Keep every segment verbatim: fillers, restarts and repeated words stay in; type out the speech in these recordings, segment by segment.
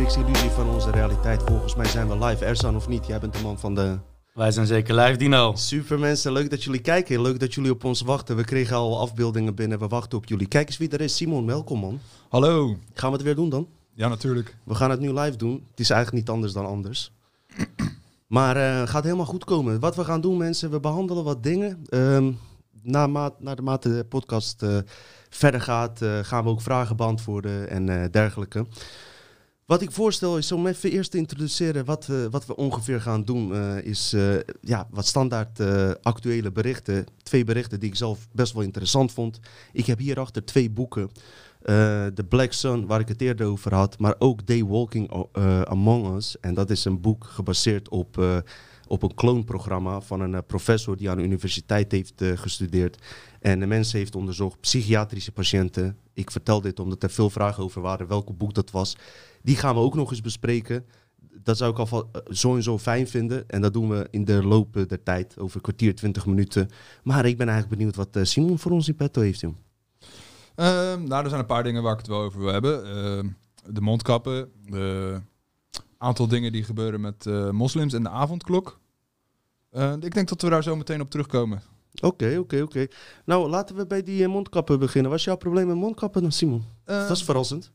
niks illusie van onze realiteit. Volgens mij zijn we live. Ersan of niet? Jij bent de man van de... Wij zijn zeker live, Dino. Super mensen, leuk dat jullie kijken. Leuk dat jullie op ons wachten. We kregen al afbeeldingen binnen. We wachten op jullie. Kijk eens wie er is. Simon, welkom man. Hallo. Gaan we het weer doen dan? Ja, natuurlijk. We gaan het nu live doen. Het is eigenlijk niet anders dan anders. Maar het uh, gaat helemaal goed komen. Wat we gaan doen mensen, we behandelen wat dingen. Um, na maat, naar de mate de podcast uh, verder gaat, uh, gaan we ook vragen beantwoorden en uh, dergelijke. Wat ik voorstel is om even eerst te introduceren wat, uh, wat we ongeveer gaan doen. Uh, is uh, ja, wat standaard uh, actuele berichten. Twee berichten die ik zelf best wel interessant vond. Ik heb hierachter twee boeken. Uh, The Black Sun, waar ik het eerder over had. Maar ook Daywalking uh, Among Us. En dat is een boek gebaseerd op, uh, op een kloonprogramma van een uh, professor die aan de universiteit heeft uh, gestudeerd. En de mensen heeft onderzocht, psychiatrische patiënten. Ik vertel dit omdat er veel vragen over waren, welk boek dat was. Die gaan we ook nog eens bespreken. Dat zou ik al zo en zo fijn vinden. En dat doen we in de loop der tijd, over een kwartier, twintig minuten. Maar ik ben eigenlijk benieuwd wat uh, Simon voor ons in petto heeft, joh. Uh, nou, er zijn een paar dingen waar ik het wel over wil hebben. Uh, de mondkappen, een aantal dingen die gebeuren met uh, moslims en de avondklok. Uh, ik denk dat we daar zo meteen op terugkomen. Oké, okay, oké, okay, oké. Okay. Nou, laten we bij die uh, mondkappen beginnen. Was jouw probleem met mondkappen dan, Simon? Uh, dat is verrassend.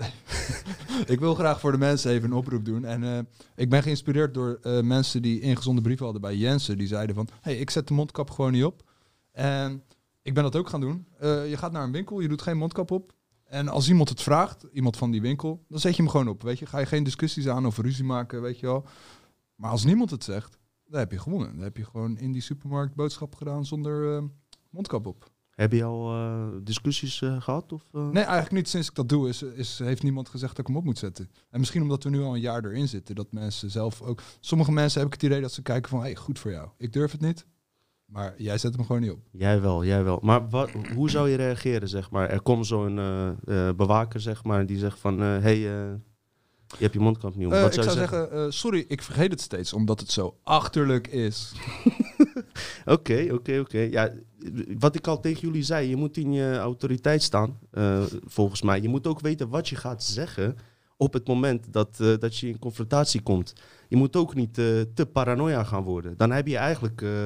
Ik wil graag voor de mensen even een oproep doen. En uh, ik ben geïnspireerd door uh, mensen die ingezonde brieven hadden bij Jensen. Die zeiden van, hey, ik zet de mondkap gewoon niet op. En ik ben dat ook gaan doen. Uh, je gaat naar een winkel, je doet geen mondkap op. En als iemand het vraagt, iemand van die winkel, dan zet je hem gewoon op. Weet je, ga je geen discussies aan of ruzie maken, weet je wel. Maar als niemand het zegt, dan heb je gewonnen. Dan heb je gewoon in die supermarkt boodschappen gedaan zonder uh, mondkap op. Heb je al uh, discussies uh, gehad? Of, uh? Nee, eigenlijk niet. Sinds ik dat doe, is, is, heeft niemand gezegd dat ik hem op moet zetten. En misschien omdat we nu al een jaar erin zitten, dat mensen zelf ook... Sommige mensen heb ik het idee dat ze kijken van, hey, goed voor jou. Ik durf het niet, maar jij zet hem gewoon niet op. Jij wel, jij wel. Maar wat, hoe zou je reageren, zeg maar? Er komt zo'n uh, uh, bewaker, zeg maar, die zegt van, hé, uh, hey, uh, je hebt je mondkap niet op. Uh, wat ik zou zou zeggen, zeggen uh, sorry, ik vergeet het steeds, omdat het zo achterlijk is. Oké, oké, oké. Ja, wat ik al tegen jullie zei, je moet in je autoriteit staan, uh, volgens mij. Je moet ook weten wat je gaat zeggen op het moment dat, uh, dat je in confrontatie komt. Je moet ook niet uh, te paranoia gaan worden. Dan heb je eigenlijk... Uh,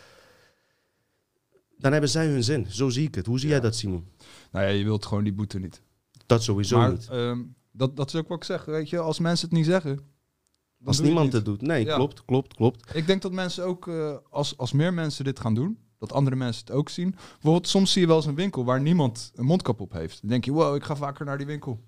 dan hebben zij hun zin. Zo zie ik het. Hoe zie ja. jij dat, Simon? Nou ja, je wilt gewoon die boete niet. Dat sowieso maar, niet. Um, dat, dat is ook wat ik zeg. Weet je, als mensen het niet zeggen... Als niemand het, het doet. Nee, ja. klopt, klopt, klopt. Ik denk dat mensen ook, uh, als, als meer mensen dit gaan doen, dat andere mensen het ook zien. Bijvoorbeeld, soms zie je wel eens een winkel waar niemand een mondkap op heeft. Dan denk je, wow, ik ga vaker naar die winkel.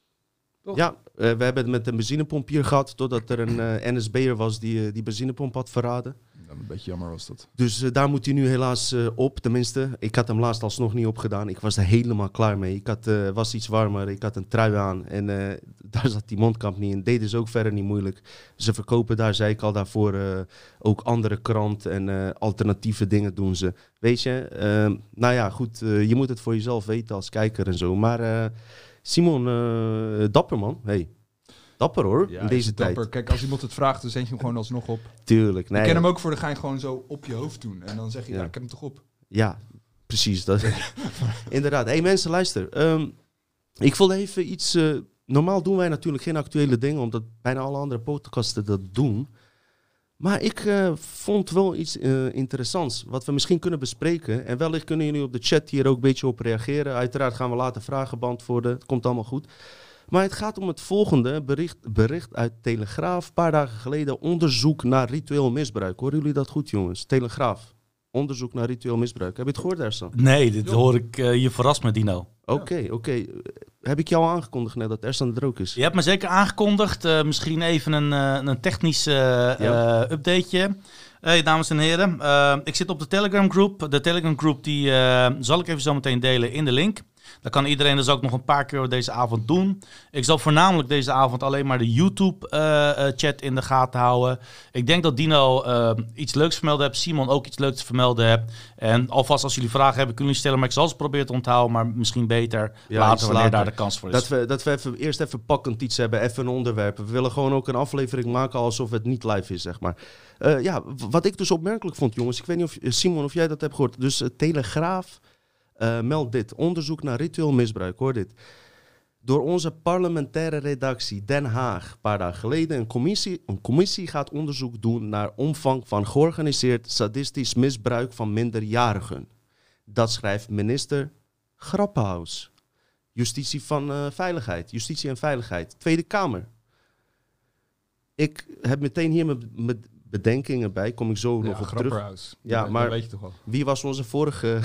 Toch? Ja, uh, we hebben het met een benzinepomp hier gehad, totdat er een uh, N S B'er was die uh, die benzinepomp had verraden. Ja, een beetje jammer was dat. Dus uh, daar moet hij nu helaas uh, op, tenminste. Ik had hem laatst alsnog niet opgedaan. Ik was er helemaal klaar mee. Ik had, uh, was iets warmer, ik had een trui aan en uh, daar zat die mondkap niet in. Deden ze ook verder niet moeilijk. Ze verkopen daar, zei ik al, daarvoor uh, ook andere krant en uh, alternatieve dingen doen ze. Weet je, uh, nou ja, goed, uh, je moet het voor jezelf weten als kijker en zo. Maar uh, Simon, uh, dapper man, hey. Dapper hoor, ja, in deze tijd. Dapper. Kijk, als iemand het vraagt, dan zet je hem gewoon alsnog op. Tuurlijk. Nee, ik ken hem ook voor de gein gewoon zo op je hoofd doen. En dan zeg je, ja, ja ik heb hem toch op. Ja, precies. Dat inderdaad. Hé hey, mensen, luister. Um, ik wil even iets... Uh, normaal doen wij natuurlijk geen actuele dingen, omdat bijna alle andere podcasten dat doen. Maar ik uh, vond wel iets uh, interessants, wat we misschien kunnen bespreken. En wellicht kunnen jullie op de chat hier ook een beetje op reageren. Uiteraard gaan we later vragen beantwoorden. Het komt allemaal goed. Maar het gaat om het volgende bericht, bericht uit Telegraaf. Een paar dagen geleden, onderzoek naar ritueel misbruik. Horen jullie dat goed, jongens? Telegraaf. Onderzoek naar ritueel misbruik. Heb je het gehoord, Ersan? Nee, dit hoor ik uh, je verrast me, Dino. Oké, okay, oké. Okay. Heb ik jou al aangekondigd net dat Ersan er ook is? Je hebt me zeker aangekondigd. Uh, misschien even een, uh, een technisch uh, ja. uh, updateje. Hey, dames en heren. Uh, ik zit op de Telegram groep. De Telegram groep die uh, zal ik even zo meteen delen in de link. Dat kan iedereen dus ook nog een paar keer deze avond doen. Ik zal voornamelijk deze avond alleen maar de YouTube-chat uh, in de gaten houden. Ik denk dat Dino uh, iets leuks vermeld heeft. Simon ook iets leuks te vermelden heeft. En alvast als jullie vragen hebben, kunnen jullie stellen. Maar ik zal ze proberen te onthouden. Maar misschien beter ja, later wanneer later. daar de kans voor is. Dat we, dat we even, eerst even pakkend iets hebben. Even een onderwerp. We willen gewoon ook een aflevering maken alsof het niet live is, zeg maar. Uh, ja, wat ik dus opmerkelijk vond, jongens. Ik weet niet of Simon of jij dat hebt gehoord. Dus uh, Telegraaf uh, meldt dit. Onderzoek naar ritueel misbruik. Hoor dit. door onze parlementaire redactie Den Haag een paar dagen geleden. Een commissie, een commissie gaat onderzoek doen naar omvang van georganiseerd sadistisch misbruik van minderjarigen. Dat schrijft minister Grapperhaus. Justitie van uh, Veiligheid, Justitie en Veiligheid, Tweede Kamer. Ik heb meteen hier mijn bedenkingen bij, kom ik zo ja, nog op terug. Ja, ja, maar weet je toch wel. Wie was onze vorige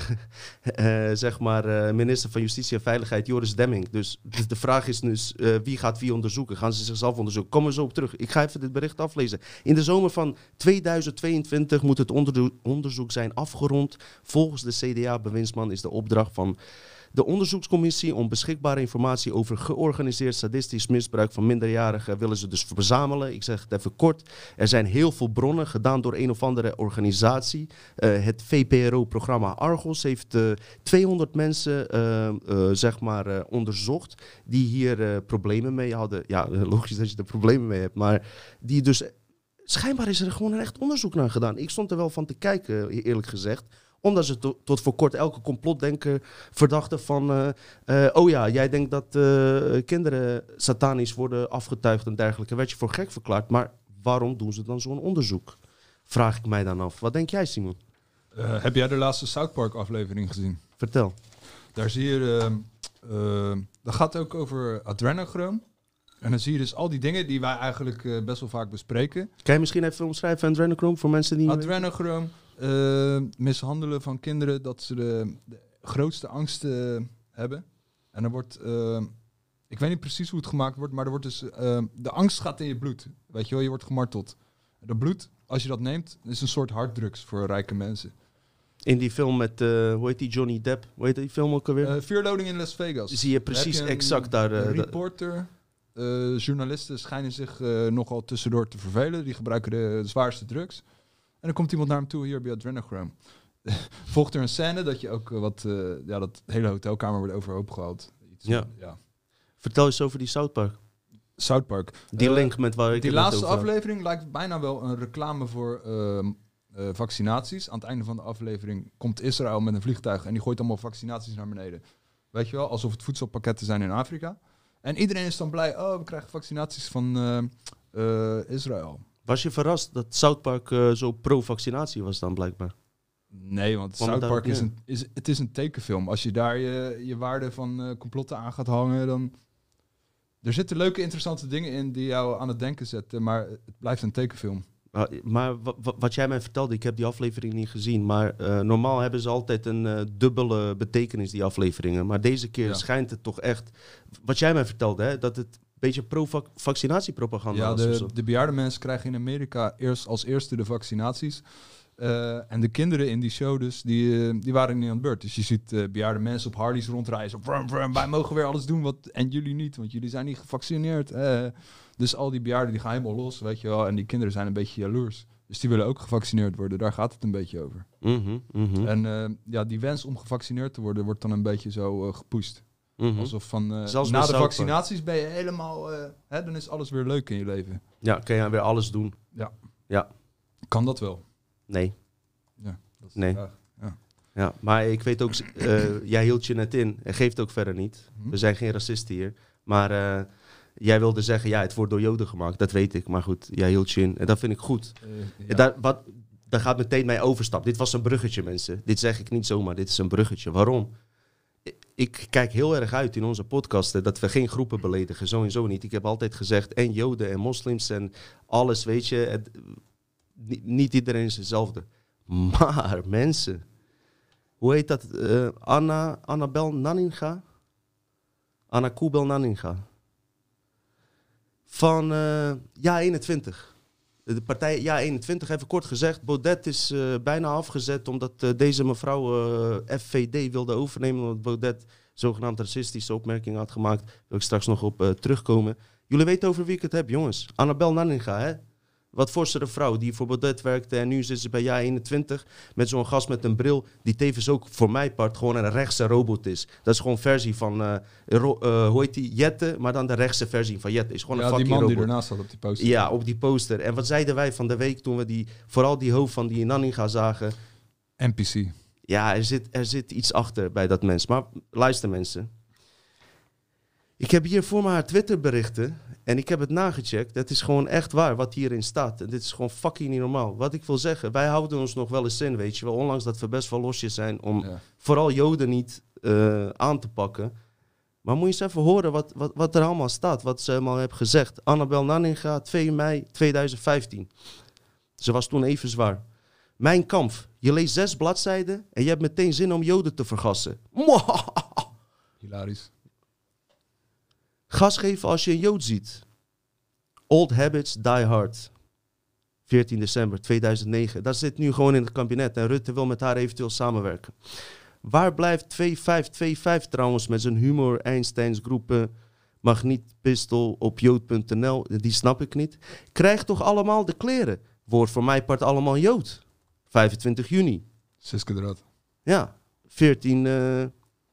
uh, zeg maar, uh, minister van Justitie en Veiligheid, Joris Demming? Dus, dus de vraag is dus, uh, wie gaat wie onderzoeken? Gaan ze zichzelf onderzoeken? Komen we zo op terug. Ik ga even dit bericht aflezen. In de zomer van tweeduizend tweeëntwintig moet het onderdo- onderzoek zijn afgerond. Volgens de C D A-bewindsman is de opdracht van de onderzoekscommissie om beschikbare informatie over georganiseerd sadistisch misbruik van minderjarigen willen ze dus verzamelen. Ik zeg het even kort. Er zijn heel veel bronnen gedaan door een of andere organisatie. Uh, het V P R O-programma Argos heeft uh, tweehonderd mensen uh, uh, zeg maar, uh, onderzocht die hier uh, problemen mee hadden. Ja, logisch dat je er problemen mee hebt, maar die dus... Schijnbaar is er gewoon een echt onderzoek naar gedaan. Ik stond er wel van te kijken, eerlijk gezegd. Omdat ze to- tot voor kort elke complotdenker verdachten van... Uh, uh, oh ja, jij denkt dat uh, kinderen satanisch worden afgetuigd en dergelijke. Werd je voor gek verklaard. Maar waarom doen ze dan zo'n onderzoek? Vraag ik mij dan af. Wat denk jij, Simon? Uh, heb jij de laatste South Park aflevering gezien? Vertel. Daar zie je... Uh, uh, dat gaat ook over adrenochroom. En dan zie je dus al die dingen die wij eigenlijk uh, best wel vaak bespreken. Kan je misschien even omschrijven adrenochroom voor mensen die... Adrenochroom, uh, mishandelen van kinderen, dat ze de, de grootste angsten hebben. En dan wordt... Uh, ik weet niet precies hoe het gemaakt wordt, maar er wordt dus... Uh, de angst gaat in je bloed. Weet je wel, je wordt gemarteld. Dat bloed, als je dat neemt, is een soort harddrugs voor rijke mensen. In die film met, uh, hoe heet die, Johnny Depp? Hoe heet die film ook alweer? Uh, Fearloading in Las Vegas. Zie je precies je een, exact daar... Uh, een reporter... Uh, journalisten schijnen zich uh, nogal tussendoor te vervelen. Die gebruiken de, de zwaarste drugs. En dan komt iemand naar hem toe, hier bij adrenochroom. Volgt er een scène dat je ook uh, wat... Uh, ja, dat hele hotelkamer wordt overhoop gehaald. Iets, ja. ja. Vertel eens over die South Park. South Park. Die uh, link met waar ik Die het laatste over aflevering lijkt bijna wel een reclame voor uh, uh, vaccinaties. Aan het einde van de aflevering komt Israël met een vliegtuig en die gooit allemaal vaccinaties naar beneden. Weet je wel, alsof het voedselpakketten zijn in Afrika. En iedereen is dan blij, oh, we krijgen vaccinaties van uh, uh, Israël. Was je verrast dat South Park uh, zo pro-vaccinatie was dan blijkbaar? Nee, want Kwam South Park daar, is ja. een, is, het is een tekenfilm. Als je daar je, je waarde van uh, complotten aan gaat hangen, dan... Er zitten leuke, interessante dingen in die jou aan het denken zetten, maar het blijft een tekenfilm. Uh, maar w- w- wat jij mij vertelde, ik heb die aflevering niet gezien, maar uh, normaal hebben ze altijd een uh, dubbele betekenis, die afleveringen. Maar deze keer ja. schijnt het toch echt, wat jij mij vertelde, hè, dat het een beetje pro-vaccinatiepropaganda ja, was. Ja, of de, zo. de bejaarde mensen krijgen in Amerika eerst als eerste de vaccinaties. Uh, en de kinderen in die show dus, die, uh, die waren niet aan de beurt. Dus je ziet uh, bejaarde mensen op Harleys rondrijden. Vrum, vrum, wij mogen weer alles doen wat en jullie niet, want jullie zijn niet gevaccineerd. Uh, dus al die bejaarden die gaan helemaal los, weet je wel. En die kinderen zijn een beetje jaloers. Dus die willen ook gevaccineerd worden. Daar gaat het een beetje over. Mm-hmm, mm-hmm. En uh, ja, die wens om gevaccineerd te worden wordt dan een beetje zo uh, gepusht. Mm-hmm. Alsof van uh, Zelfs na bij de South vaccinaties ben je helemaal... Uh, hè, dan is alles weer leuk in je leven. Ja, kan je weer alles doen? Ja. Ja. Kan dat wel? Nee. Ja, dat is Nee. de vraag. Ja. Ja, maar ik weet ook, uh, jij hield je net in. En geeft ook verder niet. Hm? We zijn geen racisten hier. Maar uh, jij wilde zeggen, ja, het wordt door Joden gemaakt. Dat weet ik. Maar goed, jij hield je in. En dat vind ik goed. Uh, ja. daar, wat, daar gaat meteen mijn overstap. Dit was een bruggetje, mensen. Dit zeg ik niet zomaar. Dit is een bruggetje. Waarom? Ik, ik kijk heel erg uit in onze podcasten dat we geen groepen beledigen. Sowieso niet. Ik heb altijd gezegd, en Joden en moslims en alles, weet je. Het, niet, niet iedereen is hetzelfde. Maar mensen, hoe heet dat? Uh, Anna, Annabel Nanninga? Anna Koebel Nanninga. Van uh, Ja eenentwintig. De partij Ja eenentwintig, even kort gezegd. Baudet is uh, bijna afgezet omdat uh, deze mevrouw uh, F V D wilde overnemen. Omdat Baudet zogenaamd racistische opmerkingen had gemaakt. Daar wil ik straks nog op uh, terugkomen. Jullie weten over wie ik het heb, jongens. Annabel Nanninga, hè? Wat forsere vrouw die voor Baudet werkte en nu zit ze bij Ja eenentwintig met zo'n gast met een bril die tevens ook voor mij part gewoon een rechtse robot is. Dat is gewoon een versie van, uh, ro- uh, hoe heet die, Jette, maar dan de rechtse versie van Jette. Is gewoon ja, een die fucking man robot. die ernaast zat op die poster. Ja, op die poster. En wat zeiden wij van de week toen we die, vooral die hoofd van die Nanninga zagen? N P C. Ja, er zit, er zit iets achter bij dat mens. Maar luister mensen. Ik heb hier voor me haar Twitter berichten en ik heb het nagecheckt. Het is gewoon echt waar wat hierin staat. En dit is gewoon fucking niet normaal. Wat ik wil zeggen, wij houden ons nog wel eens in, weet je wel. Ondanks dat we best wel losjes zijn om ja. vooral Joden niet uh, aan te pakken. Maar moet je eens even horen wat, wat, wat er allemaal staat. Wat ze allemaal hebben gezegd. Annabel Nanninga, twee mei tweeduizend vijftien. Ze was toen even zwaar. Mijn kamp. Je leest zes bladzijden en je hebt meteen zin om Joden te vergassen. Hilarisch. Gas geven als je een Jood ziet. Old habits die hard. veertien december tweeduizend negen. Dat zit nu gewoon in het kabinet en Rutte wil met haar eventueel samenwerken. Waar blijft twee vijf twee vijf trouwens met zijn humor, Einsteins groepen, magnietpistol op jood punt n l? Die snap ik niet. Krijg toch allemaal de kleren. Wordt voor mij part allemaal Jood. vijfentwintig juni. Siske eruit. Ja, veertien... Uh,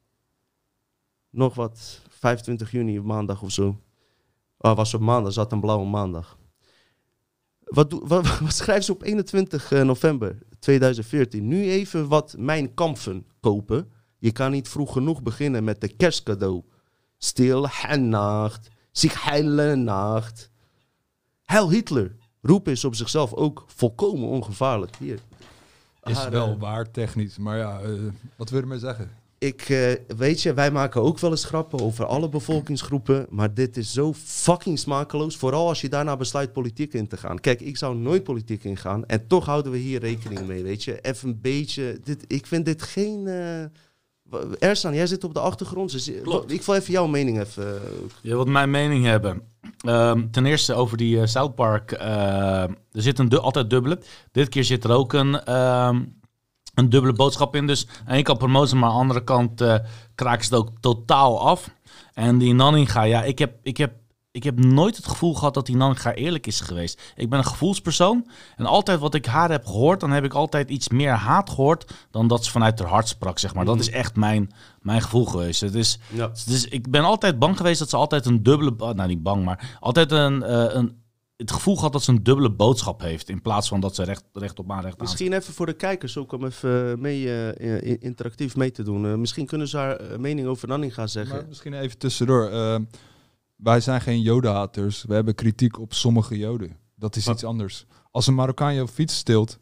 nog wat... vijfentwintig juni, maandag of zo. Oh, was op maandag, zat een blauwe maandag. Wat, doe, wat, wat schrijft ze op eenentwintig november tweeduizend veertien? Nu even wat mijn kampen kopen. Je kan niet vroeg genoeg beginnen met de kerstcadeau. Stil nacht, zich heile nacht. Heil Hitler. Roep is op zichzelf ook volkomen ongevaarlijk. Hier. Is Haar, wel uh, waar technisch, maar ja, uh, wat wil je ermee zeggen? Ik, uh, weet je, wij maken ook wel eens grappen over alle bevolkingsgroepen, maar dit is zo fucking smakeloos. Vooral als je daarna besluit politiek in te gaan. Kijk, ik zou nooit politiek ingaan en toch houden we hier rekening mee, weet je. Even een beetje, dit, ik vind dit geen... Uh, Ersan, jij zit op de achtergrond, dus Klopt. Ik wil even jouw mening even... Uh, Je wilt mijn mening hebben. Um, ten eerste over die uh, South Park. Uh, er zit een du- altijd dubbele. Dit keer zit er ook een... Um, een dubbele boodschap in. Dus aan de ene kant promoten, maar aan de andere kant uh, kraken ze het ook totaal af. En die Nanninga, ja, ik heb, ik, heb, ik heb nooit het gevoel gehad dat die Nanninga eerlijk is geweest. Ik ben een gevoelspersoon. En altijd wat ik haar heb gehoord, dan heb ik altijd iets meer haat gehoord dan dat ze vanuit haar hart sprak, zeg maar. Dat is echt mijn, mijn gevoel geweest. Het is, ja. Dus ik ben altijd bang geweest dat ze altijd een dubbele... Nou, niet bang, maar altijd een... Uh, een het gevoel gehad dat ze een dubbele boodschap heeft, in plaats van dat ze recht, recht op aan recht aan. Misschien even voor de kijkers ook om even mee, uh, interactief mee te doen. Uh, misschien kunnen ze haar uh, mening over Nanninga zeggen. Maar misschien even tussendoor. Uh, wij zijn geen jodenhaters. We hebben kritiek op sommige joden. Dat is Wat? iets anders. Als een Marokkaan je fiets steelt,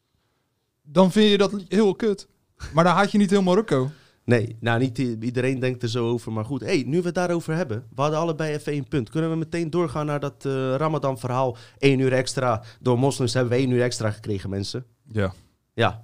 dan vind je dat heel kut. Maar dan haat je niet heel Marokko. Nee, nou niet iedereen denkt er zo over, maar goed. Hey, nu we het daarover hebben, we hadden allebei even één punt. Kunnen we meteen doorgaan naar dat uh, Ramadan-verhaal? Eén uur extra. Door moslims hebben we één uur extra gekregen, mensen. Ja. Ja.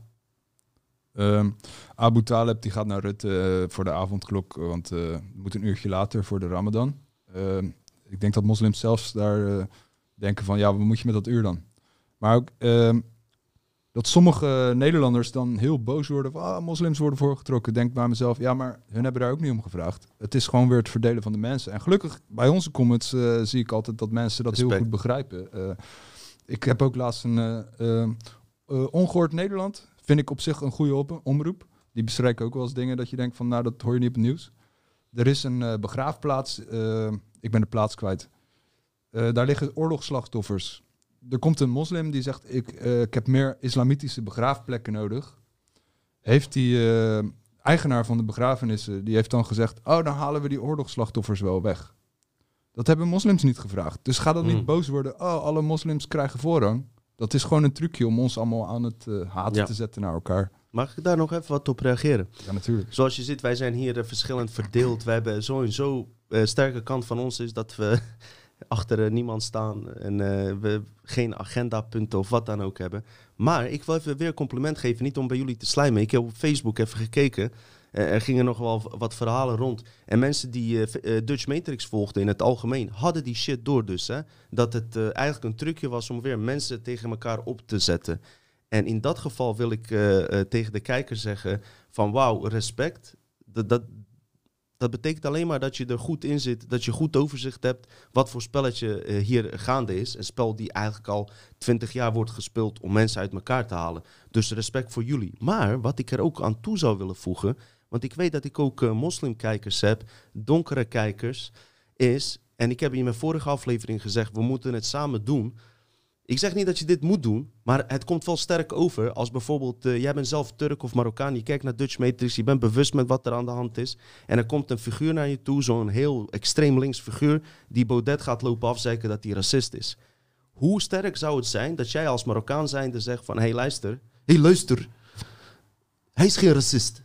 Um, Abu Talib die gaat naar Rutte uh, voor de avondklok, want uh, het moet een uurtje later voor de Ramadan. Uh, ik denk dat moslims zelfs daar uh, denken van, ja, wat moet je met dat uur dan? Maar ook... Uh, dat sommige uh, Nederlanders dan heel boos worden van ah, moslims worden voorgetrokken. Denk bij mezelf, ja, maar hun hebben daar ook niet om gevraagd. Het is gewoon weer het verdelen van de mensen. En gelukkig, bij onze comments uh, zie ik altijd dat mensen dat Respect. heel goed begrijpen. Uh, ik heb ook laatst een uh, uh, uh, Ongehoord Nederland. Vind ik op zich een goede op- omroep. Die bestrijken ook wel eens dingen dat je denkt van, nou, dat hoor je niet op het nieuws. Er is een uh, begraafplaats. Uh, ik ben de plaats kwijt. Uh, daar liggen oorlogsslachtoffers. Er komt een moslim die zegt, ik, uh, ik heb meer islamitische begraafplekken nodig. Heeft die uh, eigenaar van de begrafenissen, die heeft dan gezegd, oh, dan halen we die oorlogsslachtoffers wel weg. Dat hebben moslims niet gevraagd. Dus ga dan Mm. niet boos worden, oh, alle moslims krijgen voorrang. Dat is gewoon een trucje om ons allemaal aan het uh, haten Ja. te zetten naar elkaar. Mag ik daar nog even wat op reageren? Ja, natuurlijk. Zoals je ziet, wij zijn hier uh, verschillend verdeeld. We hebben sowieso uh, sterke kant van ons is dat we achter uh, niemand staan en uh, we geen agendapunten of wat dan ook hebben. Maar ik wil even weer een compliment geven, niet om bij jullie te slijmen. Ik heb op Facebook even gekeken. Uh, er gingen nog wel wat verhalen rond. En mensen die uh, uh, Dutch Matrix volgden in het algemeen, hadden die shit door dus. Hè? Dat het uh, eigenlijk een trucje was om weer mensen tegen elkaar op te zetten. En in dat geval wil ik uh, uh, tegen de kijker zeggen van wauw, respect. Dat, dat, dat betekent alleen maar dat je er goed in zit, dat je goed overzicht hebt wat voor spelletje uh, hier gaande is. Een spel die eigenlijk al twintig jaar wordt gespeeld om mensen uit elkaar te halen. Dus respect voor jullie. Maar wat ik er ook aan toe zou willen voegen, want ik weet dat ik ook uh, moslimkijkers heb, donkere kijkers, is, en ik heb in mijn vorige aflevering gezegd, we moeten het samen doen. Ik zeg niet dat je dit moet doen, maar het komt wel sterk over als bijvoorbeeld, uh, jij bent zelf Turk of Marokkaan, je kijkt naar Dutch Matrix, je bent bewust met wat er aan de hand is. En er komt een figuur naar je toe, zo'n heel extreem links figuur, die Baudet gaat lopen afzeiken dat hij racist is. Hoe sterk zou het zijn dat jij als Marokkaan zijnde zegt van, hé hey, luister, hé hey, luister, hij is geen racist.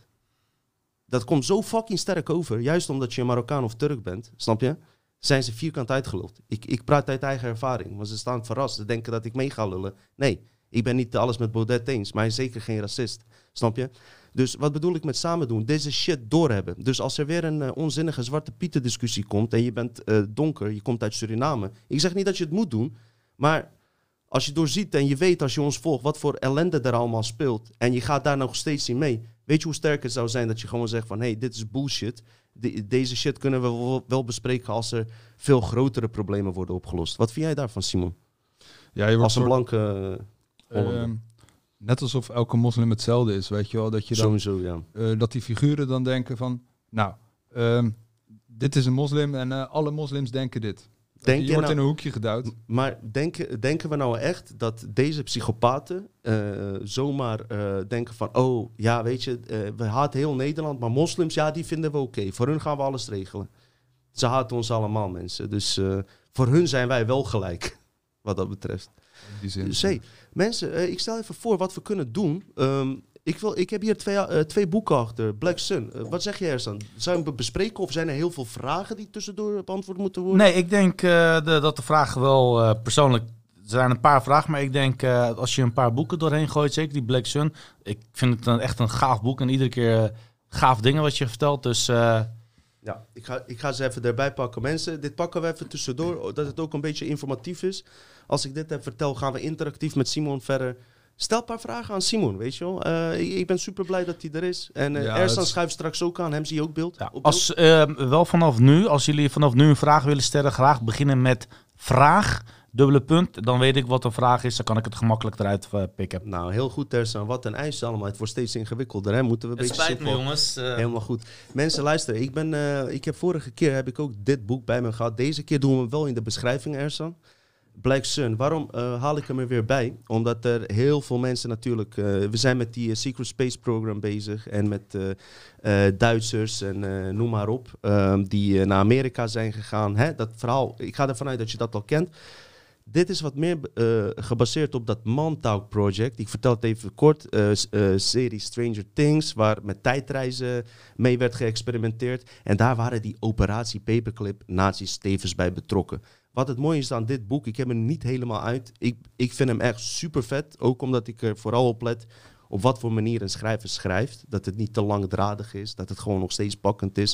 Dat komt zo fucking sterk over, juist omdat je een Marokkaan of Turk bent, snap je? Zijn ze vierkant uitgeluld. Ik, ik praat uit eigen ervaring, maar ze staan verrast. Ze denken dat ik mee ga lullen. Nee, ik ben niet alles met Baudet eens, maar hij is zeker geen racist. Snap je? Dus wat bedoel ik met samen doen? Deze shit doorhebben. Dus als er weer een uh, onzinnige Zwarte Pieten discussie komt en je bent uh, donker, je komt uit Suriname. Ik zeg niet dat je het moet doen, maar als je doorziet en je weet als je ons volgt wat voor ellende er allemaal speelt en je gaat daar nog steeds in mee. Weet je hoe sterk het zou zijn dat je gewoon zegt van, hé, hey, dit is bullshit. De, deze shit kunnen we wel, wel bespreken als er veel grotere problemen worden opgelost. Wat vind jij daarvan, Simon? Ja, je wordt als een soort, blanke uh, uh, net alsof elke moslim hetzelfde is, weet je wel. Dat, je dan, Sowieso, ja. uh, dat die figuren dan denken van, nou, uh, dit is een moslim en uh, alle moslims denken dit. Denk je, je wordt nou, in een hoekje geduwd. Maar denken, denken we nou echt dat deze psychopaten uh, zomaar uh, denken van, oh, ja, weet je, uh, we haten heel Nederland, maar moslims, ja, die vinden we oké. Okay. Voor hun gaan we alles regelen. Ze haten ons allemaal, mensen. Dus uh, voor hun zijn wij wel gelijk, wat dat betreft. In die zin. Dus hey, mensen, uh, ik stel even voor wat we kunnen doen. Um, Ik, wil, ik heb hier twee, uh, twee boeken achter. Black Sun. Uh, wat zeg jij er dan? Zijn we bespreken of zijn er heel veel vragen die tussendoor beantwoord moeten worden? Nee, ik denk uh, de, dat de vragen wel uh, persoonlijk... Er zijn een paar vragen, maar ik denk uh, als je een paar boeken doorheen gooit, zeker die Black Sun. Ik vind het dan echt een gaaf boek en iedere keer uh, gaaf dingen wat je vertelt. Dus... Uh, Ja, ik ga, ik ga ze even erbij pakken. Mensen, dit pakken we even tussendoor, dat het ook een beetje informatief is. Als ik dit heb vertel, gaan we interactief met Simon verder. Stel een paar vragen aan Simon, weet je wel. Uh, ik, ik ben super blij dat hij er is. En uh, ja, Ersan het... schuift straks ook aan. Hem zie je ook beeld. Ja, als, uh, wel vanaf nu, als jullie vanaf nu een vraag willen stellen, graag beginnen met vraag, dubbele punt. Dan weet ik wat de vraag is, dan kan ik het gemakkelijk eruit uh, pikken. Nou, heel goed Ersan. Wat een ijs allemaal. Het wordt steeds ingewikkelder, hè. Moeten we een het beetje spijt me, jongens. Uh... Helemaal goed. Mensen, luisteren. Ik, ben, uh, ik heb vorige keer heb ik ook dit boek bij me gehad. Deze keer doen we hem wel in de beschrijving, Ersan. Black Sun. Waarom uh, haal ik hem er weer bij? Omdat er heel veel mensen natuurlijk... Uh, we zijn met die uh, Secret Space Program bezig. En met uh, uh, Duitsers en uh, noem maar op. Um, die uh, naar Amerika zijn gegaan. Hè? Dat verhaal, ik ga ervan uit dat je dat al kent. Dit is wat meer uh, gebaseerd op dat Montauk Project. Ik vertel het even kort. Uh, uh, serie Stranger Things, waar met tijdreizen mee werd geëxperimenteerd. En daar waren die operatie Paperclip nazi's tevens bij betrokken. Wat het mooie is aan dit boek, ik heb hem niet helemaal uit. Ik, ik vind hem echt super vet. Ook omdat ik er vooral op let op wat voor manier een schrijver schrijft. Dat het niet te langdradig is, dat het gewoon nog steeds pakkend is.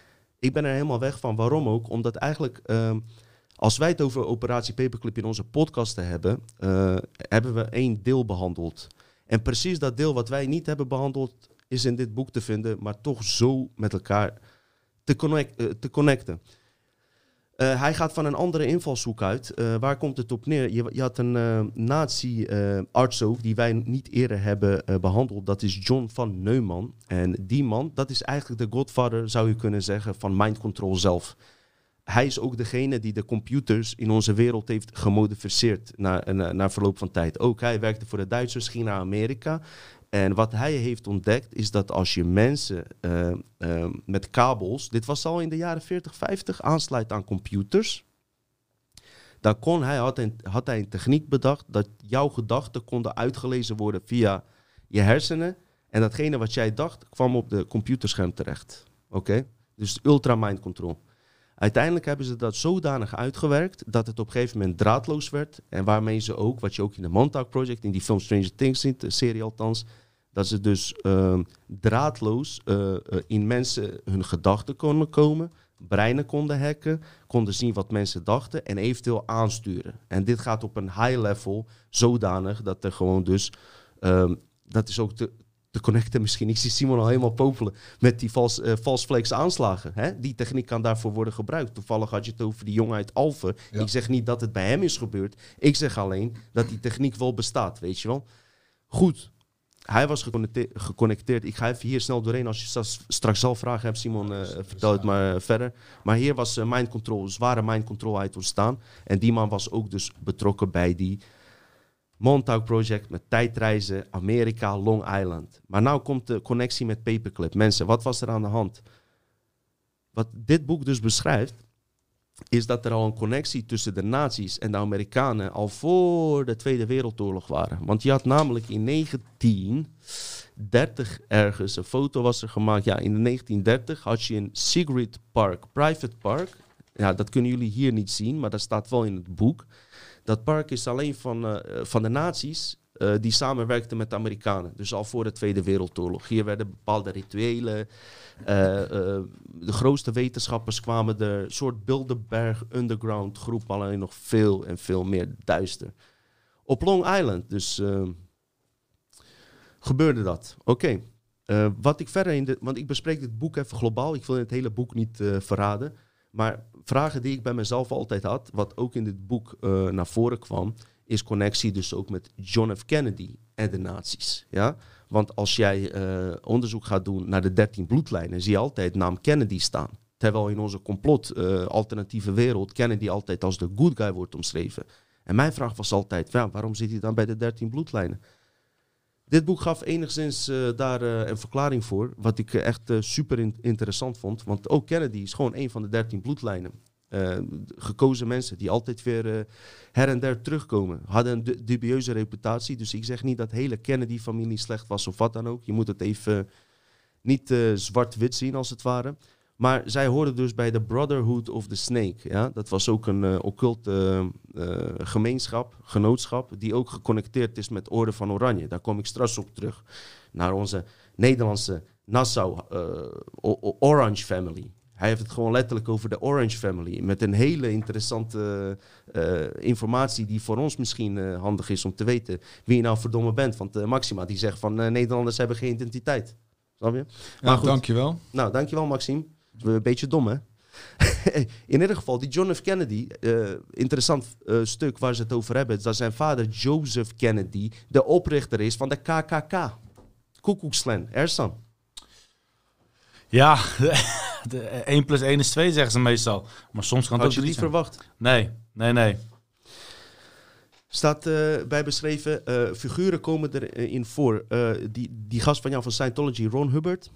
Ik ben er helemaal weg van. Waarom ook? Omdat eigenlijk... Uh, Als wij het over Operatie Paperclip in onze podcasten hebben, uh, hebben we één deel behandeld. En precies dat deel wat wij niet hebben behandeld, is in dit boek te vinden, maar toch zo met elkaar te, connect, uh, te connecten. Uh, hij gaat van een andere invalshoek uit. Uh, waar komt het op neer? Je, je had een uh, nazi-artso uh, die wij niet eerder hebben uh, behandeld. Dat is John van Neumann. En die man, dat is eigenlijk de godfather, zou je kunnen zeggen, van mind control zelf. Hij is ook degene die de computers in onze wereld heeft gemodificeerd na, na, na verloop van tijd. Ook hij werkte voor de Duitsers, ging naar Amerika. En wat hij heeft ontdekt is dat als je mensen uh, uh, met kabels, dit was al in de jaren veertig, vijftig, aansluit aan computers, dan kon hij, had, een, had hij een techniek bedacht dat jouw gedachten konden uitgelezen worden via je hersenen. En datgene wat jij dacht kwam op de computerscherm terecht. Oké? Okay? Dus ultra mind control. Uiteindelijk hebben ze dat zodanig uitgewerkt dat het op een gegeven moment draadloos werd. En waarmee ze ook, wat je ook in de Montauk Project, in die film Stranger Things ziet, de serie althans, dat ze dus uh, draadloos uh, uh, in mensen hun gedachten konden komen, breinen konden hacken, konden zien wat mensen dachten en eventueel aansturen. En dit gaat op een high level zodanig dat er gewoon dus, um, dat is ook te... te connecten misschien. Ik zie Simon al helemaal popelen met die false, uh, false flags aanslagen. Hè? Die techniek kan daarvoor worden gebruikt. Toevallig had je het over die jongen uit Alphen. Ja. Ik zeg niet dat het bij hem is gebeurd. Ik zeg alleen dat die techniek wel bestaat, weet je wel. Goed. Hij was geconnecteerd. geconnecteerd. Ik ga even hier snel doorheen. Als je straks zelf vragen hebt, Simon, uh, vertel het maar uh, verder. Maar hier was uh, mind control, zware mind control uit ontstaan. En die man was ook dus betrokken bij die Montauk Project met tijdreizen, Amerika, Long Island. Maar nou komt de connectie met Paperclip. Mensen, wat was er aan de hand? Wat dit boek dus beschrijft, is dat er al een connectie tussen de nazi's en de Amerikanen al voor de Tweede Wereldoorlog waren. Want je had namelijk in negentien dertig ergens, een foto was er gemaakt, ja, in negentien dertig had je een Sigrid Park, private park. Ja, dat kunnen jullie hier niet zien, maar dat staat wel in het boek. Dat park is alleen van, uh, van de nazi's uh, die samenwerkten met de Amerikanen. Dus al voor de Tweede Wereldoorlog. Hier werden bepaalde rituelen. Uh, uh, de grootste wetenschappers kwamen er. Een soort Bilderberg underground groep. Alleen nog veel en veel meer duister. Op Long Island dus uh, gebeurde dat. Oké. Okay. Uh, wat ik verder in de... Want ik bespreek dit boek even globaal. Ik wil het hele boek niet uh, verraden. Maar vragen die ik bij mezelf altijd had, wat ook in dit boek uh, naar voren kwam, is connectie dus ook met John F. Kennedy en de nazi's. Ja? Want als jij uh, onderzoek gaat doen naar de dertien bloedlijnen, zie je altijd naam Kennedy staan. Terwijl in onze complot uh, alternatieve wereld Kennedy altijd als de good guy wordt omschreven. En mijn vraag was altijd, ja, waarom zit hij dan bij de dertien bloedlijnen? Dit boek gaf enigszins uh, daar uh, een verklaring voor, wat ik uh, echt uh, super in- interessant vond. Want ook Kennedy is gewoon een van de dertien bloedlijnen. Uh, gekozen mensen die altijd weer uh, her en der terugkomen. Hadden een du- dubieuze reputatie, dus ik zeg niet dat de hele Kennedy-familie slecht was of wat dan ook. Je moet het even uh, niet uh, zwart-wit zien als het ware. Maar zij hoorden dus bij de Brotherhood of the Snake. Ja? Dat was ook een uh, occulte uh, uh, gemeenschap, genootschap, die ook geconnecteerd is met Orde van Oranje. Daar kom ik straks op terug. Naar onze Nederlandse Nassau uh, Orange Family. Hij heeft het gewoon letterlijk over de Orange Family. Met een hele interessante uh, informatie die voor ons misschien uh, handig is om te weten wie je nou verdomme bent. Want uh, Maxima die zegt van uh, Nederlanders hebben geen identiteit. Snap je? Ja, maar dankjewel. Nou, dankjewel Maxime. Een beetje dom, hè? In ieder geval, die John F. Kennedy, uh, interessant uh, stuk waar ze het over hebben, is dat zijn vader Joseph Kennedy de oprichter is van de K K K. Ku Klux Klan. Ersan. Ja, de één plus één is twee, zeggen ze meestal. Maar soms kan het Had ook je niet zijn. verwacht? Nee, nee, nee. Staat uh, bij beschreven, uh, figuren komen erin voor. Uh, die, die gast van jou van Scientology, Ron Hubbard.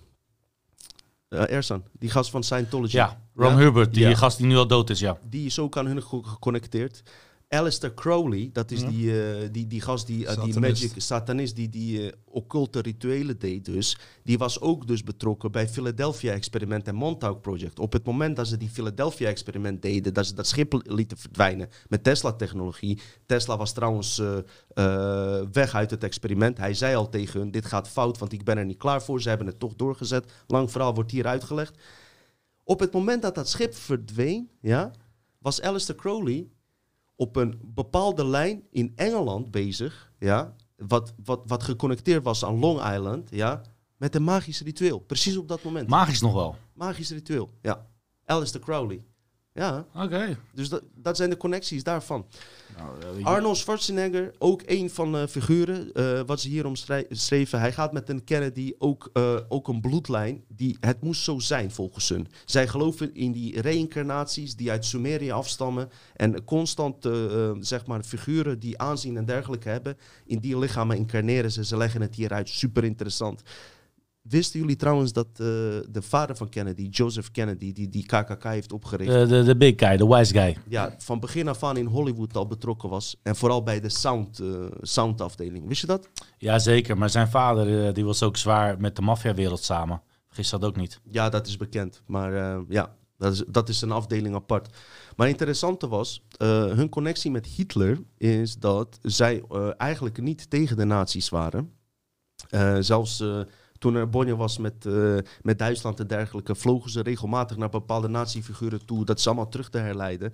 Uh, Ersan, die gast van Scientology. Ja, Ron ja? Hubbard, die ja. gast die nu al dood is, ja. Die is ook aan hun ge- geconnecteerd. Aleister Crowley, dat is Ja. die, uh, die, die gast die, uh, die Satanist. magic satanist, die die uh, occulte rituelen deed dus. Die was ook dus betrokken bij Philadelphia-experiment en Montauk Project. Op het moment dat ze die Philadelphia-experiment deden, dat ze dat schip lieten verdwijnen met Tesla-technologie. Tesla was trouwens uh, uh, weg uit het experiment. Hij zei al tegen hun, dit gaat fout, want ik ben er niet klaar voor. Ze hebben het toch doorgezet. Lang verhaal wordt hier uitgelegd. Op het moment dat dat schip verdween, ja, was Aleister Crowley op een bepaalde lijn in Engeland bezig, ja, wat, wat, wat geconnecteerd was aan Long Island, ja, met een magisch ritueel. Precies op dat moment. Magisch nog wel. Magisch ritueel, ja. Aleister Crowley. Ja, Oké. Okay. dus dat, dat zijn de connecties daarvan. Nou, uh, Arnold Schwarzenegger, ook een van de figuren, uh, wat ze hier omschreven. Hij gaat met een Kennedy, ook, uh, ook een bloedlijn. Die, het moest zo zijn volgens hun. Zij geloven in die reïncarnaties die uit Sumerië afstammen. En constant uh, uh, zeg maar, figuren die aanzien en dergelijke hebben. In die lichamen incarneren ze. Ze leggen het hier uit. Super interessant. Wisten jullie trouwens dat uh, de vader van Kennedy, Joseph Kennedy, die die K K K heeft opgericht, de, de, de big guy, de wise guy. ja, van begin af aan in Hollywood al betrokken was. En vooral bij de sound, uh, soundafdeling. Wist je dat? Jazeker, maar zijn vader uh, die was ook zwaar met de maffiawereld samen. Vergis dat ook niet. Ja, dat is bekend. Maar uh, ja, dat is, dat is een afdeling apart. Maar het interessante was, uh, hun connectie met Hitler is dat zij uh, eigenlijk niet tegen de nazi's waren. Uh, zelfs uh, toen er bonje was met, uh, met Duitsland en dergelijke, vlogen ze regelmatig naar bepaalde nazi-figuren toe. Dat is allemaal terug te herleiden.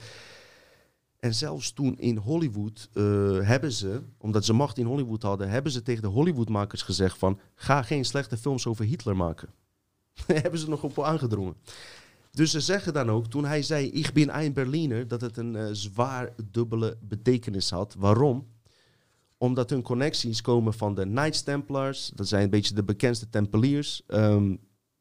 En zelfs toen in Hollywood uh, hebben ze, omdat ze macht in Hollywood hadden, hebben ze tegen de Hollywoodmakers gezegd van, ga geen slechte films over Hitler maken. Daar hebben ze nog op aangedrongen. Dus ze zeggen dan ook, toen hij zei, ik ben een Berliner, dat het een uh, zwaar dubbele betekenis had. Waarom? Omdat hun connecties komen van de Knights Templars, dat zijn een beetje de bekendste tempeliers. Um,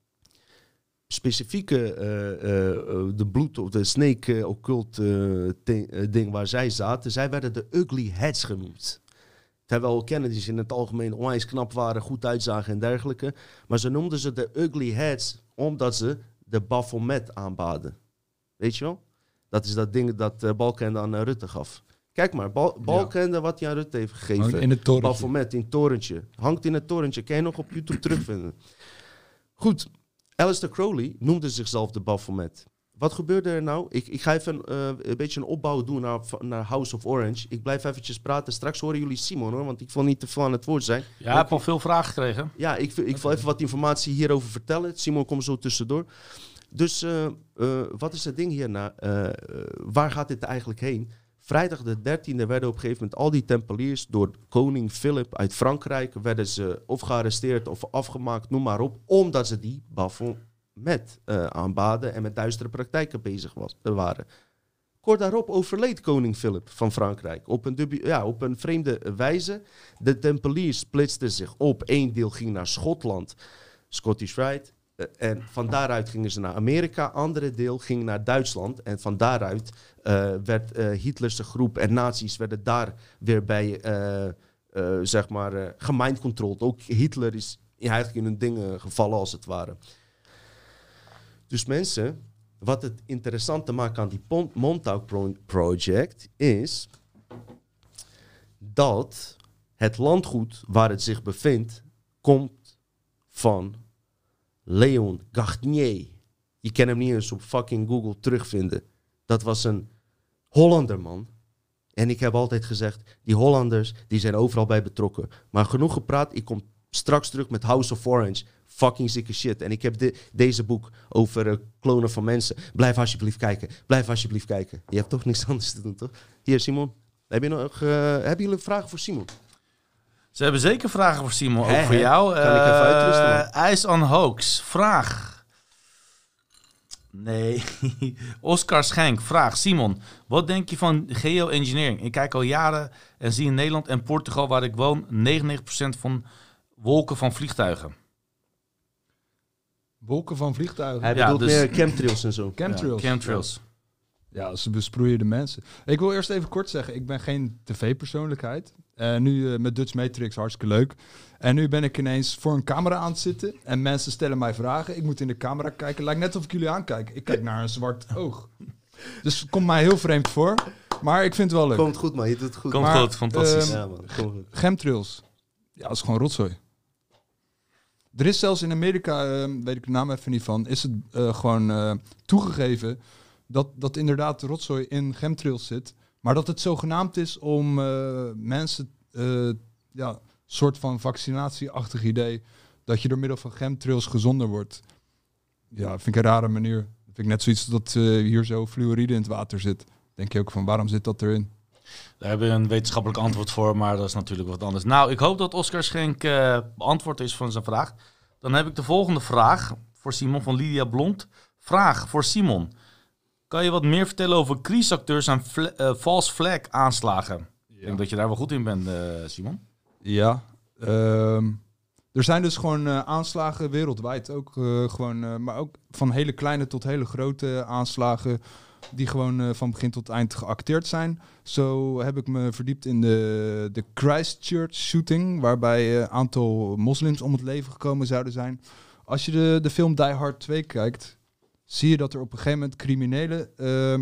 specifieke uh, uh, de bloed of de snake uh, occult uh, te- uh, ding waar zij zaten, zij werden de Ugly Heads genoemd. Terwijl Kennedys in het algemeen onwijs knap waren, goed uitzagen en dergelijke. Maar ze noemden ze de ugly heads omdat ze de Baphomet aanbaden. Weet je wel? Dat is dat ding dat uh, Balkenende aan uh, Rutte gaf. Kijk maar, Bal- Balkenende ja. wat hij aan Rutte heeft gegeven. In het torentje. Baphomet, in het torentje. Hangt in het torentje. Kan je nog op YouTube terugvinden. Goed, Aleister Crowley noemde zichzelf de Baphomet. Wat gebeurde er nou? Ik, ik ga even uh, een beetje een opbouw doen naar, naar House of Orange. Ik blijf eventjes praten. Straks horen jullie Simon, hoor, want ik wil niet te veel aan het woord zijn. Ja, ik heb al veel vragen gekregen. Ja, ik, ik wil even wat informatie hierover vertellen. Simon komt zo tussendoor. Dus uh, uh, wat is het ding hierna? Uh, uh, waar gaat dit eigenlijk heen? Vrijdag de dertiende werden op een gegeven moment al die tempeliers door koning Philip uit Frankrijk werden ze of gearresteerd of afgemaakt, noem maar op, omdat ze die Baphomet uh, aanbaden en met duistere praktijken bezig was, uh, waren. Kort daarop overleed koning Philip van Frankrijk op een, dubi- ja, op een vreemde wijze. De tempeliers splitsten zich op. Eén deel ging naar Schotland, Scottish Rite. Uh, en van daaruit gingen ze naar Amerika. Andere deel ging naar Duitsland. En van daaruit uh, werd uh, Hitlerse groep en nazi's werden daar weer bij uh, uh, zeg maar uh, gemindcontrolled. Ook Hitler is eigenlijk in hun dingen gevallen als het ware. Dus mensen, wat het interessante maakt aan die Pon- Montauk Pro- Project is dat het landgoed waar het zich bevindt komt van Leon Garnier. Je kan hem niet eens op fucking Google terugvinden. Dat was een Hollander, man. En ik heb altijd gezegd, die Hollanders die zijn overal bij betrokken. Maar genoeg gepraat, ik kom straks terug met House of Orange. Fucking zieke shit. En ik heb de, deze boek over uh, klonen van mensen. Blijf alsjeblieft kijken. Blijf alsjeblieft kijken. Je hebt toch niks anders te doen, toch? Hier, Simon. Heb je nog, uh, hebben jullie vragen voor Simon? Ze hebben zeker vragen voor Simon, ook He, voor he. jou. Kan ik even uitrusten, man? Ice on Hoax, vraag. Nee. Oscar Schenk, vraag. Simon, wat denk je van geoengineering? Ik kijk al jaren en zie in Nederland en Portugal, waar ik woon, negenennegentig procent van wolken van vliegtuigen. Wolken van vliegtuigen. Hij Ja, bedoelt dus- meer chemtrails en zo. Chemtrails. Ja, chemtrails. Ja, ze besproeien de mensen. Ik wil eerst even kort zeggen, ik ben geen tv-persoonlijkheid. Uh, nu uh, met Dutch Matrix, hartstikke leuk. En nu ben ik ineens voor een camera aan het zitten. En mensen stellen mij vragen. Ik moet in de camera kijken. Lijkt net of ik jullie aankijk. Ik kijk naar een zwart oog. Dus het komt mij heel vreemd voor. Maar ik vind het wel leuk. Komt goed, man. Je doet het goed. Komt Maar, goed, fantastisch. ehm, Ja, man. Komt goed. Chemtrails. Ja, dat is gewoon rotzooi. Er is zelfs in Amerika, uh, weet ik de naam even niet van, is het uh, gewoon uh, toegegeven dat, dat inderdaad rotzooi in chemtrails zit. Maar dat het zogenaamd is om uh, mensen, uh, ja, soort van vaccinatieachtig idee, dat je door middel van chemtrails gezonder wordt. Ja, vind ik een rare manier. Vind ik net zoiets dat uh, hier zo fluoride in het water zit. Denk je ook van, waarom zit dat erin? Daar hebben we een wetenschappelijk antwoord voor, maar dat is natuurlijk wat anders. Nou, ik hoop dat Oscar Schenk uh, beantwoord is van zijn vraag. Dan heb ik de volgende vraag voor Simon van Lydia Blond. Vraag voor Simon. Kan je wat meer vertellen over criesacteurs en fla- uh, false flag aanslagen? Ja. Ik denk dat je daar wel goed in bent, uh, Simon. Ja, um, er zijn dus gewoon uh, aanslagen wereldwijd ook. Uh, gewoon, uh, maar ook van hele kleine tot hele grote aanslagen die gewoon uh, van begin tot eind geacteerd zijn. Zo heb ik me verdiept in de, de Christchurch shooting, waarbij een uh, aantal moslims om het leven gekomen zouden zijn. Als je de, de film Die Hard twee kijkt, zie je dat er op een gegeven moment criminelen, uh,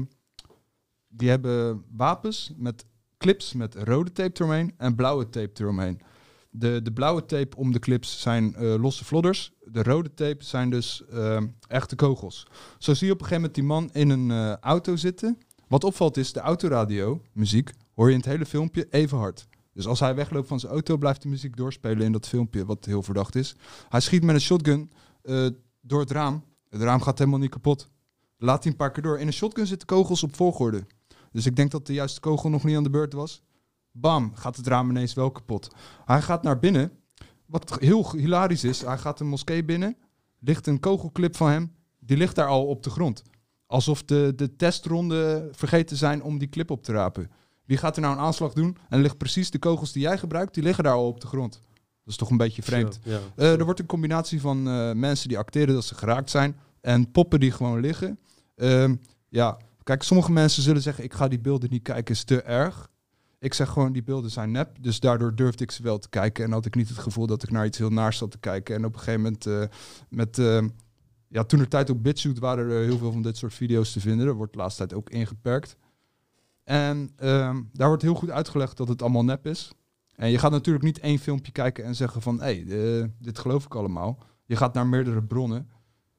die hebben wapens met clips met rode tape eromheen en blauwe tape eromheen. De, de blauwe tape om de clips zijn uh, losse vlodders. De rode tape zijn dus uh, echte kogels. Zo zie je op een gegeven moment die man in een uh, auto zitten. Wat opvalt is, de autoradio, muziek, hoor je in het hele filmpje even hard. Dus als hij wegloopt van zijn auto, blijft de muziek doorspelen in dat filmpje, wat heel verdacht is. Hij schiet met een shotgun uh, door het raam. Het raam gaat helemaal niet kapot. Laat hij een paar keer door. In een shotgun zitten kogels op volgorde. Dus ik denk dat de juiste kogel nog niet aan de beurt was. Bam, gaat het raam ineens wel kapot. Hij gaat naar binnen. Wat heel hilarisch is, hij gaat een moskee binnen. Ligt een kogelclip van hem. Die ligt daar al op de grond. Alsof de, de testronden vergeten zijn om die clip op te rapen. Wie gaat er nou een aanslag doen? En ligt precies de kogels die jij gebruikt, die liggen daar al op de grond. Dat is toch een beetje vreemd. Ja, ja. Uh, er wordt een combinatie van uh, mensen die acteren dat ze geraakt zijn. En poppen die gewoon liggen. Uh, ja, kijk, sommige mensen zullen zeggen, ik ga die beelden niet kijken, is te erg. ik zeg gewoon, die beelden zijn nep. Dus daardoor durfde ik ze wel te kijken. En had ik niet het gevoel dat ik naar iets heel naars zat te kijken. En op een gegeven moment, uh, met, uh, ja, toen de tijd op BitChute waren er heel veel van dit soort video's te vinden. Dat wordt de laatste tijd ook ingeperkt. En uh, daar wordt heel goed uitgelegd dat het allemaal nep is. En je gaat natuurlijk niet één filmpje kijken en zeggen van, hé, hey, uh, dit geloof ik allemaal. Je gaat naar meerdere bronnen.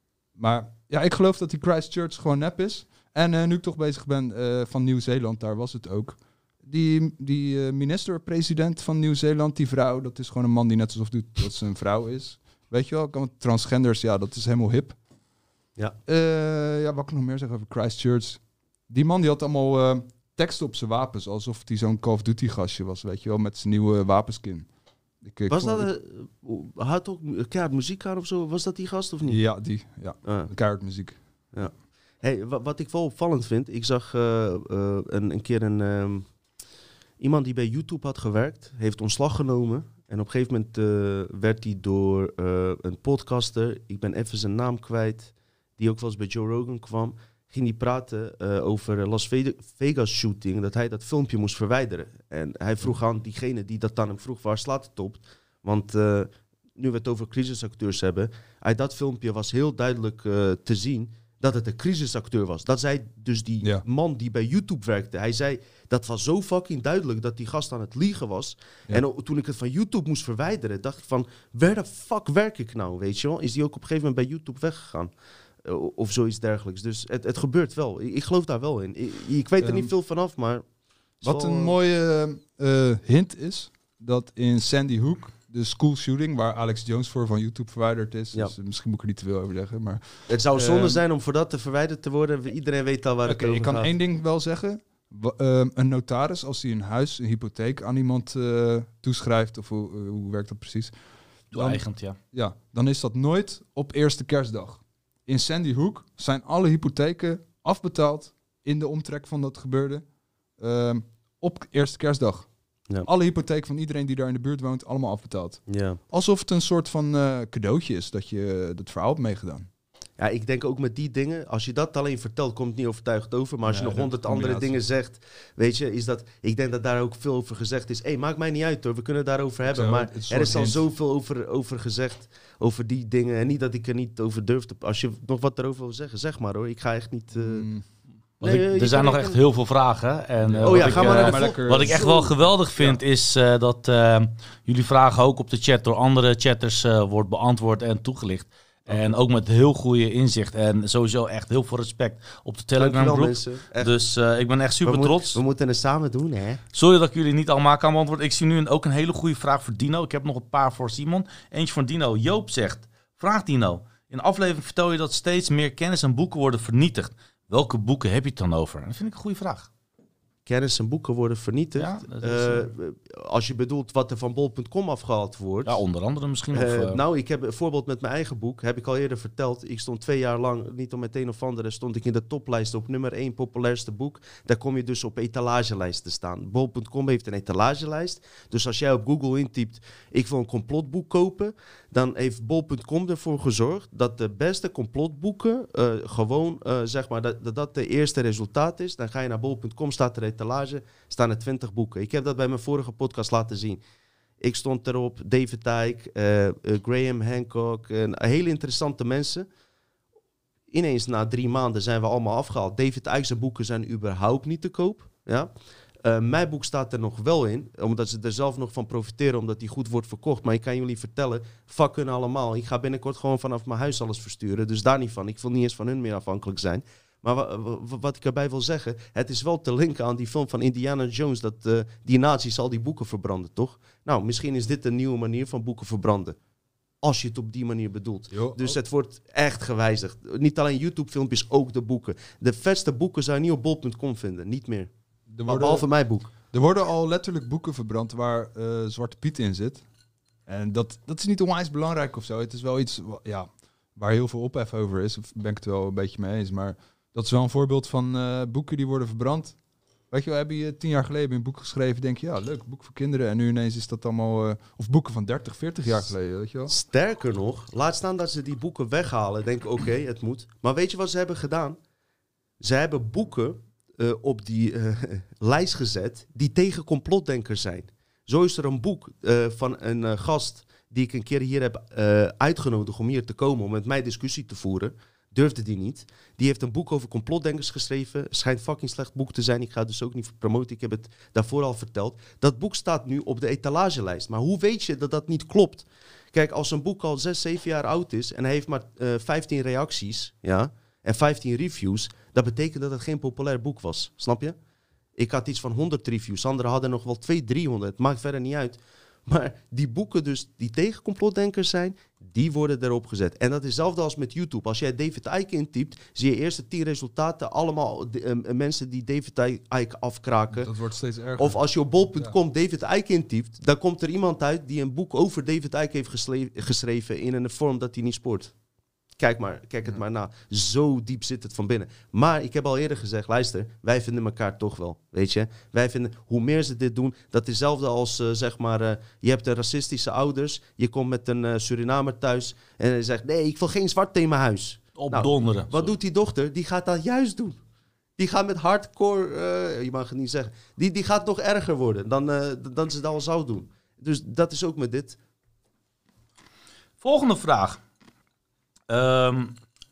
Maar ja, ik geloof dat die Christchurch gewoon nep is. En uh, nu ik toch bezig ben uh, van Nieuw-Zeeland, daar was het ook. Die, die uh, minister-president van Nieuw-Zeeland, die vrouw, dat is gewoon een man die net alsof doet dat ze een vrouw is. Weet je wel, kan transgenders, ja, dat is helemaal hip. Ja. Uh, ja, wat kan ik nog meer zeggen over Christchurch? Die man die had allemaal uh, teksten op zijn wapens, alsof hij zo'n Call of Duty gastje was, weet je wel, met zijn nieuwe wapenskin. Ik, ik was vond, dat, uh, had ook keihard muziek aan of zo? Was dat die gast of niet? Ja, die, ja, ah. keihard muziek. Ja. Hey, wat, wat ik wel opvallend vind, ik zag uh, uh, een, een keer een, um, iemand die bij YouTube had gewerkt, heeft ontslag genomen. En op een gegeven moment uh, werd hij door uh, een podcaster, ik ben even zijn naam kwijt, die ook wel eens bij Joe Rogan kwam, ging hij praten uh, over Las Vegas shooting, dat hij dat filmpje moest verwijderen. En hij vroeg aan diegene die dat aan hem vroeg, waar slaat het op? Want uh, nu we het over crisisacteurs hebben, uit dat filmpje was heel duidelijk uh, te zien dat het een crisisacteur was. Dat zei dus die ja. man die bij YouTube werkte. Hij zei, dat was zo fucking duidelijk dat die gast aan het liegen was. Ja. En o, toen ik het van YouTube moest verwijderen, dacht ik van, waar de fuck werk ik nou, weet je wel? Is die ook op een gegeven moment bij YouTube weggegaan? Uh, of zoiets dergelijks. Dus het, het gebeurt wel. Ik, ik geloof daar wel in. Ik, ik weet er um, niet veel vanaf, maar... Wat wel, een mooie uh, hint is, dat in Sandy Hook, de school shooting, waar Alex Jones voor van YouTube verwijderd is. Ja. Dus uh, misschien moet ik er niet te veel over zeggen. Maar, het zou zonde uh, zijn om voor dat te verwijderd te worden. Iedereen weet al waar okay, het over gaat. Ik kan één ding wel zeggen. W- uh, een notaris, als hij een huis, een hypotheek aan iemand uh, toeschrijft, of hoe, uh, hoe werkt dat precies? Toe-eigend, ja. Ja, dan is dat nooit op eerste kerstdag. In Sandy Hook zijn alle hypotheken afbetaald in de omtrek van dat gebeurde uh, op eerste kerstdag. Ja. Alle hypotheken van iedereen die daar in de buurt woont, allemaal afbetaald. Ja. Alsof het een soort van uh, cadeautje is dat je dat verhaal hebt meegedaan. Ja, ik denk ook met die dingen, als je dat alleen vertelt, komt het niet overtuigd over. Maar als ja, je nog honderd andere dingen zegt, weet je, is dat... Ik denk dat daar ook veel over gezegd is. Hé, hey, maakt mij niet uit hoor, we kunnen het daarover hebben. Zo, maar er is al zoveel over, over gezegd, over die dingen. En niet dat ik er niet over durf te... Als je nog wat erover wil zeggen, zeg maar hoor. Ik ga echt niet... Uh... Mm. Nee, ik, er zijn nog echt heel veel vragen. En, uh, oh ja, ik, ga maar uh, naar maar de lekker, Wat ik echt wel geweldig vind, ja. is uh, dat uh, jullie vragen ook op de chat door andere chatters uh, wordt beantwoord en toegelicht. En ook met heel goede inzicht. En sowieso echt heel veel respect op de Telegram groep. Dus uh, ik ben echt super we trots. Moet, we moeten het samen doen, hè? Sorry dat ik jullie niet allemaal kan beantwoorden. Ik zie nu een, ook een hele goede vraag voor Dino. Ik heb nog een paar voor Simon. Eentje van Dino. Joop zegt, vraag Dino. In de aflevering vertel je dat steeds meer kennis en boeken worden vernietigd. Welke boeken heb je het dan over? Dat vind ik een goede vraag. Kennis en boeken worden vernietigd. Ja, dat is, uh, uh, als je bedoelt wat er van bol punt com afgehaald wordt. Ja, onder andere misschien. Uh, of, uh... Nou, ik heb een voorbeeld met mijn eigen boek. Heb ik al eerder verteld. Ik stond twee jaar lang, niet om het een of andere, stond ik in de toplijst op nummer één populairste boek. Daar kom je dus op etalagelijst te staan. bol punt com heeft een etalagelijst. Dus als jij op Google intypt, ik wil een complotboek kopen, dan heeft bol punt com ervoor gezorgd dat de beste complotboeken uh, gewoon, uh, zeg maar, dat, dat dat de eerste resultaat is. Dan ga je naar bol punt com, staat er etalage, staan er twintig boeken. Ik heb dat bij mijn vorige podcast laten zien. Ik stond erop, David Icke, uh, uh, Graham Hancock, uh, hele interessante mensen. Ineens na drie maanden zijn we allemaal afgehaald. David Icke's boeken zijn überhaupt niet te koop. Ja? Uh, mijn boek staat er nog wel in, omdat ze er zelf nog van profiteren, omdat die goed wordt verkocht. Maar ik kan jullie vertellen, fuck hun allemaal. Ik ga binnenkort gewoon vanaf mijn huis alles versturen, dus daar niet van. Ik wil niet eens van hun meer afhankelijk zijn. Maar wa- wa- wat ik erbij wil zeggen, het is wel te linken aan die film van Indiana Jones, dat uh, die nazi's al die boeken verbranden, toch? Nou, misschien is dit een nieuwe manier van boeken verbranden. Als je het op die manier bedoelt. Jo, dus oh. Het wordt echt gewijzigd. Niet alleen YouTube-filmpjes, ook de boeken. De vetste boeken zou je niet op bol punt com vinden, niet meer. Er worden, behalve mijn boek. Er worden al letterlijk boeken verbrand waar uh, Zwarte Piet in zit. En dat, dat is niet onwijs belangrijk of zo. Het is wel iets ja, waar heel veel ophef over is. Of ben ik het wel een beetje mee eens. Maar dat is wel een voorbeeld van uh, boeken die worden verbrand. Weet je wel, heb je tien jaar geleden een boek geschreven, denk je, ja, leuk, boek voor kinderen. En nu ineens is dat allemaal, uh, of boeken van dertig, veertig jaar geleden, weet je wel. Sterker nog, laat staan dat ze die boeken weghalen. Denk, oké, okay, het moet. Maar weet je wat ze hebben gedaan? Ze hebben boeken uh, op die uh, lijst gezet die tegen complotdenkers zijn. Zo is er een boek uh, van een uh, gast die ik een keer hier heb uh, uitgenodigd om hier te komen om met mij discussie te voeren. Durfde die niet. Die heeft een boek over complotdenkers geschreven. Schijnt fucking slecht boek te zijn. Ik ga het dus ook niet promoten. Ik heb het daarvoor al verteld. Dat boek staat nu op de etalagelijst. Maar hoe weet je dat dat niet klopt? Kijk, als een boek al zes, zeven jaar oud is en hij heeft maar uh, vijftien reacties, ja, en vijftien reviews, dat betekent dat het geen populair boek was. Snap je? Ik had iets van honderd reviews. Anderen hadden nog wel tweehonderd, driehonderd. Het maakt verder niet uit. Maar die boeken dus die tegen complotdenkers zijn, die worden erop gezet. En dat is hetzelfde als met YouTube. Als jij David Icke intypt, zie je eerst de tien resultaten allemaal de, uh, mensen die David Icke afkraken. Dat wordt steeds erger. Of als je op bol punt com ja. David Icke intypt, dan komt er iemand uit die een boek over David Icke heeft gesle- geschreven in een vorm dat hij niet sport. Kijk maar, kijk het ja. maar na. Zo diep zit het van binnen. Maar ik heb al eerder gezegd, luister, wij vinden elkaar toch wel, weet je. Wij vinden, hoe meer ze dit doen, dat is hetzelfde als, uh, zeg maar, uh, je hebt de racistische ouders, je komt met een uh, Surinamer thuis en hij zegt, nee, ik wil geen zwart in mijn huis. Opdonderen. Nou, wat doet die dochter? Die gaat dat juist doen. Die gaat met hardcore, uh, je mag het niet zeggen, die, die gaat nog erger worden dan, uh, dan ze het al zou doen. Dus dat is ook met dit. Volgende vraag. Um,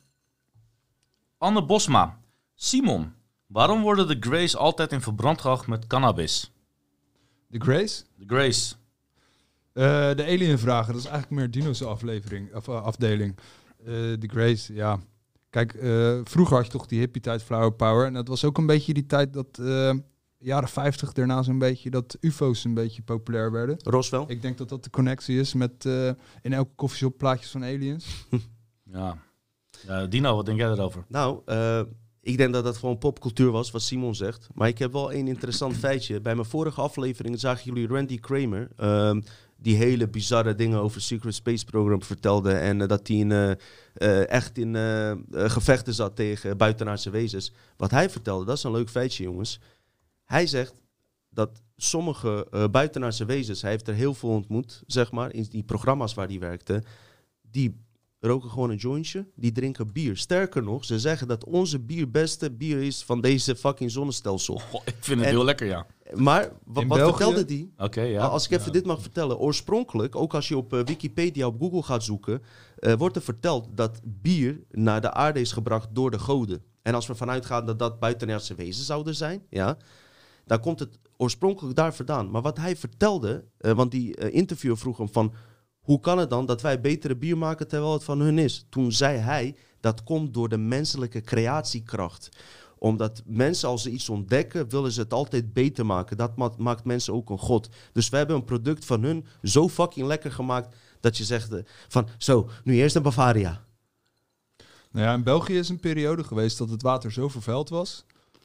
Anne Bosma. Simon, waarom worden de Greys altijd in verband gebracht met cannabis? De Greys? De Greys. Uh, de Alien-vragen, dat is eigenlijk meer Dino's aflevering, of, uh, afdeling. Uh, de Greys, ja. Kijk, uh, vroeger had je toch die hippie-tijd, flower power. En dat was ook een beetje die tijd dat, uh, jaren vijftig, daarna zo'n beetje, dat U F O's een beetje populair werden. Roswell? Ik denk dat dat de connectie is met uh, in elke koffieshop plaatjes van aliens. Ja. ja. Dino, wat denk jij erover? Nou, uh, ik denk dat dat gewoon popcultuur was, wat Simon zegt. Maar ik heb wel één interessant feitje. Bij mijn vorige aflevering zagen jullie Randy Kramer, uh, die hele bizarre dingen over Secret Space Program vertelde. En uh, dat hij in, uh, uh, echt in uh, uh, gevechten zat tegen buitenaardse wezens. Wat hij vertelde, dat is een leuk feitje, jongens. Hij zegt dat sommige uh, buitenaardse wezens, hij heeft er heel veel ontmoet, zeg maar, in die programma's waar hij werkte, die roken gewoon een jointje, die drinken bier. Sterker nog, ze zeggen dat onze bier beste bier is van deze fucking zonnestelsel. Oh, ik vind het en, heel lekker, ja. Maar wat, wat vertelde die? Okay, ja. Als ik even ja. dit mag vertellen. Oorspronkelijk, ook als je op uh, Wikipedia, op Google gaat zoeken, uh, wordt er verteld dat bier naar de aarde is gebracht door de goden. En als we vanuit gaan dat dat buitenaardse wezens zouden zijn, ja, dan komt het oorspronkelijk daar vandaan. Maar wat hij vertelde, uh, want die uh, interviewer vroeg hem van, hoe kan het dan dat wij betere bier maken terwijl het van hun is? Toen zei hij, dat komt door de menselijke creatiekracht. Omdat mensen, als ze iets ontdekken, willen ze het altijd beter maken. Dat ma- maakt mensen ook een god. Dus wij hebben een product van hun zo fucking lekker gemaakt, dat je zegt uh, van, zo, nu eerst een Bavaria. Nou ja, in België is een periode geweest dat het water zo vervuild was,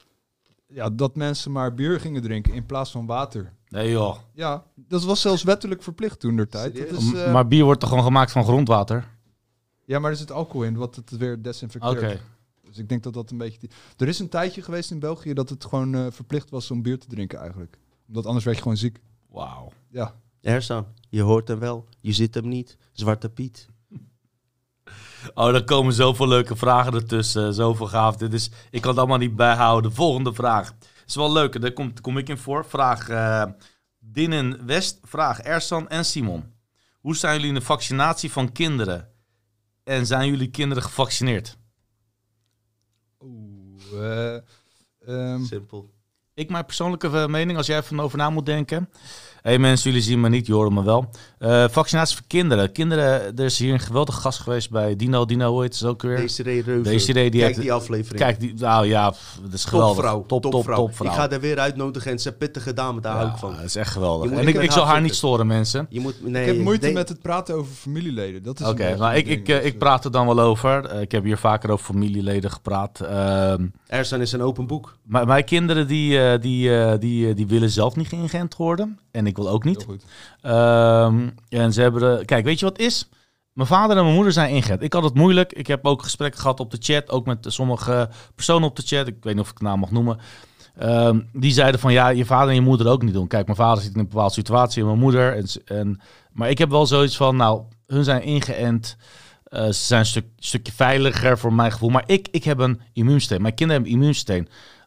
ja, dat mensen maar bier gingen drinken in plaats van water. Nee joh. Ja, dat was zelfs wettelijk verplicht toen der tijd. Dat is, uh... Maar bier wordt toch gewoon gemaakt van grondwater? Ja, maar er zit alcohol in, wat het weer desinfecteert. Oké. Okay. Dus ik denk dat dat een beetje... Er is een tijdje geweest in België dat het gewoon uh, verplicht was om bier te drinken eigenlijk. Omdat anders werd je gewoon ziek. Wauw. Ja. Ersan, je hoort hem wel, je ziet hem niet. Zwarte Piet. Oh, er komen zoveel leuke vragen ertussen, zoveel gaaf. Dit is, ik kan het allemaal niet bijhouden. Volgende vraag. Is wel leuk, daar kom, kom ik in voor. Vraag uh, Dinnen West, vraag Ersan en Simon. Hoe staan jullie in de vaccinatie van kinderen? En zijn jullie kinderen gevaccineerd? Oeh, uh, um... Simpel. Ik, mijn persoonlijke mening, als jij even over na moet denken. Hé hey mensen, jullie zien me niet, je horen me wel. Uh, vaccinatie voor kinderen. Kinderen, er is hier een geweldige gast geweest bij Dino. Dino, hoe heet ze ook weer? Desiree Reuven. Desiree, die Kijk heeft, die aflevering. Kijk, die, nou ja, pff, dat is geweldig. Topvrouw, top, top, topvrouw. top, top Ik ga er weer uitnodigen en ze is een pittige dame, daar ja, hou ik van. Dat is echt geweldig. En ik, ik zal haar zitten. niet storen, mensen. Je moet, nee, ik heb moeite nee. met het praten over familieleden. Oké, okay, nou, ik, ik, uh, ik praat er dan wel over. Uh, ik heb hier vaker over familieleden gepraat. Uh, Ersan is een open boek. Maar mijn kinderen die, uh, die, uh, die, uh, die willen zelf niet geïngeënt worden. En ik wil ook niet. Heel goed. Um, en ze hebben... De, kijk, weet je wat het is? Mijn vader en mijn moeder zijn ingeënt. Ik had het moeilijk. Ik heb ook gesprekken gehad op de chat. Ook met sommige personen op de chat. Ik weet niet of ik de naam mag noemen. Um, die zeiden van ja, je vader en je moeder ook niet doen. Kijk, mijn vader zit in een bepaalde situatie en mijn moeder. En, en, maar ik heb wel zoiets van, nou, hun zijn ingeënt. Uh, ze zijn een stuk, stukje veiliger voor mijn gevoel. Maar ik, ik heb een immuunsysteem. Mijn kinderen hebben een immuunsysteem.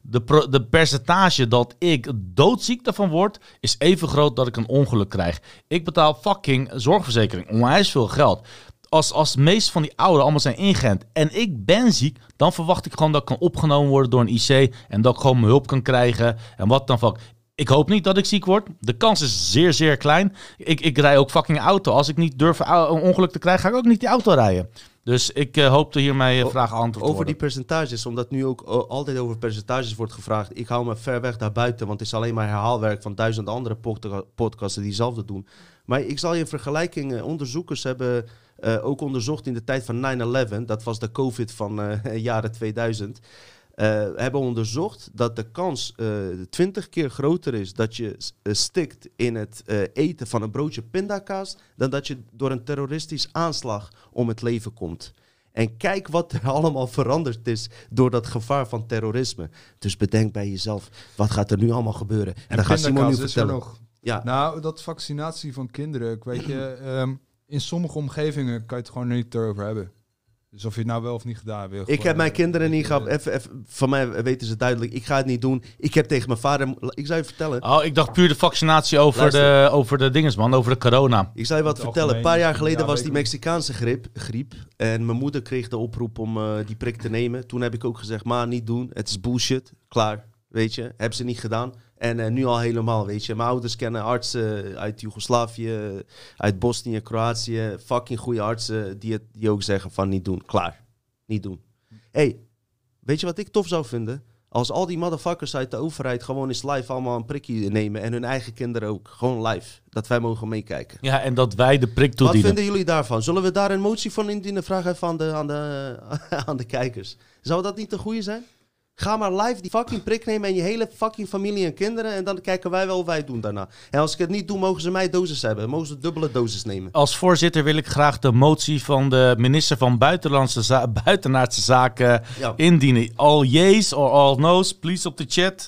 De, pro- de percentage dat ik doodziek ervan word, is even groot dat ik een ongeluk krijg. Ik betaal fucking zorgverzekering, onwijs veel geld. Als, als de meeste van die ouderen allemaal zijn ingeënt en ik ben ziek, dan verwacht ik gewoon dat ik kan opgenomen worden door een I C en dat ik gewoon mijn hulp kan krijgen en wat dan fuck. Ik hoop niet dat ik ziek word. De kans is zeer, zeer klein. Ik, ik rij ook fucking auto. Als ik niet durf een ongeluk te krijgen, ga ik ook niet die auto rijden. Dus ik uh, hoop te hiermee uh, vragen antwoord Over worden. die percentages, omdat nu ook uh, altijd over percentages wordt gevraagd. Ik hou me ver weg daarbuiten, want het is alleen maar herhaalwerk van duizend andere podca- podcasten die hetzelfde doen. Maar ik zal je een vergelijking... Uh, onderzoekers hebben uh, ook onderzocht in de tijd van nine eleven. Dat was de COVID van uh, jaren tweeduizend. Uh, hebben onderzocht dat de kans uh, twintig keer groter is dat je uh, stikt in het uh, eten van een broodje pindakaas dan dat je door een terroristisch aanslag om het leven komt. En kijk wat er allemaal veranderd is door dat gevaar van terrorisme. Dus bedenk bij jezelf, wat gaat er nu allemaal gebeuren? En, en dan gaat Simon nu vertellen. Nog. Ja. Nou, dat vaccinatie van kinderen, ik weet je, um, in sommige omgevingen kan je het gewoon niet erover hebben. Dus of je het nou wel of niet gedaan hebt. Ik heb mijn kinderen niet gehad. Even, even, van mij weten ze duidelijk. Ik ga het niet doen. Ik heb tegen mijn vader... Ik zou je vertellen. Oh, ik dacht puur de vaccinatie over de, over de dinges, man. Over de corona. Ik zou je wat vertellen. Een paar jaar geleden ja, was die Mexicaanse griep, griep. En mijn moeder kreeg de oproep om uh, die prik te nemen. Toen heb ik ook gezegd, ma, niet doen. Het is bullshit. Klaar. Weet je. Hebben ze niet gedaan. En uh, nu al helemaal, weet je. Mijn ouders kennen artsen uit Joegoslavië, uit Bosnië, Kroatië. Fucking goede artsen die, het, die ook zeggen van niet doen. Klaar. Niet doen. Hey, weet je wat ik tof zou vinden? Als al die motherfuckers uit de overheid gewoon eens live allemaal een prikje nemen. En hun eigen kinderen ook. Gewoon live. Dat wij mogen meekijken. Ja, en dat wij de prik toedienen. Wat vinden jullie daarvan? Zullen we daar een motie van indienen? Vraag even aan de, aan de, aan de kijkers. Zou dat niet een goeie zijn? Ga maar live die fucking prik nemen en je hele fucking familie en kinderen. En dan kijken wij wel wat wij doen daarna. En als ik het niet doe, mogen ze mij dosis hebben. Mogen ze dubbele dosis nemen. Als voorzitter wil ik graag de motie van de minister van Buitenlandse za- Buitenaardse Zaken ja. indienen. All yeas or all no's, please op de chat.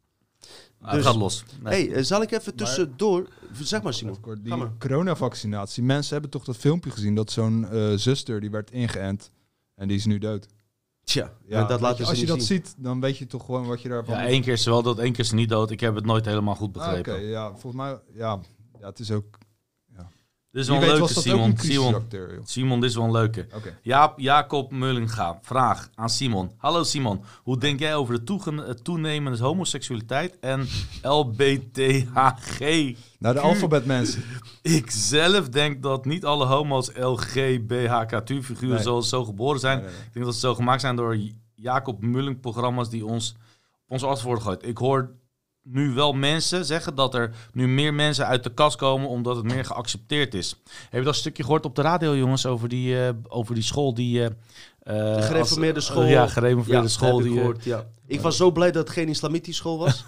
Dus, het gaat los. Nee. Hey, zal ik even tussendoor... Maar, zeg maar, Simon. Die coronavaccinatie. Mensen hebben toch dat filmpje gezien dat zo'n uh, zuster die werd ingeënt en die is nu dood. Tja, ja, dat laat je als je dat zien. ziet, dan weet je toch gewoon wat je daarvan... Ja, één keer is ze wel dood, één keer is ze niet dood. Ik heb het nooit helemaal goed begrepen. Ah, Oké, okay, ja, volgens mij... Ja, ja, het is ook... Ja. Dit is wel een leuke, Simon. Simon, Simon, dit is wel een leuke. Okay. Jaap, Jacob Mullinga, vraag aan Simon. Hallo Simon, hoe denk jij over de toege- toenemende homoseksualiteit en L B T H G? Nou, de alfabetmensen. Ik zelf denk dat niet alle homo's L G B H K T figuren nee. zoals zo geboren zijn. Nee, nee, nee. Ik denk dat ze zo gemaakt zijn door Jacob Mulling programma's die ons op ons af worden gegooid. Ik hoor nu wel mensen zeggen dat er nu meer mensen uit de kast komen omdat het meer geaccepteerd is. Heb je dat een stukje gehoord op de radio, jongens, over die, uh, over die school die... Uh, de gereformeerde als, school. Uh, ja, gereformeerde ja, school. Ik, die, gehoord, ja. ik was zo blij dat het geen islamitische school was.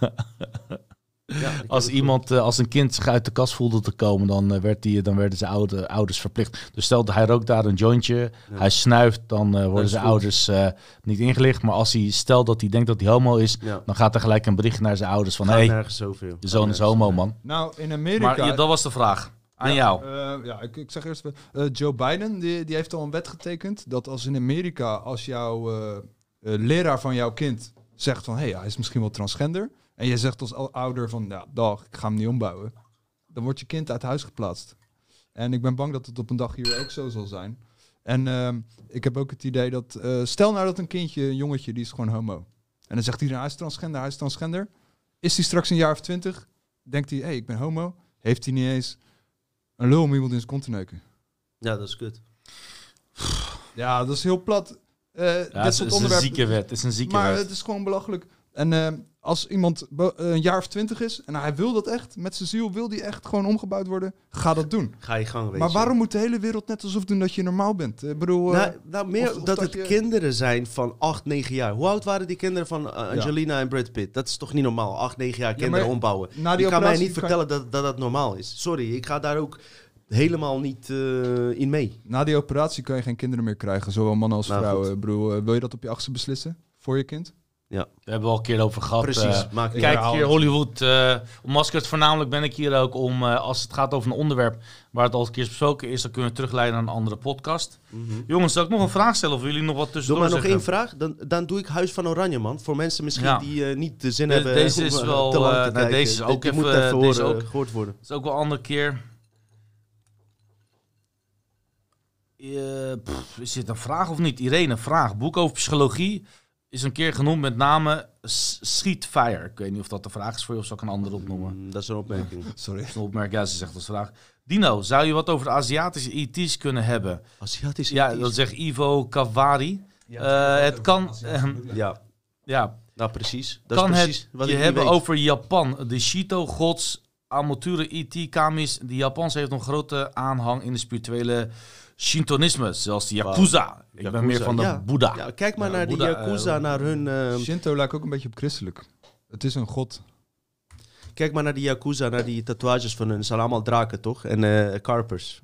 Ja, als iemand, uh, als een kind zich uit de kast voelde te komen, dan, uh, werd die, dan werden zijn oude, ouders verplicht. Dus stel dat hij rookt daar een jointje, ja. hij snuift, dan uh, worden zijn goed. ouders uh, niet ingelicht. Maar als hij stelt dat hij denkt dat hij homo is, ja. dan gaat er gelijk een bericht naar zijn ouders van, hé, hey, de zoon is homo, man. Nou, in Amerika... Maar ja, dat was de vraag. Aan ja, jou. Uh, ja, ik, ik zeg eerst, uh, Joe Biden, die, die heeft al een wet getekend dat als in Amerika, als jouw uh, uh, leraar van jouw kind zegt van, hé, hey, hij is misschien wel transgender... En je zegt als ouder van, ja, dag, ik ga hem niet ombouwen. Dan wordt je kind uit huis geplaatst. En ik ben bang dat het op een dag hier ook zo zal zijn. En uh, ik heb ook het idee dat, uh, stel nou dat een kindje, een jongetje, die is gewoon homo. En dan zegt hij, hij is transgender, hij is transgender. Is hij straks een jaar of twintig? Denkt hij, hé, hey, ik ben homo. Heeft hij niet eens een lul om iemand in zijn kont te neuken? Ja, dat is kut. Ja, dat is heel plat. Uh, ja, dit het is onderwerp, een zieke wet. Het is een zieke maar wet. het is gewoon belachelijk. En uh, als iemand bo- een jaar of twintig is en hij wil dat echt, met zijn ziel wil die echt gewoon omgebouwd worden, ga dat doen. Ga je gang, weet Maar je. waarom moet de hele wereld net alsof doen dat je normaal bent? Ik bedoel... Nou, nou meer of, of dat, dat het je... kinderen zijn van acht, negen jaar. Hoe oud waren die kinderen van uh, Angelina ja. en Brad Pitt? Dat is toch niet normaal? acht, negen jaar kinderen ja, ombouwen. Je kan mij niet vertellen kan... dat, dat dat normaal is. Sorry, ik ga daar ook helemaal niet uh, in mee. Na die operatie kan je geen kinderen meer krijgen, zowel mannen als nou, vrouwen. Broer, uh, wil je dat op je achtste beslissen? Voor je kind? Ja. Daar hebben we al een keer over gehad. Precies. Uh, Maak kijk herhaal hier het. Hollywood uh, ontmaskerd. Voornamelijk ben ik hier ook om, uh, als het gaat over een onderwerp waar het al een keer besproken is, dan kunnen we terugleiden naar een andere podcast. Mm-hmm. Jongens, zal ik nog een vraag stellen of jullie nog wat Doe tussendoor maar nog zeggen? één vraag, dan, dan doe ik Huis van Oranje, man. Voor mensen misschien Ja. die uh, niet de zin De- hebben deze om, is uh, wel, te lang uh, te nou, kijken. deze is ook Die even, moet even deze horen, ook. gehoord worden. Dat is ook wel een andere keer. Uh, pff, is dit een vraag of niet? Irene, vraag. Boek over psychologie is een keer genoemd met name S- Schietfire. Ik weet niet of dat de vraag is voor je of zal ik een andere opnoemen. Mm, dat is een opmerking. Sorry. Dat is een opmerking, ja, ze zegt als vraag. Dino, zou je wat over de Aziatische E T's kunnen hebben? Aziatische Ja, E T's. dat zegt Ivo Kavari. Uh, het kan, uh, Ja, ja, nou precies. Dat kan is precies het wat je ik hebben niet weet. over Japan. De Shito-gods, Amatura's E T, Kamis. De Japanse heeft een grote aanhang in de spirituele Shintonisme. Zelfs de Yakuza. Ik ben Yakuza, meer van de ja. Boeddha. Ja, kijk maar Ja, naar Boeddha, die Yakuza, uh, naar hun... Uh, Shinto lijkt ook een beetje op christelijk. Het is een god. kijk maar naar die Yakuza, naar die tatoeages van hun. Ze zijn allemaal draken, toch? En uh, karpers.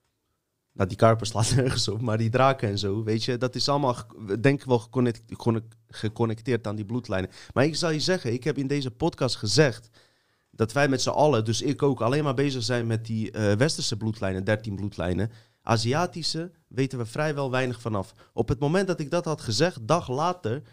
Nou, die karpers slaat nergens op, maar die draken en zo, weet je, dat is allemaal, ge- denk ik wel, geconnect, geconnect- geconnecteerd aan die bloedlijnen. Maar ik zal je zeggen, ik heb in deze podcast gezegd dat wij met z'n allen, dus ik ook, alleen maar bezig zijn met die uh, westerse bloedlijnen, dertien bloedlijnen. Aziatische weten we vrijwel weinig vanaf. Op het moment dat ik dat had gezegd, dag later,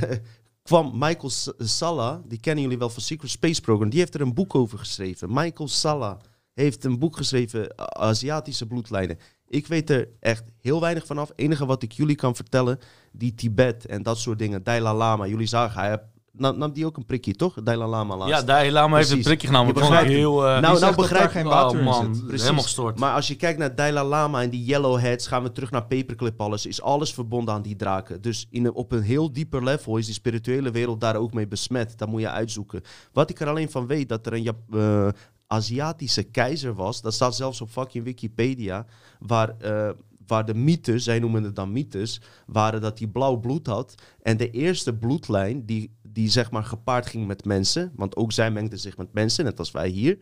kwam Michael S- Salla, die kennen jullie wel van Secret Space Program, die heeft er een boek over geschreven. Michael Salla heeft een boek geschreven, A- Aziatische bloedlijnen. Ik weet er echt heel weinig vanaf. Het enige wat ik jullie kan vertellen, die Tibet en dat soort dingen, Dalai Lama. Jullie zagen, hij heb, nam, nam die ook een prikje, toch? Dalai Lama laatst. Ja, Dalai Lama heeft een Precies. prikje genomen. Je Ik vond het begrijpt- heel... Uh, Nou, Die nou zegt dat begrijp daar geen oh, water in man, zit. Precies. helemaal gestoord. Maar als je kijkt naar Dalai Lama en die Yellowheads, gaan we terug naar Paperclip alles, is alles verbonden aan die draken. Dus in een, op een heel dieper level is die spirituele wereld daar ook mee besmet. Dat moet je uitzoeken. Wat ik er alleen van weet, dat er een Jap- uh, Aziatische keizer was, dat staat zelfs op fucking Wikipedia, waar... Uh, waar de mythes, zij noemen het dan mythes, waren dat hij blauw bloed had. En de eerste bloedlijn, die, die zeg maar gepaard ging met mensen, want ook zij mengden zich met mensen, net als wij hier,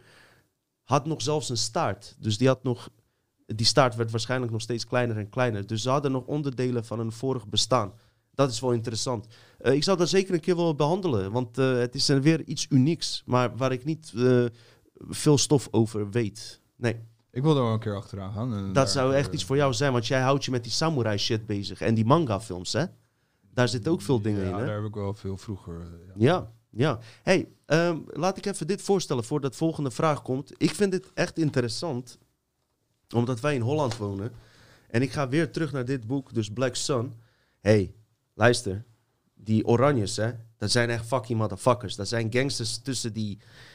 had nog zelfs een staart. Dus die had nog, die staart werd waarschijnlijk nog steeds kleiner en kleiner. Dus ze hadden nog onderdelen van een vorig bestaan. Dat is wel interessant. Uh, ik zou dat zeker een keer willen behandelen, want uh, het is er weer iets unieks, maar waar ik niet uh, veel stof over weet. Nee. Ik wil er wel een keer achteraan gaan. En Dat daar, zou echt uh, iets voor jou zijn, want jij houdt je met die samurai shit bezig. En die manga films, hè? Daar zitten ook veel dingen ja, in, hè? daar heb ik wel veel vroeger. Uh, ja. Ja, ja. Hey, um, laat ik even dit voorstellen voordat de volgende vraag komt. Ik vind dit echt interessant, omdat wij in Holland wonen. En ik ga weer terug naar dit boek, dus Black Sun. Hey, luister. Die oranjes, hè? Dat zijn echt fucking motherfuckers. Dat zijn gangsters tussen die...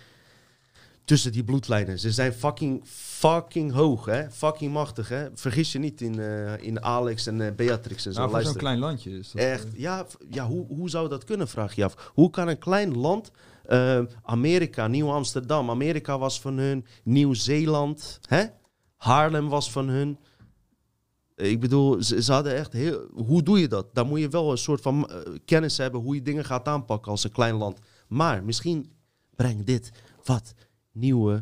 Tussen die bloedlijnen. Ze zijn fucking, fucking hoog, hè? Fucking machtig, hè? Vergis je niet in, uh, in Alex en uh, Beatrix en zo. Nou, voor zo'n Luister. klein landje is dat... Echt, uh, ja, f- ja hoe, hoe zou dat kunnen, vraag je af. Hoe kan een klein land, uh, Amerika, Nieuw-Amsterdam, Amerika was van hun, Nieuw-Zeeland, hè? Haarlem was van hun. Ik bedoel, ze, ze hadden echt heel... Hoe doe je dat? Dan moet je wel een soort van uh, kennis hebben hoe je dingen gaat aanpakken als een klein land. Maar misschien brengt dit wat nieuwe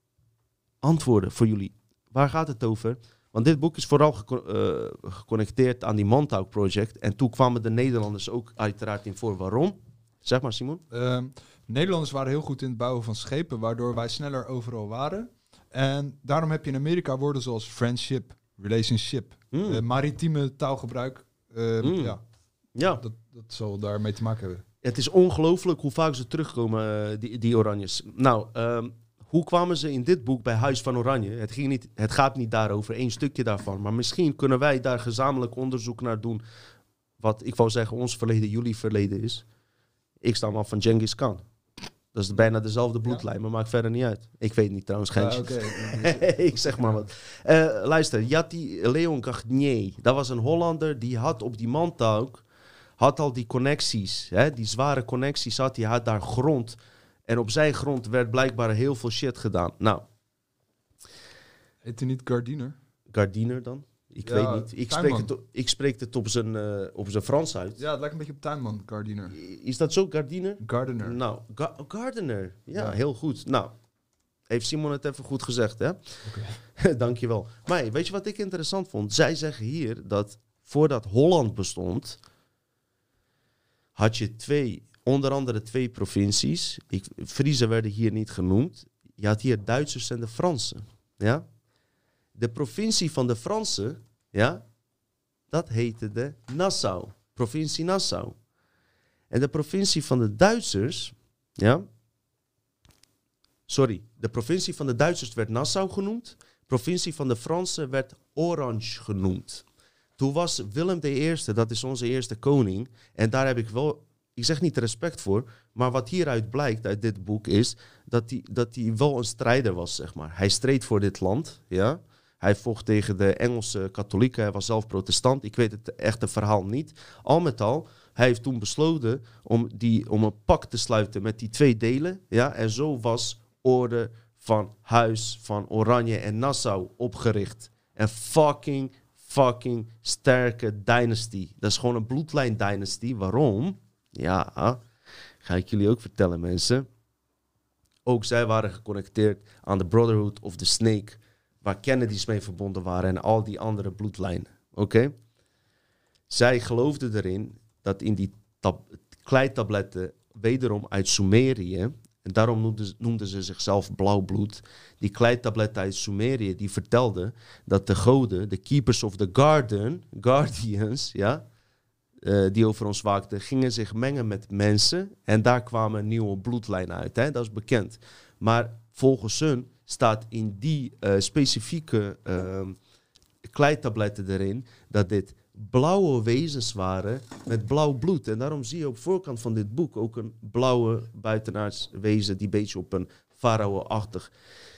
antwoorden voor jullie. Waar gaat het over? Want dit boek is vooral geko- uh, geconnecteerd aan die Montauk Project. En toen kwamen de Nederlanders ook uiteraard in voor. Waarom? Zeg maar, Simon. Uh, Nederlanders waren heel goed in het bouwen van schepen, waardoor wij sneller overal waren. En daarom heb je in Amerika woorden zoals friendship, relationship, Mm. uh, maritieme taalgebruik. Uh, Mm. Ja, Ja, dat, dat zal daarmee te maken hebben. het is ongelooflijk hoe vaak ze terugkomen, uh, die, die Oranjes. Nou, um, hoe kwamen ze in dit boek bij Huis van Oranje? Het, ging niet, het gaat niet daarover, één stukje daarvan. Maar misschien kunnen wij daar gezamenlijk onderzoek naar doen. Wat ik wou zeggen, ons verleden, jullie verleden is. Ik sta maar van Genghis Khan. Dat is bijna dezelfde bloedlijn, maar maakt verder niet uit. Ik weet niet trouwens, Ja, Gentje. oké. Ik zeg maar wat. Uh, luister, Jatti Leon Gagnier. Dat was een Hollander die had op die Montauk... had al die connecties, hè, die zware connecties had hij. Had daar grond. En op zijn grond werd blijkbaar heel veel shit gedaan. Nou, Heet hij niet Gardiner? Gardiner dan? Ik Ja, weet niet. Ik spreek, tuinman. het, ik spreek het op zijn, uh, op zijn Frans uit. Ja, het lijkt een beetje op tuinman, Gardiner. Is dat zo, Gardiner? Gardener. Nou, Ga- Gardener. Ja, Ja. heel goed. Nou, heeft Simon het even goed gezegd, hè? Oké. Dankjewel. Maar hey, weet je wat ik interessant vond? Zij zeggen hier dat voordat Holland bestond... had je twee, onder andere twee provincies. Ik, Friezen werden hier niet genoemd. Je had hier Duitsers en de Fransen. Ja? De provincie van de Fransen, ja, dat heette de Nassau. Provincie Nassau. En de provincie van de Duitsers, ja, sorry, de provincie van de Duitsers werd Nassau genoemd. De provincie van de Fransen werd Orange genoemd. Toen was Willem de Eerste, dat is onze eerste koning. En daar heb ik wel, ik zeg niet respect voor, maar wat hieruit blijkt uit dit boek is dat hij dat hij wel een strijder was, zeg maar. Hij streed voor dit land, ja. Hij vocht tegen de Engelse katholieken, hij was zelf protestant. Ik weet het echte verhaal niet. Al met al, hij heeft toen besloten om, die, om een pact te sluiten met die twee delen. Ja? En zo was orde van Huis van Oranje en Nassau opgericht. En fucking, fucking sterke dynasty. Dat is gewoon een bloedlijn-dynasty. Waarom? Ja, ga ik jullie ook vertellen, mensen. Ook zij waren geconnecteerd aan de Brotherhood of the Snake, waar Kennedy's mee verbonden waren en al die andere bloedlijnen. Oké? Okay? Zij geloofden erin dat in die tab- kleitabletten, wederom uit Sumerië, en daarom noemden ze, noemden ze zichzelf blauw bloed, die kleitabletten uit Sumerië, die vertelden dat de goden, de keepers of the garden, guardians, ja, uh, die over ons waakten, gingen zich mengen met mensen en daar kwamen nieuwe bloedlijnen uit. Hè? Dat is bekend. Maar volgens hun staat in die uh, specifieke uh, kleitabletten erin dat dit blauwe wezens waren met blauw bloed. En daarom zie je op de voorkant van dit boek ook een blauwe buitenaards wezen die een beetje op een farao-achtig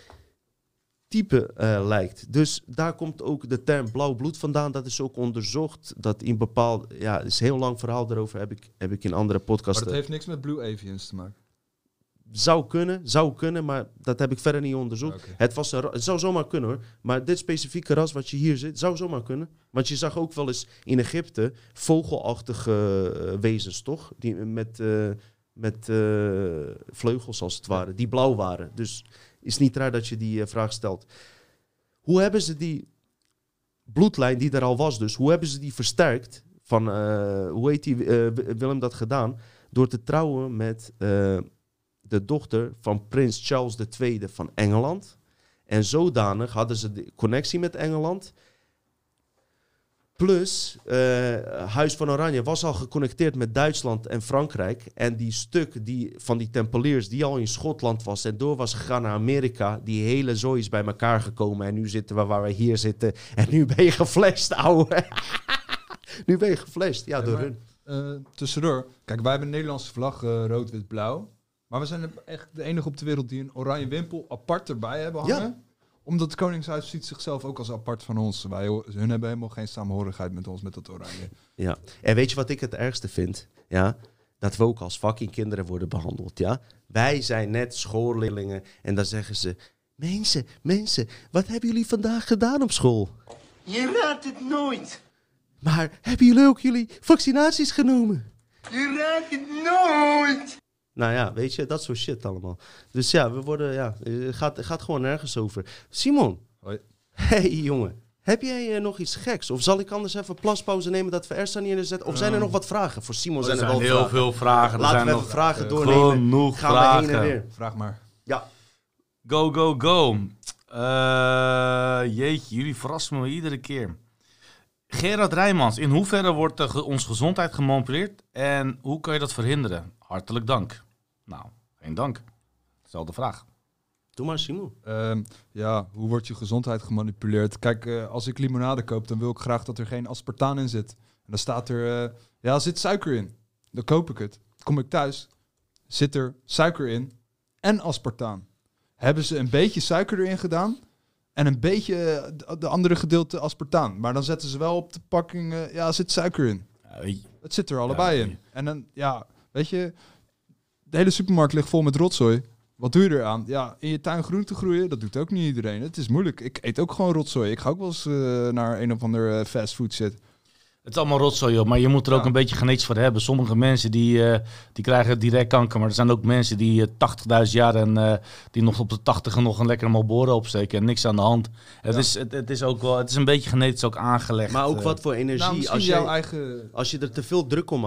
type uh, lijkt. Dus daar komt ook de term blauw bloed vandaan. Dat is ook onderzocht. Dat in bepaalde, ja, het is een heel lang verhaal daarover, heb ik, heb ik in andere podcasts. Maar dat heeft niks met Blue Avians te maken. Zou kunnen, zou kunnen, maar dat heb ik verder niet onderzocht. Okay. Het, was een, het zou zomaar kunnen hoor. Maar dit specifieke ras wat je hier zit, zou zomaar kunnen. Want je zag ook wel eens in Egypte vogelachtige uh, wezens, toch? Die met, uh, met uh, vleugels als het ware, die blauw waren. Dus is niet raar dat je die uh, vraag stelt. Hoe hebben ze die bloedlijn die er al was dus, hoe hebben ze die versterkt? Van, uh, hoe heeft die, uh, Willem dat gedaan? Door te trouwen met Uh, de dochter van prins Charles de Tweede van Engeland. En zodanig hadden ze de connectie met Engeland. Plus, uh, Huis van Oranje was al geconnecteerd met Duitsland en Frankrijk. En die stuk die, van die Tempeliers die al in Schotland was en door was gegaan naar Amerika, die hele zooi is bij elkaar gekomen. En nu zitten we waar we hier zitten. En nu ben je geflasht, ouwe. Nu ben je geflasht, ja, door hey, maar, hun. Uh, tussendoor, kijk, wij hebben een Nederlandse vlag, uh, rood, wit, blauw. Maar we zijn echt de enige op de wereld die een oranje wimpel apart erbij hebben hangen. Ja. Omdat het Koningshuis ziet zichzelf ook als apart van ons. Wij, hun hebben helemaal geen samenhorigheid met ons, met dat oranje. Ja, en weet je wat ik het ergste vind? Ja, dat we ook als fucking kinderen worden behandeld, ja. Wij zijn net schoolleerlingen en dan zeggen ze, mensen, mensen, wat hebben jullie vandaag gedaan op school? Je raadt het nooit. Maar hebben jullie ook jullie vaccinaties genomen? Je raadt het nooit. Nou ja, weet je, dat soort shit allemaal. Dus ja, we worden, ja, het gaat, het gaat gewoon nergens over. Simon. Hoi. Hey jongen, heb jij uh, nog iets geks? Of zal ik anders even plaspauze nemen dat we Ersan hier zetten? Of zijn er nog wat vragen? Voor Simon zijn er, er wel heel vragen. veel vragen. Laten er we zijn even nog vragen uh, doornemen. Genoeg Gaan vragen. we heen en weer. Vraag maar. Ja. Go, go, go. Uh, jeetje, jullie verrassen me iedere keer. Gerard Rijmans, in hoeverre wordt uh, ge- onze gezondheid gemanipuleerd en hoe kan je dat verhinderen? Hartelijk dank. Nou, geen dank. Zelfde vraag. Doe maar, Simon. Um, ja, hoe wordt je gezondheid gemanipuleerd? Kijk, uh, als ik limonade koop, dan wil ik graag dat er geen aspartaan in zit. En dan staat er, uh, ja, er zit suiker in. Dan koop ik het. Dan kom ik thuis, zit er suiker in en aspartaan. Hebben ze een beetje suiker erin gedaan en een beetje uh, de andere gedeelte aspartaan. Maar dan zetten ze wel op de pakking, uh, ja, er zit suiker in. Uh, Het zit er allebei ja, in. En dan, ja, weet je, de hele supermarkt ligt vol met rotzooi. Wat doe je eraan? Ja, in je tuin groente groeien, dat doet ook niet iedereen. Het is moeilijk. Ik eet ook gewoon rotzooi. Ik ga ook wel eens uh, naar een of ander uh, fastfood shit. Het is allemaal rotzooi, joh, maar je moet er Ja. ook een beetje genetisch voor hebben. Sommige mensen die, uh, die krijgen direct kanker, maar er zijn ook mensen die uh, tachtigduizend jaar en uh, die nog op de tachtige nog een lekkere Marlboro opsteken en niks aan de hand. Het, Ja. is, het, het is ook wel, het is een beetje genetisch ook aangelegd. Maar ook uh, wat voor energie, Nou, misschien als, jouw jij, eigen... als je er te veel druk om maakt,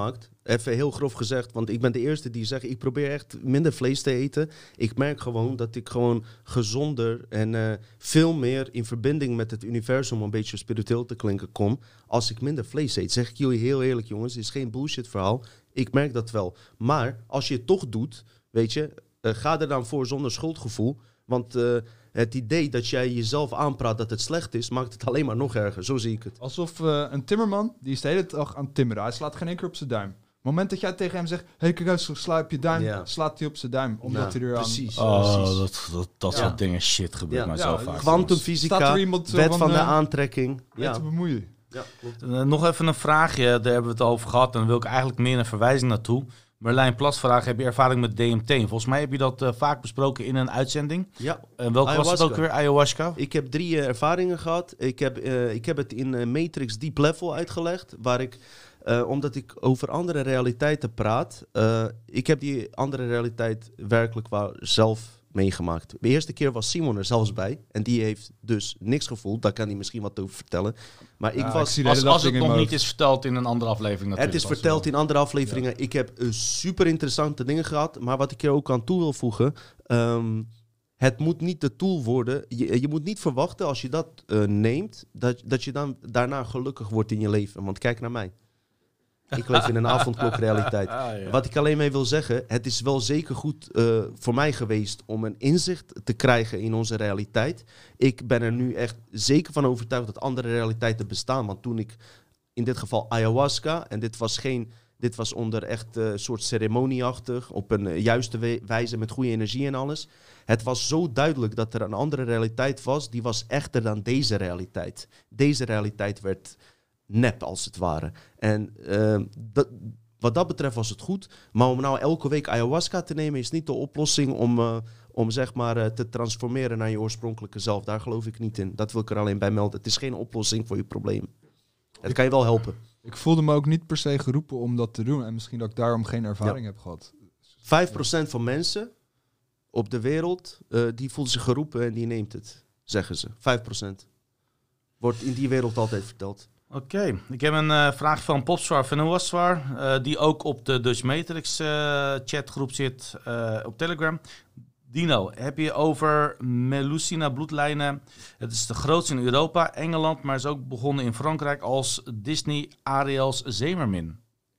even heel grof gezegd, want ik ben de eerste die zegt, ik probeer echt minder vlees te eten. Ik merk gewoon dat ik gewoon gezonder en uh, veel meer in verbinding met het universum, om een beetje spiritueel te klinken, kom, als ik minder vlees eet. Zeg ik jullie heel eerlijk, jongens, het is geen bullshit verhaal. Ik merk dat wel. Maar als je het toch doet, weet je, uh, ga er dan voor zonder schuldgevoel. Want uh, het idee dat jij jezelf aanpraat dat het slecht is, maakt het alleen maar nog erger. Zo zie ik het. Alsof uh, een timmerman, die is de hele dag aan het timmeren. Hij slaat geen één keer op zijn duim. Op het moment dat jij tegen hem zegt, hé, hey, kijk uit, sla op je duim, ja. slaat hij op zijn duim. Omdat nou, hij er precies, aan... Oh, precies. dat, dat, dat ja. soort dingen shit gebeurt ja. mij ja, zo vaak. Kwantumfysica, wet van, van de uh, aantrekking. Ja. te bemoeien. Ja, klopt. Uh, nog even een vraagje, daar hebben we het over gehad. En dan wil ik eigenlijk meer een verwijzing naartoe. Merlijn Plas vraagt, heb je ervaring met D M T? Volgens mij heb je dat uh, vaak besproken in een uitzending. Ja. Uh, welke was het ook weer? Ayahuasca? Ik heb drie uh, ervaringen gehad. Ik heb, uh, ik heb het in uh, Matrix Deep Level uitgelegd, waar ik, uh, omdat ik over andere realiteiten praat, uh, ik heb die andere realiteit werkelijk wel zelf meegemaakt. De eerste keer was Simon er zelfs bij. En die heeft dus niks gevoeld. Daar kan hij misschien wat over vertellen. Maar ja, ik was... Ik als als het nog niet is verteld in een andere aflevering natuurlijk. Het is verteld in andere afleveringen. Ja. Ik heb uh, super interessante dingen gehad. Maar wat ik er ook aan toe wil voegen... Um, het moet niet de tool worden. Je, je moet niet verwachten als je dat uh, neemt... Dat, dat je dan daarna gelukkig wordt in je leven. Want kijk naar mij. Ik leef in een avondklokrealiteit. Ah, ja. Wat ik alleen mee wil zeggen, het is wel zeker goed uh, voor mij geweest om een inzicht te krijgen in onze realiteit. Ik ben er nu echt zeker van overtuigd dat andere realiteiten bestaan. Want toen ik, in dit geval ayahuasca, en dit was geen, dit was onder echt een uh, soort ceremonieachtig, op een uh, juiste we- wijze met goede energie en alles. Het was zo duidelijk dat er een andere realiteit was, die was echter dan deze realiteit. Deze realiteit werd... nep, als het ware. En uh, dat, wat dat betreft was het goed. Maar om nou elke week ayahuasca te nemen is niet de oplossing om, uh, om zeg maar uh, te transformeren naar je oorspronkelijke zelf. Daar geloof ik niet in. Dat wil ik er alleen bij melden. Het is geen oplossing voor je probleem. Het kan je wel helpen. Ik voelde me ook niet per se geroepen om dat te doen. En misschien dat ik daarom geen ervaring ja. heb gehad. vijf procent van mensen op de wereld, uh, die voelt zich geroepen en die neemt het. Zeggen ze. vijf procent. Wordt in die wereld altijd verteld. Oké, okay. Ik heb een uh, vraag van Popstar van Noaswar, uh, die ook op de Dutch Matrix uh, chatgroep zit uh, op Telegram. Dino, heb je over Melusina bloedlijnen? Het is de grootste in Europa, Engeland, maar is ook begonnen in Frankrijk als Disney Ariel's Zemermin.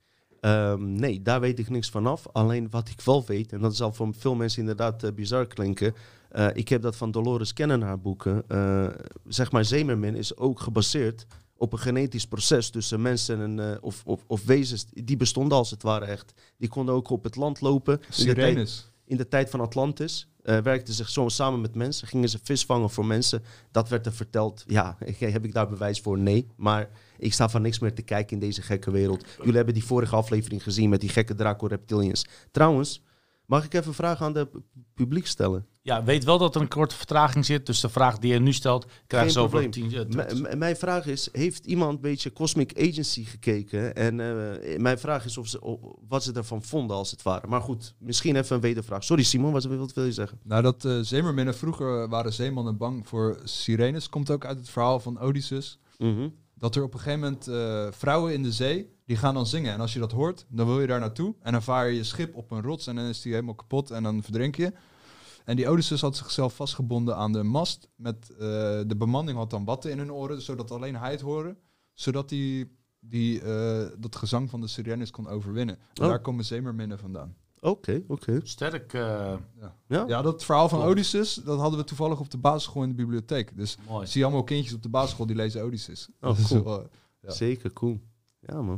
Um, nee, daar weet ik niks vanaf. Alleen wat ik wel weet, en dat zal voor veel mensen inderdaad uh, bizar klinken. Uh, ik heb dat van Dolores Cannon haar boeken. Uh, zeg maar, Zemermin is ook gebaseerd op een genetisch proces tussen mensen en, uh, of, of, of wezens. Die bestonden als het ware echt. Die konden ook op het land lopen. Sirenes. In de tijd, in de tijd van Atlantis uh, werkten ze zo samen met mensen. Gingen ze vis vangen voor mensen. Dat werd er verteld. Ja, heb ik daar bewijs voor? Nee. Maar ik sta van niks meer te kijken in deze gekke wereld. Jullie hebben die vorige aflevering gezien met die gekke Draco-reptilians. Trouwens, mag ik even een vraag aan de publiek stellen? Ja, weet wel dat er een korte vertraging zit. Dus de vraag die je nu stelt, krijg je over tien... Uh, M- m- mijn vraag is, heeft iemand een beetje Cosmic Agency gekeken? En uh, mijn vraag is of ze, of, wat ze ervan vonden, als het ware. Maar goed, misschien even een wedervraag. Sorry Simon, wat, wat wil je zeggen? Nou, dat uh, zeemerminnen, vroeger waren zeemannen bang voor sirenes. Komt ook uit het verhaal van Odysseus. Mm-hmm. Dat er op een gegeven moment uh, vrouwen in de zee, die gaan dan zingen. En als je dat hoort, dan wil je daar naartoe. En dan vaar je je schip op een rots en dan is die helemaal kapot en dan verdrink je. En die Odysseus had zichzelf vastgebonden aan de mast. Met, uh, de bemanning had dan watten in hun oren, zodat alleen hij het hoorde. Zodat hij die, uh, dat gezang van de sirenes kon overwinnen. En oh. daar komen zeemerminnen vandaan. Oké, okay, oké. Okay. Sterk. Uh, ja. Ja? ja, dat verhaal van Odysseus, dat hadden we toevallig op de basisschool in de bibliotheek. Dus mooi. zie je allemaal kindjes op de basisschool die lezen Odysseus. Oh, cool. wel, ja. Zeker, cool. Ja, man.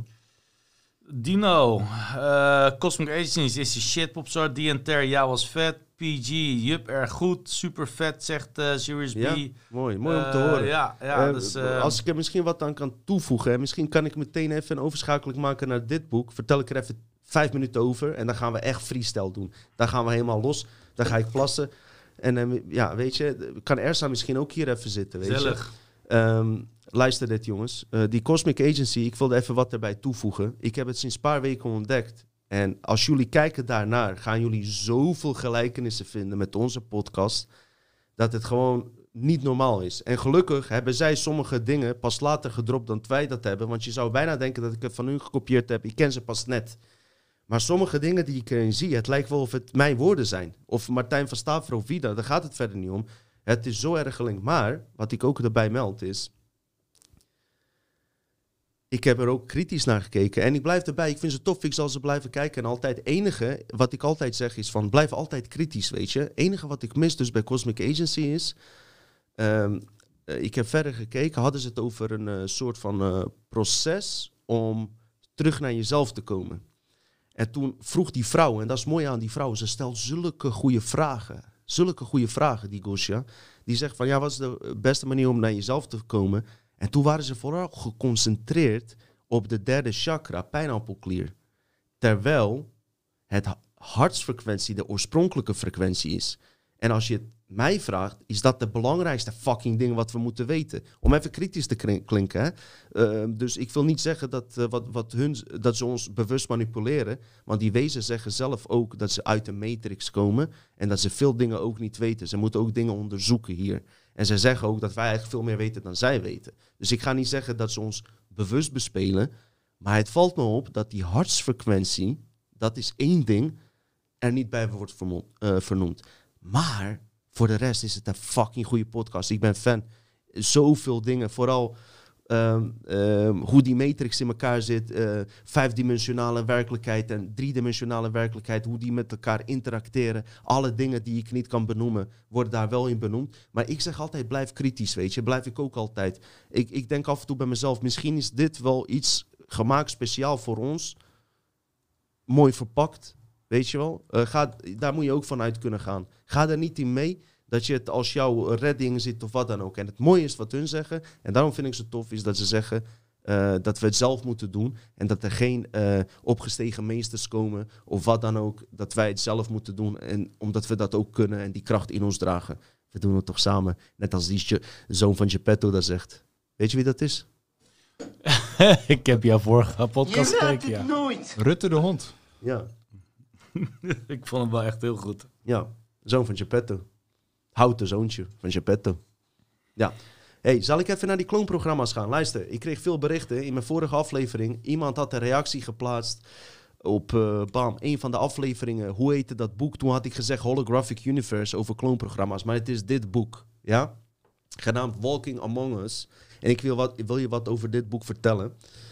Dino, uh, Cosmic Agency is die shit, Popstar, D N T R, ja, was vet. P G, jup, erg goed. Super vet, zegt uh, Series B. Ja, mooi. Mooi om te uh, horen. Ja, ja, uh, dus, uh, als ik er misschien wat aan kan toevoegen, en misschien kan ik meteen even een overschakeling maken naar dit boek. Vertel ik er even vijf minuten over en dan gaan we echt freestyle doen. Dan gaan we helemaal los. Dan ga ik plassen. En uh, ja, weet je, kan Ersa misschien ook hier even zitten, weet Zellig. je. Um, luister dit, jongens. Uh, die Cosmic Agency, ik wilde even wat erbij toevoegen. Ik heb het sinds een paar weken ontdekt. En als jullie kijken daarnaar, gaan jullie zoveel gelijkenissen vinden met onze podcast, dat het gewoon niet normaal is. En gelukkig hebben zij sommige dingen pas later gedropt dan wij dat hebben, want je zou bijna denken dat ik het van hun gekopieerd heb. Ik ken ze pas net. Maar sommige dingen die ik erin zie, het lijkt wel of het mijn woorden zijn. Of Martijn van Stavro of Vida, daar gaat het verder niet om. Het is zo erg gelinkt. Maar, wat ik ook erbij meld is... Ik heb er ook kritisch naar gekeken. En ik blijf erbij. Ik vind ze tof. Ik zal ze blijven kijken. En altijd enige, wat ik altijd zeg is van... Blijf altijd kritisch, weet je. Het enige wat ik mis dus bij Cosmic Agency is... Um, uh, ik heb verder gekeken. Hadden ze het over een uh, soort van uh, proces... om terug naar jezelf te komen. En toen vroeg die vrouw... En dat is mooi aan die vrouw. Ze stelt zulke goede vragen. Zulke goede vragen, die Gosha. Die zegt van... Ja, wat is de beste manier om naar jezelf te komen... En toen waren ze vooral geconcentreerd op de derde chakra, pijnappelklier. Terwijl het hartsfrequentie de oorspronkelijke frequentie is. En als je het mij vraagt, is dat de belangrijkste fucking ding wat we moeten weten. Om even kritisch te klinken. Hè? Uh, dus ik wil niet zeggen dat, uh, wat, wat hun, dat ze ons bewust manipuleren. Want die wezens zeggen zelf ook dat ze uit de matrix komen. En dat ze veel dingen ook niet weten. Ze moeten ook dingen onderzoeken hier. En ze zeggen ook dat wij eigenlijk veel meer weten dan zij weten. Dus ik ga niet zeggen dat ze ons bewust bespelen. Maar het valt me op dat die hartsfrequentie, dat is één ding, er niet bij wordt vermo- uh, vernoemd. Maar voor de rest is het een fucking goede podcast. Ik ben fan. Zoveel dingen. Vooral um, um, hoe die matrix in elkaar zit. Uh, vijfdimensionale werkelijkheid en driedimensionale werkelijkheid. Hoe die met elkaar interacteren. Alle dingen die ik niet kan benoemen, worden daar wel in benoemd. Maar ik zeg altijd, blijf kritisch, weet je. Blijf ik ook altijd. Ik, ik denk af en toe bij mezelf, misschien is dit wel iets gemaakt speciaal voor ons. Mooi verpakt. Weet je wel, uh, ga, daar moet je ook vanuit kunnen gaan. Ga er niet in mee dat je het als jouw redding zit of wat dan ook. En het mooie is wat hun zeggen, en daarom vind ik ze tof, is dat ze zeggen uh, dat we het zelf moeten doen. En dat er geen uh, opgestegen meesters komen of wat dan ook. Dat wij het zelf moeten doen. En omdat we dat ook kunnen en die kracht in ons dragen. We doen het toch samen. Net als die je, zoon van Geppetto dat zegt. Weet je wie dat is? Ik heb jouw vorige podcast Je raadt gekeken, ja. het nooit. Rutte de hond. Ja. Ik vond hem wel echt heel goed. Ja, zoon van Geppetto. Houten zoontje van Geppetto. Ja. Hey, zal ik even naar die kloonprogramma's gaan? Luister, ik kreeg veel berichten in mijn vorige aflevering. Iemand had een reactie geplaatst op uh, bam, een van de afleveringen. Hoe heette dat boek? Toen had ik gezegd Holographic Universe over kloonprogramma's. Maar het is dit boek, ja? Genaamd Walking Among Us. En ik wil, wat, ik wil je wat over dit boek vertellen.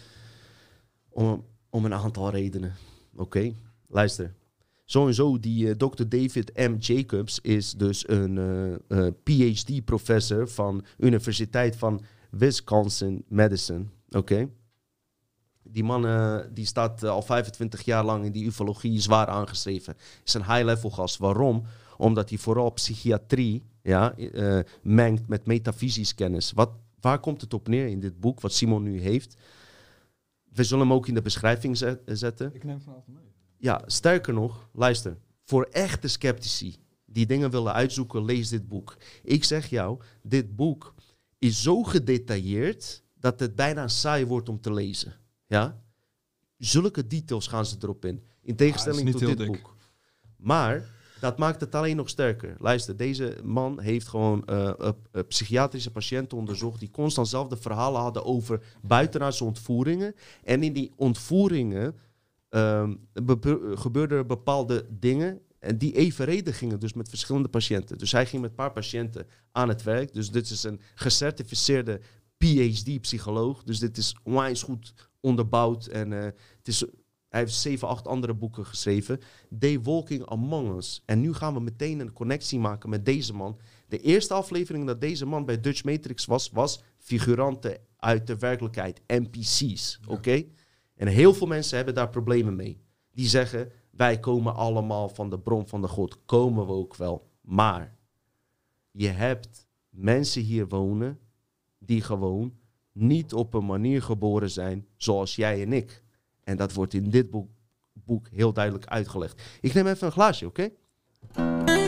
Om, om een aantal redenen. Oké, okay? Luister. Sowieso, die uh, dokter David M. Jacobs is dus een uh, uh, P H D-professor van de Universiteit van Wisconsin Madison. Oké. Okay? Die man uh, die staat uh, al vijfentwintig jaar lang in die ufologie zwaar aangeschreven. Is een high-level gast. Waarom? Omdat hij vooral psychiatrie ja, uh, mengt met metafysisch kennis. Wat, waar komt het op neer in dit boek wat Simon nu heeft? We zullen hem ook in de beschrijving zet, zetten. Ik neem vanavond mee. Ja, sterker nog, luister. Voor echte sceptici die dingen willen uitzoeken, lees dit boek. Ik zeg jou, dit boek is zo gedetailleerd dat het bijna saai wordt om te lezen. Ja? Zulke details gaan ze erop in. In tegenstelling ah, tot dit dik. boek. Maar dat maakt het alleen nog sterker. Luister, deze man heeft gewoon uh, uh, uh, psychiatrische patiënten onderzocht die constant zelf verhalen hadden over buitenaardse ontvoeringen. En in die ontvoeringen um, be- gebeurden er bepaalde dingen en die evenredig gingen dus met verschillende patiënten. Dus hij ging met een paar patiënten aan het werk. Dus dit is een gecertificeerde P H D-psycholoog. Dus dit is onwijs goed onderbouwd en uh, het is... Hij heeft zeven, acht andere boeken geschreven. They Walking Among Us. En nu gaan we meteen een connectie maken met deze man. De eerste aflevering dat deze man bij Dutch Matrix was, was figuranten uit de werkelijkheid. N P C's. Oké? Okay? En heel veel mensen hebben daar problemen mee. Die zeggen, wij komen allemaal van de bron van de God. Komen we ook wel. Maar je hebt mensen hier wonen die gewoon niet op een manier geboren zijn zoals jij en ik. En dat wordt in dit boek, boek heel duidelijk uitgelegd. Ik neem even een glaasje, oké? Okay?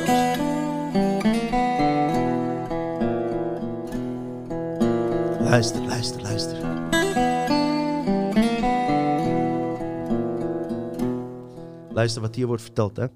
Luister, luister, luister. Luister wat hier wordt verteld, hè.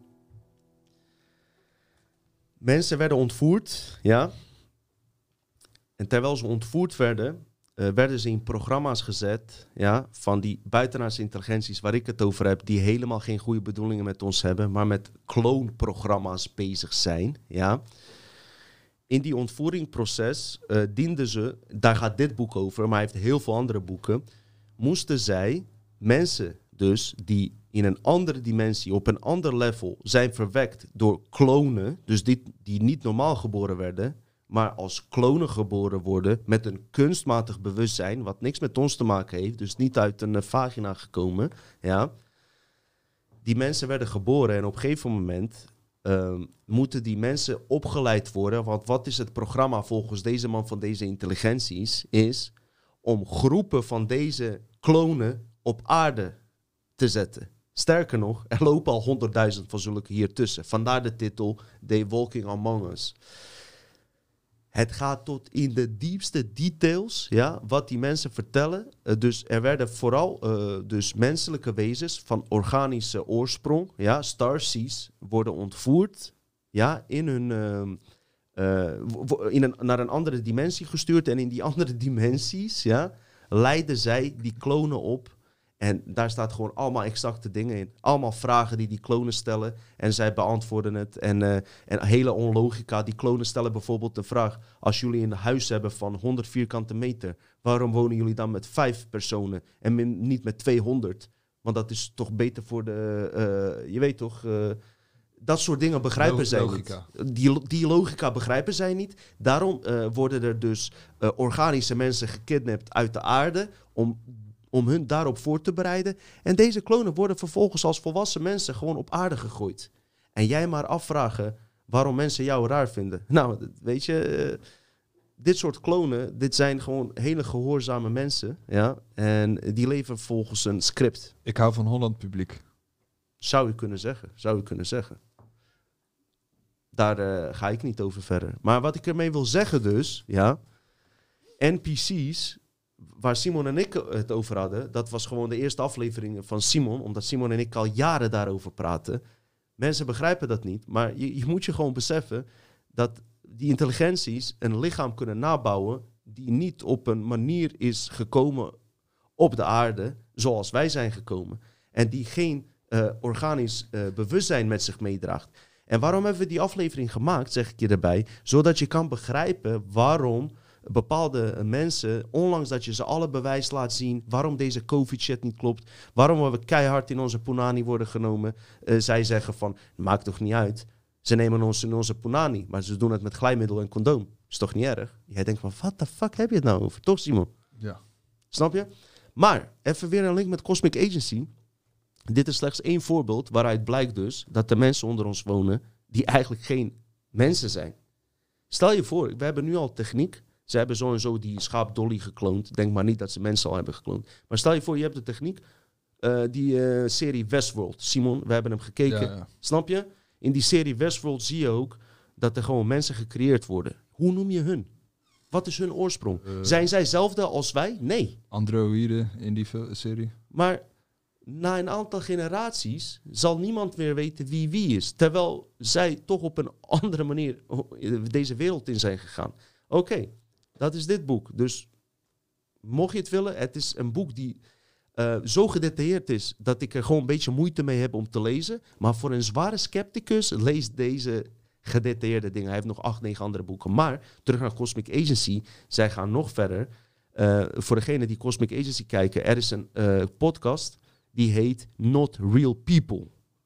Mensen werden ontvoerd, ja. En terwijl ze ontvoerd werden... uh, werden ze in programma's gezet, ja, van die buitenaardse intelligenties waar ik het over heb, die helemaal geen goede bedoelingen met ons hebben, maar met kloonprogramma's bezig zijn, ja. In die ontvoeringsproces uh, dienden ze, daar gaat dit boek over, maar hij heeft heel veel andere boeken, moesten zij mensen dus die in een andere dimensie, op een ander level, zijn verwekt door klonen, dus die, die niet normaal geboren werden, maar als klonen geboren worden met een kunstmatig bewustzijn, wat niks met ons te maken heeft, dus niet uit een uh, vagina gekomen, ja. Die mensen werden geboren en op een gegeven moment uh, moeten die mensen opgeleid worden, want wat is het programma volgens deze man van deze intelligenties, is om groepen van deze klonen op aarde te zetten. Sterker nog, er lopen al honderdduizend van zulke hier tussen. Vandaar de titel They Walking Among Us. Het gaat tot in de diepste details, ja, wat die mensen vertellen. Uh, dus er werden vooral uh, dus menselijke wezens van organische oorsprong, ja, starseeds, worden ontvoerd, ja, in hun, uh, uh, in een, naar een andere dimensie gestuurd. En in die andere dimensies, ja, leiden zij die klonen op. En daar staat gewoon allemaal exacte dingen in. Allemaal vragen die die klonen stellen. En zij beantwoorden het. En, uh, en hele onlogica. Die klonen stellen bijvoorbeeld de vraag. Als jullie een huis hebben van honderd vierkante meter. Waarom wonen jullie dan met vijf personen? En min, niet met tweehonderd? Want dat is toch beter voor de... Uh, je weet toch... Uh, dat soort dingen begrijpen Log- zij logica. niet. Die, die logica begrijpen zij niet. Daarom uh, worden er dus uh, organische mensen gekidnapt uit de aarde. Om... om hun daarop voor te bereiden. En deze klonen worden vervolgens als volwassen mensen gewoon op aarde gegooid. En jij maar afvragen waarom mensen jou raar vinden. Nou, weet je, uh, dit soort klonen, dit zijn gewoon hele gehoorzame mensen. Ja? En die leven volgens een script. Ik hou van Holland publiek. Zou je kunnen zeggen, zou je kunnen zeggen. Daar uh, ga ik niet over verder. Maar wat ik ermee wil zeggen dus, ja, N P C's... waar Simon en ik het over hadden, dat was gewoon de eerste aflevering van Simon, omdat Simon en ik al jaren daarover praten. Mensen begrijpen dat niet, maar je, je moet je gewoon beseffen dat die intelligenties een lichaam kunnen nabouwen die niet op een manier is gekomen op de aarde zoals wij zijn gekomen. En die geen uh, organisch uh, bewustzijn met zich meedraagt. En waarom hebben we die aflevering gemaakt, zeg ik je erbij, zodat je kan begrijpen waarom bepaalde mensen, ondanks dat je ze alle bewijs laat zien waarom deze COVID-shit niet klopt, waarom we keihard in onze punani worden genomen, uh, zij zeggen van, maakt toch niet uit. Ze nemen ons in onze punani, maar ze doen het met glijmiddel en condoom. Is toch niet erg? Jij denkt van, wat de fuck heb je het nou over? Toch, Simon? Ja. Snap je? Maar, even weer een link met Cosmic Agency. Dit is slechts één voorbeeld waaruit blijkt dus dat de mensen onder ons wonen die eigenlijk geen mensen zijn. Stel je voor, we hebben nu al techniek. Ze hebben zo en zo die schaap Dolly gekloond. Denk maar niet dat ze mensen al hebben gekloond. Maar stel je voor, je hebt de techniek. Uh, die uh, serie Westworld. Simon, we hebben hem gekeken. Ja, ja. Snap je? In die serie Westworld zie je ook dat er gewoon mensen gecreëerd worden. Hoe noem je hun? Wat is hun oorsprong? Uh, Zijn zij hetzelfde als wij? Nee. Androïden in die serie. Maar na een aantal generaties zal niemand meer weten wie wie is. Terwijl zij toch op een andere manier deze wereld in zijn gegaan. Oké. Okay. Dat is dit boek. Dus mocht je het willen, het is een boek die uh, zo gedetailleerd is dat ik er gewoon een beetje moeite mee heb om te lezen. Maar voor een zware scepticus lees deze gedetailleerde dingen. Hij heeft nog acht, negen andere boeken. Maar terug naar Cosmic Agency. Zij gaan nog verder. Uh, voor degenen die Cosmic Agency kijken, er is een uh, podcast die heet Not Real People.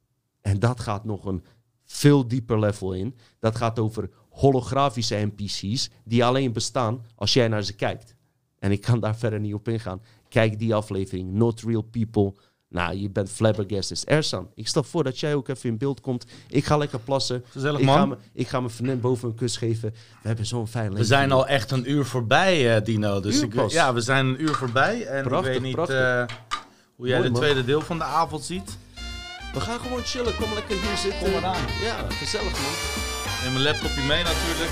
En dat gaat nog een veel dieper level in. Dat gaat over holografische N P C's die alleen bestaan als jij naar ze kijkt. En ik kan daar verder niet op ingaan. Kijk die aflevering, Not Real People. Nou, je bent flabbergasted. Ersan, ik stel voor dat jij ook even in beeld komt. Ik ga lekker plassen. Gezellig, ik man. Ga me, ik ga mijn vriendin boven een kus geven. We hebben zo'n fijn leven. We zijn al echt een uur voorbij, uh, Dino. Dus ik, ja, we zijn een uur voorbij. En prachtig, ik weet niet uh, hoe jij Mooi, het man. tweede deel van de avond ziet. We gaan gewoon chillen. Kom lekker hier zitten. Kom eraan. Ja, gezellig, man. Neem mijn laptopje mee natuurlijk.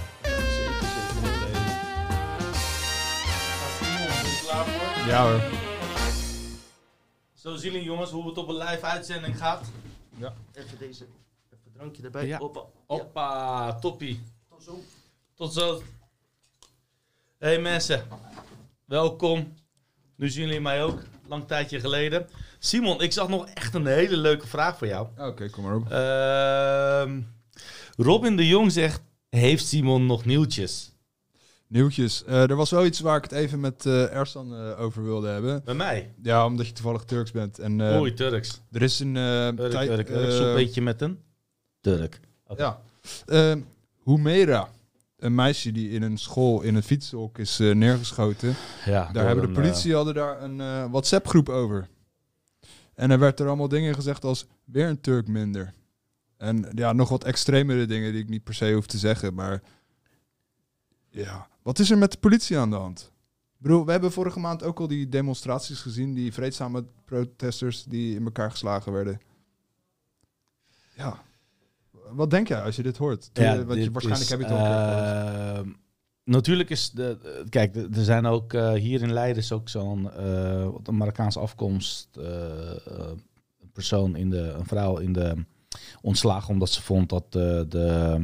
Zeker, zeker. Ben je klaar voor? Ja hoor. Zo zien jullie jongens hoe het op een live uitzending gaat. Ja. Even deze, even drankje erbij. Ja. Hoppa. Hoppa, toppie. Tot zo. Tot zo. Hey mensen. welkom. Nu zien jullie mij ook, lang tijdje geleden. Simon, ik zag nog echt een hele leuke vraag voor jou. Oké, okay, kom maar op. Uh, Robin de Jong zegt, heeft Simon nog nieuwtjes? Nieuwtjes. Uh, er was wel iets waar ik het even met uh, Ersan uh, over wilde hebben. Bij mij? Ja, omdat je toevallig Turks bent. En, uh, Oei, Turks. Er is een... Uh, Turk, tijd, Turk, Turk. Uh, Zo'n beetje met een Turk. Okay. Ja. Uh, Humera, een meisje die in een school in een fietshok is uh, neergeschoten. Ja, daar hebben een, de politie uh, hadden daar een uh, WhatsApp-groep over. En er werd er allemaal dingen gezegd als weer een Turk minder. En ja, nog wat extremere dingen die ik niet per se hoef te zeggen, maar ja, wat is er met de politie aan de hand? Ik bedoel, we hebben vorige maand ook al die demonstraties gezien, die vreedzame protesters die in elkaar geslagen werden. Ja, wat denk jij als je dit hoort? Toen, ja, want dit je, waarschijnlijk is, heb je het al uh, uh, natuurlijk is de, uh, kijk, er zijn ook uh, hier in Leiden is ook zo'n uh, een Marokkaanse afkomst uh, uh, persoon in de, een vrouw in de ontslagen omdat ze vond dat uh, de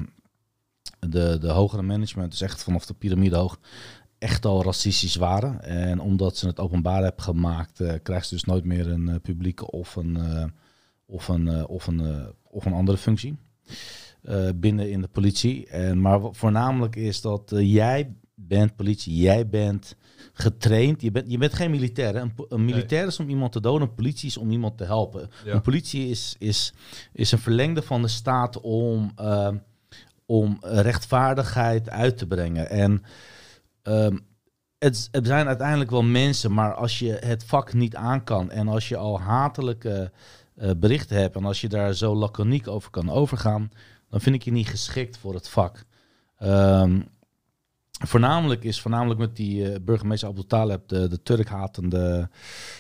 De, de hogere management, dus echt vanaf de piramide hoog, echt al racistisch waren. En omdat ze het openbaar hebben gemaakt, uh, krijgt ze dus nooit meer een uh, publieke of een, uh, of, een, uh, of, een, uh, of een andere functie uh, binnen in de politie. En, maar voornamelijk is dat uh, jij bent politie, jij bent getraind. Je bent, je bent geen militair. Hè? Een, een militair nee. is om iemand te doden, een politie is om iemand te helpen. Ja. Een politie is, is, is een verlengde van de staat om... Uh, om rechtvaardigheid uit te brengen. En um, het, het zijn uiteindelijk wel mensen, maar als je het vak niet aan kan en als je al hatelijke uh, berichten hebt en als je daar zo laconiek over kan overgaan, dan vind ik je niet geschikt voor het vak. Um, voornamelijk is, voornamelijk met die uh, burgemeester Abdul Taleb, de, de Turk-hatende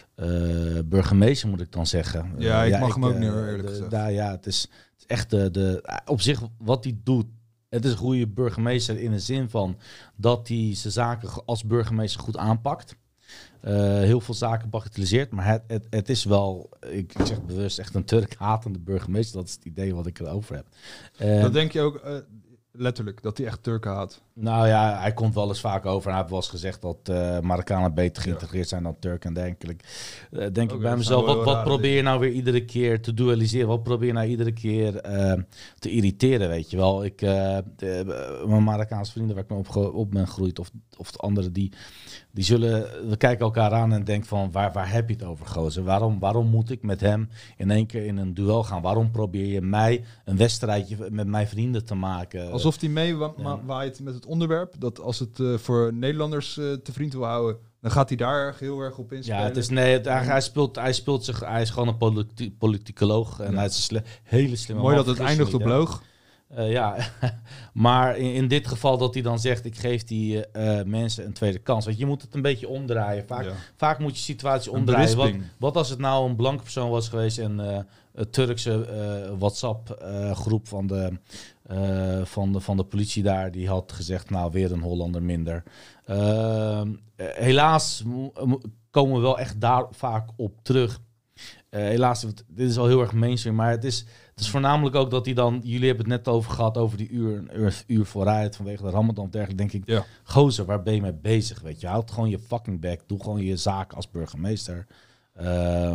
uh, burgemeester, moet ik dan zeggen. Ja, ik uh, ja, mag ik, hem ook uh, niet hoor, eerlijk gezegd. Daar, ja, het is, het is echt de, de, op zich wat hij doet. Het is een goede burgemeester in de zin van dat hij zijn zaken als burgemeester goed aanpakt. Uh, heel veel zaken bagatelliseert, maar het, het, het is wel, ik, ik zeg bewust, echt een Turk-hatende burgemeester. Dat is het idee wat ik erover heb. Uh, dat denk je ook uh, letterlijk, dat hij echt Turken haat? Nou ja, hij komt wel eens vaak over. Hij heeft wel eens gezegd dat uh, Marokkanen beter geïntegreerd ja. zijn dan Turken. En denkelijk uh, denk okay, ik bij mezelf, wat, wat probeer je nou weer iedere keer te dualiseren? Wat probeer je nou iedere keer uh, te irriteren, weet je wel? Ik, uh, de, mijn Marokkaanse vrienden waar ik me op, op ben gegroeid, of, of de anderen, die, die zullen, we kijken elkaar aan en denken van, waar, waar heb je het over, gozer? Waarom, waarom moet ik met hem in één keer in een duel gaan? Waarom probeer je mij een wedstrijdje met mijn vrienden te maken? Alsof hij mee wa- ja. waait met het onderwerp, dat als het uh, voor Nederlanders uh, te vriend wil houden, dan gaat hij daar heel erg op inspelen. Ja, het is nee, het, hij, hij speelt, hij speelt zich, hij is gewoon een politi- politicoloog en ja. hij is een sli- hele slimme. Mooi man, dat het eindigt op loog. Uh, ja, maar in, in dit geval dat hij dan zegt, ik geef die uh, mensen een tweede kans. Want je moet het een beetje omdraaien. Vaak, ja. vaak moet je situatie omdraaien. Wat, wat als het nou een blanke persoon was geweest en uh, een Turkse uh, WhatsApp uh, groep van de, uh, van, de, van de politie daar, die had gezegd, nou weer een Hollander minder. Uh, helaas mo- mo- komen we wel echt daar vaak op terug. Uh, helaas, dit is al heel erg mainstream, maar het is, het is voornamelijk ook dat hij dan, jullie hebben het net over gehad, over die uur, een uur, uur vooruit, vanwege de Ramadan of dergelijke, denk ik, ja. Gozer, waar ben je mee bezig, weet je? Houd gewoon je fucking back, doe gewoon je zaak als burgemeester. Uh,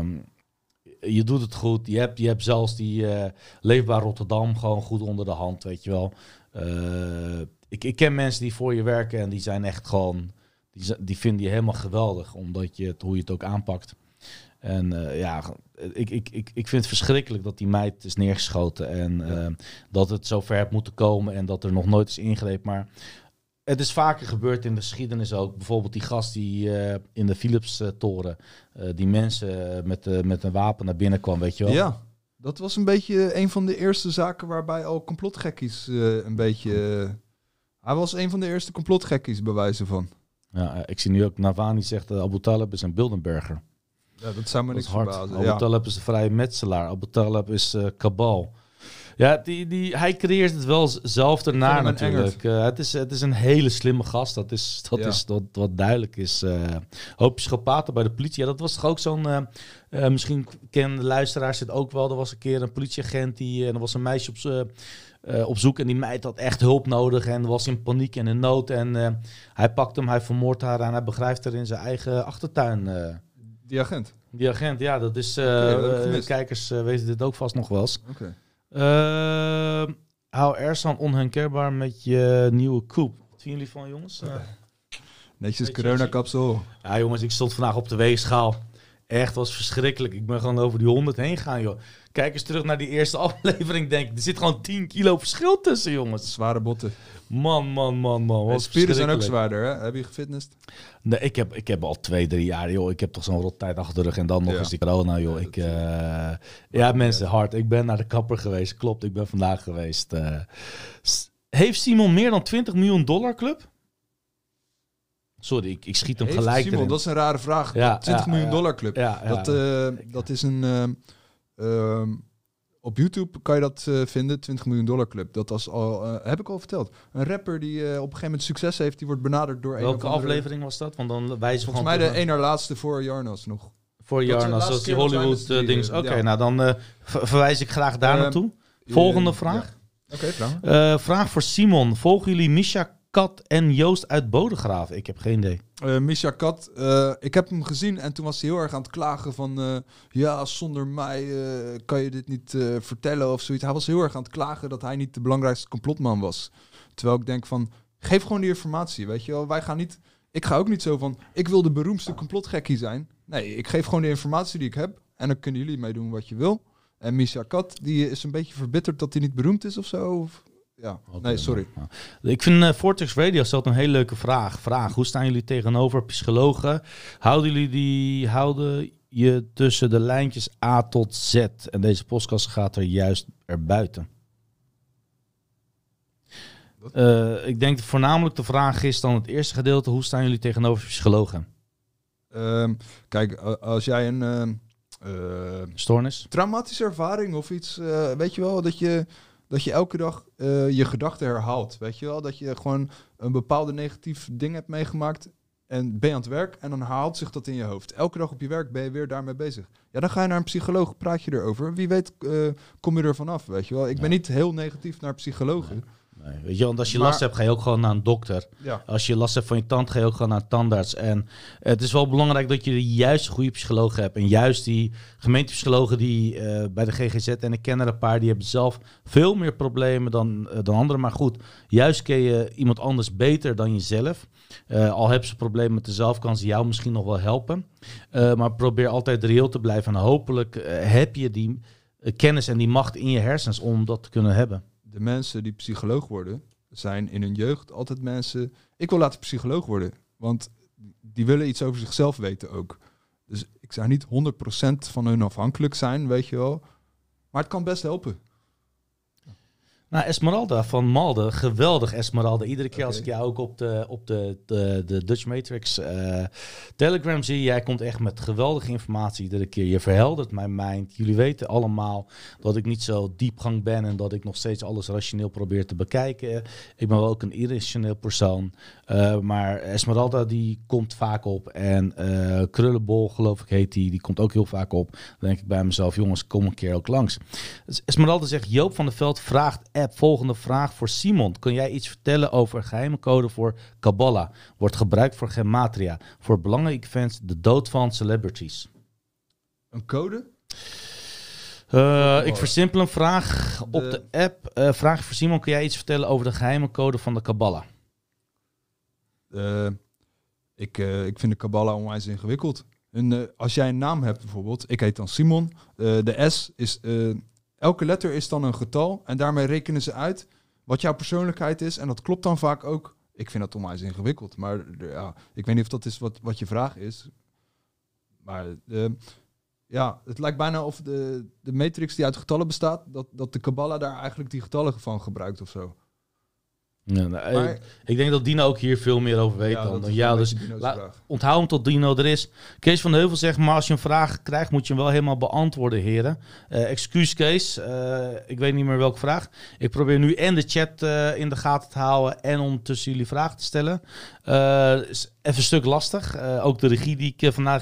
je doet het goed, je hebt, je hebt zelfs die uh, Leefbaar Rotterdam gewoon goed onder de hand, weet je wel. Uh, ik, ik ken mensen die voor je werken en die zijn echt gewoon, die, die vinden je helemaal geweldig, omdat je het, hoe je het ook aanpakt. En uh, ja, ik, ik, ik, ik vind het verschrikkelijk dat die meid is neergeschoten. En uh, ja. dat het zo ver heeft moeten komen en dat er nog nooit is ingrepen. Maar het is vaker gebeurd in de geschiedenis ook. Bijvoorbeeld die gast die uh, in de Philips-toren, uh, die mensen met, uh, met een wapen naar binnen kwam, weet je wel. Ja, dat was een beetje een van de eerste zaken waarbij al complotgekkies uh, een beetje... Uh, hij was een van de eerste complotgekkies, bij wijze van. Ja, uh, ik zie nu ook Navani zegt, uh, Abu Talib is een Bilderberger. Ja, dat zou me niks verbazen. Abu Talib ja. is een vrije metselaar. Abu Talib is uh, kabal. Ja, die, die, hij creëert het wel zelf erna natuurlijk. Uh, het, is, het is een hele slimme gast. Dat is, dat ja. is dat, wat duidelijk is. Uh, hoop psychopaten bij de politie. Ja, dat was toch ook zo'n... Uh, uh, misschien kennen de luisteraars dit ook wel. Er was een keer een politieagent die... En uh, er was een meisje op, uh, uh, op zoek. En die meid had echt hulp nodig en was in paniek en in nood. En uh, hij pakt hem, hij vermoordt haar en hij begrijpt haar in zijn eigen achtertuin. Uh. Die agent? Die agent, ja, dat is... Uh, okay, uh, kijkers uh, weten dit ook vast nog wel eens. Okay. Uh, hou Ersan onherkenbaar met je nieuwe coupe. Wat vinden jullie van, jongens? Uh, Netjes coronakapsel. Ja, jongens, ik stond vandaag op de weegschaal. Echt, was verschrikkelijk. Ik ben gewoon over die honderd heen gegaan, joh. Kijk eens terug naar die eerste aflevering, denk ik. Er zit gewoon tien kilo verschil tussen, jongens. Zware botten. Man, man, man, man. Hey, spieren zijn ook zwaarder, hè? Heb je gefitnessd? Nee, ik heb, ik heb al twee, drie jaar, joh. Ik heb toch zo'n rottijd achter de rug en dan nog ja. eens die corona, joh. Ja, ik, uh, ja, ja, mensen, hard. Ik ben naar de kapper geweest. Klopt, ik ben vandaag geweest. Uh, heeft Simon meer dan twintig miljoen dollar club? Sorry, ik, ik schiet hem Heeft gelijk Simon, erin. dat is een rare vraag. Ja, twintig miljoen dollar club. Ja, ja, dat, uh, dat is een... Uh, uh, op YouTube kan je dat uh, vinden, twintig miljoen dollar club. Dat was al, uh, heb ik al verteld. Een rapper die uh, op een gegeven moment succes heeft, die wordt benaderd door... Welke een andere... aflevering was dat? Want dan wijzen we Volgens mij de één naar laatste voor Jarnas nog. Voor Jarnas, zoals die Hollywood uh, dings. Oké, okay, ja. nou dan uh, ver- verwijs ik graag daar uh, naartoe. Volgende uh, vraag. Ja. Oké, okay, vraag. Uh, vraag voor Simon. Volgen jullie Misha Kat en Joost uit Bodegraven? Ik heb geen idee. Uh, Misha Kat, uh, ik heb hem gezien en toen was hij heel erg aan het klagen van... Uh, ja, zonder mij uh, kan je dit niet uh, vertellen of zoiets. Hij was heel erg aan het klagen dat hij niet de belangrijkste complotman was. Terwijl ik denk van, geef gewoon die informatie, weet je wel. Wij gaan niet... Ik ga ook niet zo van, ik wil de beroemdste complotgekkie zijn. Nee, ik geef gewoon de informatie die ik heb en dan kunnen jullie mee doen wat je wil. En Misha Kat, die is een beetje verbitterd dat hij niet beroemd is of zo, of... Ja, okay, nee, sorry. Nou, ik vind uh, Vortex Radio stelt een hele leuke vraag. Vraag, hoe staan jullie tegenover psychologen? Houden jullie die, houden je tussen de lijntjes A tot Z? En deze podcast gaat er juist erbuiten. Uh, ik denk dat voornamelijk de vraag is dan het eerste gedeelte. Hoe staan jullie tegenover psychologen? Um, kijk, als jij een... Uh, uh, Stoornis? Traumatische ervaring of iets, uh, weet je wel, dat je... Dat je elke dag uh, je gedachten herhaalt, weet je wel? Dat je gewoon een bepaalde negatief ding hebt meegemaakt en ben je aan het werk en dan herhaalt zich dat in je hoofd. Elke dag op je werk ben je weer daarmee bezig. Ja, dan ga je naar een psycholoog, praat je erover. Wie weet uh, kom je er vanaf, weet je wel? Ik ja. ben niet heel negatief naar psychologen. Nee. Nee, weet je, want als je maar, last hebt, ga je ook gewoon naar een dokter. Ja. Als je last hebt van je tand, ga je ook gewoon naar een tandarts. En het is wel belangrijk dat je de juiste goede psycholoog hebt. En juist die gemeentepsychologen die uh, bij de G G Z, en ik ken er een paar, die hebben zelf veel meer problemen dan, uh, dan anderen. Maar goed, juist ken je iemand anders beter dan jezelf. Uh, al hebben ze problemen met jezelf, kan ze jou misschien nog wel helpen. Uh, maar probeer altijd reëel te blijven. En hopelijk uh, heb je die uh, kennis en die macht in je hersens om dat te kunnen hebben. De mensen die psycholoog worden, zijn in hun jeugd altijd mensen... Ik wil later psycholoog worden, want die willen iets over zichzelf weten ook. Dus ik zou niet honderd procent van hun afhankelijk zijn, weet je wel. Maar het kan best helpen. Nou, Esmeralda van Malden, geweldig Esmeralda. Iedere keer okay. als ik jou ook op de, op de, de, de Dutch Matrix uh, Telegram zie, jij komt echt met geweldige informatie iedere keer. Je verheldert mijn mind. Jullie weten allemaal dat ik niet zo diepgang ben en dat ik nog steeds alles rationeel probeer te bekijken. Ik ben wel ook een irrationeel persoon. Uh, maar Esmeralda die komt vaak op en uh, Krullenbol, geloof ik heet die, die komt ook heel vaak op. Dan denk ik bij mezelf, jongens, kom een keer ook langs. Dus Esmeralda zegt, Joop van der Veld vraagt app. Volgende vraag voor Simon. Kun jij iets vertellen over een geheime code voor Kabbalah? Wordt gebruikt voor gematria. Voor belangrijke events, de dood van celebrities. Een code? Uh, ik versimpel een vraag de... op de app. Uh, vraag voor Simon. Kun jij iets vertellen over de geheime code van de Kabbalah? Uh, ik, uh, ik vind de Kabbalah onwijs ingewikkeld. En, uh, als jij een naam hebt bijvoorbeeld. Ik heet dan Simon. Uh, de S is... Uh, Elke letter is dan een getal en daarmee rekenen ze uit wat jouw persoonlijkheid is. En dat klopt dan vaak ook. Ik vind dat onwijs ingewikkeld, maar ja, ik weet niet of dat is wat, wat je vraag is. Maar de, ja, het lijkt bijna of de, de matrix die uit getallen bestaat, dat, dat de Kabbalah daar eigenlijk die getallen van gebruikt of zo. Ja, nou, maar, ik denk dat Dino ook hier veel meer over weet ja, dan, dan jou. Dus la, onthoud hem tot Dino er is. Kees van de Heuvel zegt, maar als je een vraag krijgt, moet je hem wel helemaal beantwoorden, heren. Uh, excuus Kees, uh, ik weet niet meer welke vraag. Ik probeer nu en de chat uh, in de gaten te houden en om tussen jullie vragen te stellen. Uh, is even een stuk lastig. Uh, ook de regie die ik uh, vandaag heb.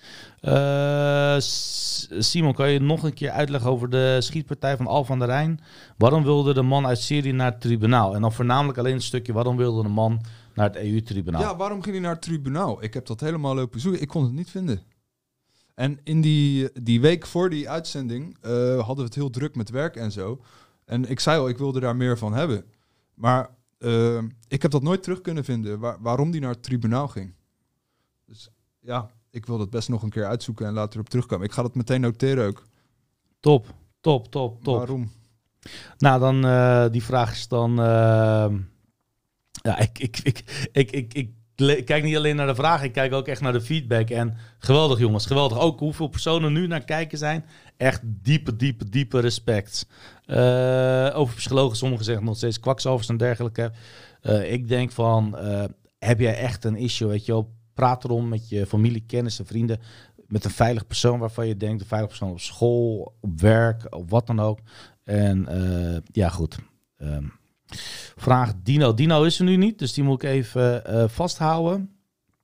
Uh, Simon, kan je nog een keer uitleggen over de schietpartij van Al van der Rijn? Waarom wilde de man uit Syrië naar het tribunaal? En dan voornamelijk alleen een stukje, waarom wilde de man naar het E U-tribunaal? Ja, waarom ging hij naar het tribunaal? Ik heb dat helemaal lopen zoeken. Ik kon het niet vinden. En in die, die week voor die uitzending uh, hadden we het heel druk met werk en zo. En ik zei al, ik wilde daar meer van hebben. Maar uh, ik heb dat nooit terug kunnen vinden, waar, waarom die naar het tribunaal ging. Dus ja, ik wil dat best nog een keer uitzoeken en later op terugkomen. Ik ga dat meteen noteren ook. Top, top, top, top. Waarom? Nou, dan uh, die vraag is dan... Uh, ja, ik, ik, ik, ik, ik, ik Ik kijk niet alleen naar de vragen, ik kijk ook echt naar de feedback. En geweldig jongens, geweldig. Ook hoeveel personen nu naar kijken zijn. Echt diepe, diepe, diepe respect. Uh, over psychologen, sommigen zeggen nog steeds kwakzalvers en dergelijke. Uh, ik denk van, uh, heb jij echt een issue, weet je wel? Praat erom met je familie, kennissen, vrienden. Met een veilig persoon waarvan je denkt, een veilig persoon op school, op werk, op wat dan ook. En uh, ja, goed. Um, Vraag Dino. Dino is er nu niet, dus die moet ik even uh, vasthouden.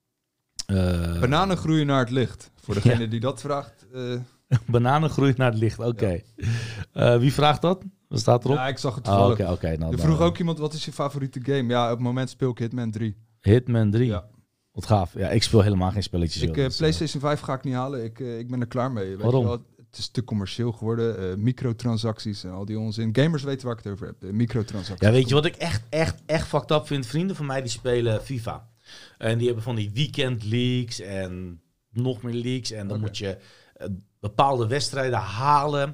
Uh, Bananen groeien naar het licht. Voor degene ja. die dat vraagt. Uh... Bananen groeien naar het licht, oké. Okay. Ja. Uh, wie vraagt dat? Wat staat erop? Ja, ik zag het toevallig. Oh, okay, okay, nou, er vroeg ook iemand, wat is je favoriete game? Ja, op het moment speel ik Hitman drie. Hitman drie? Ja. Wat gaaf. Ja, ik speel helemaal geen spelletjes. Ik, joh, uh, dus, PlayStation vijf ga ik niet halen. Ik, uh, ik ben er klaar mee. Weet Waarom? Je wel? Het is te commercieel geworden. Uh, microtransacties en al die onzin. Gamers weten waar ik het over heb. Uh, microtransacties. Ja, weet je wat ik echt, echt, echt fucked up vind? Vrienden van mij die spelen FIFA. En die hebben van die weekend leagues en nog meer leagues. En dan okay. moet je uh, bepaalde wedstrijden halen.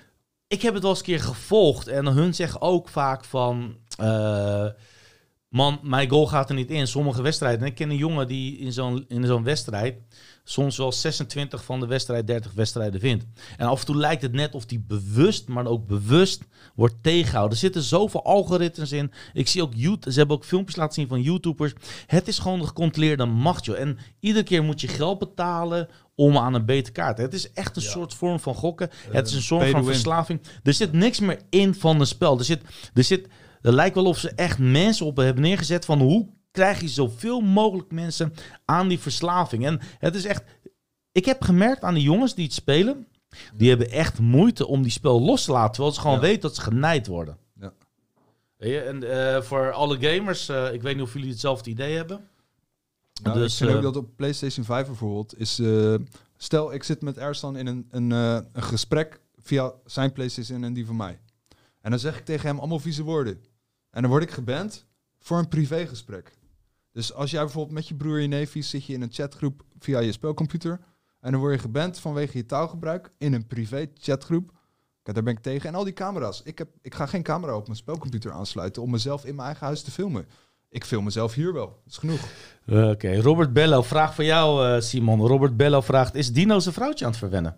Ik heb het wel eens een keer gevolgd. En hun zeggen ook vaak van... Uh, man, mijn goal gaat er niet in. Sommige wedstrijden. En ik ken een jongen die in zo'n, in zo'n wedstrijd... soms wel zesentwintig van de wedstrijd, dertig wedstrijden wint. En af en toe lijkt het net of die bewust, maar ook bewust wordt tegengehouden. Er zitten zoveel algoritmes in. Ik zie ook, YouTube, ze hebben ook filmpjes laten zien van YouTubers. Het is gewoon de gecontroleerde macht, joh. En iedere keer moet je geld betalen om aan een betere kaart. Het is echt een ja. soort vorm van gokken. Uh, het is een soort van verslaving. Er zit niks meer in van een spel. Er zit, er zit, er lijkt wel of ze echt mensen op hebben neergezet van hoe krijg je zoveel mogelijk mensen aan die verslaving. En het is echt... Ik heb gemerkt aan de jongens die het spelen... die hebben echt moeite om die spel los te laten... terwijl ze gewoon ja. weten dat ze genijd worden. Ja. Weet je? En uh, voor alle gamers... Uh, ik weet niet of jullie hetzelfde idee hebben. Nou, dus, ik vind uh, ook dat op PlayStation vijf bijvoorbeeld... is uh, stel, ik zit met Ersan in een, een, uh, een gesprek... via zijn PlayStation en die van mij. En dan zeg ik tegen hem allemaal vieze woorden. En dan word ik geband voor een privégesprek. Dus als jij bijvoorbeeld met je broer en je neefjes zit je in een chatgroep via je spelcomputer en dan word je geband vanwege je taalgebruik in een privé chatgroep. Kijk, daar ben ik tegen. En al die camera's. Ik, heb, ik ga geen camera op mijn spelcomputer aansluiten om mezelf in mijn eigen huis te filmen. Ik film mezelf hier wel. Dat is genoeg. Oké, okay. Robert Bello, vraag voor jou, uh, Simon. Robert Bello vraagt, is Dino zijn vrouwtje aan het verwennen?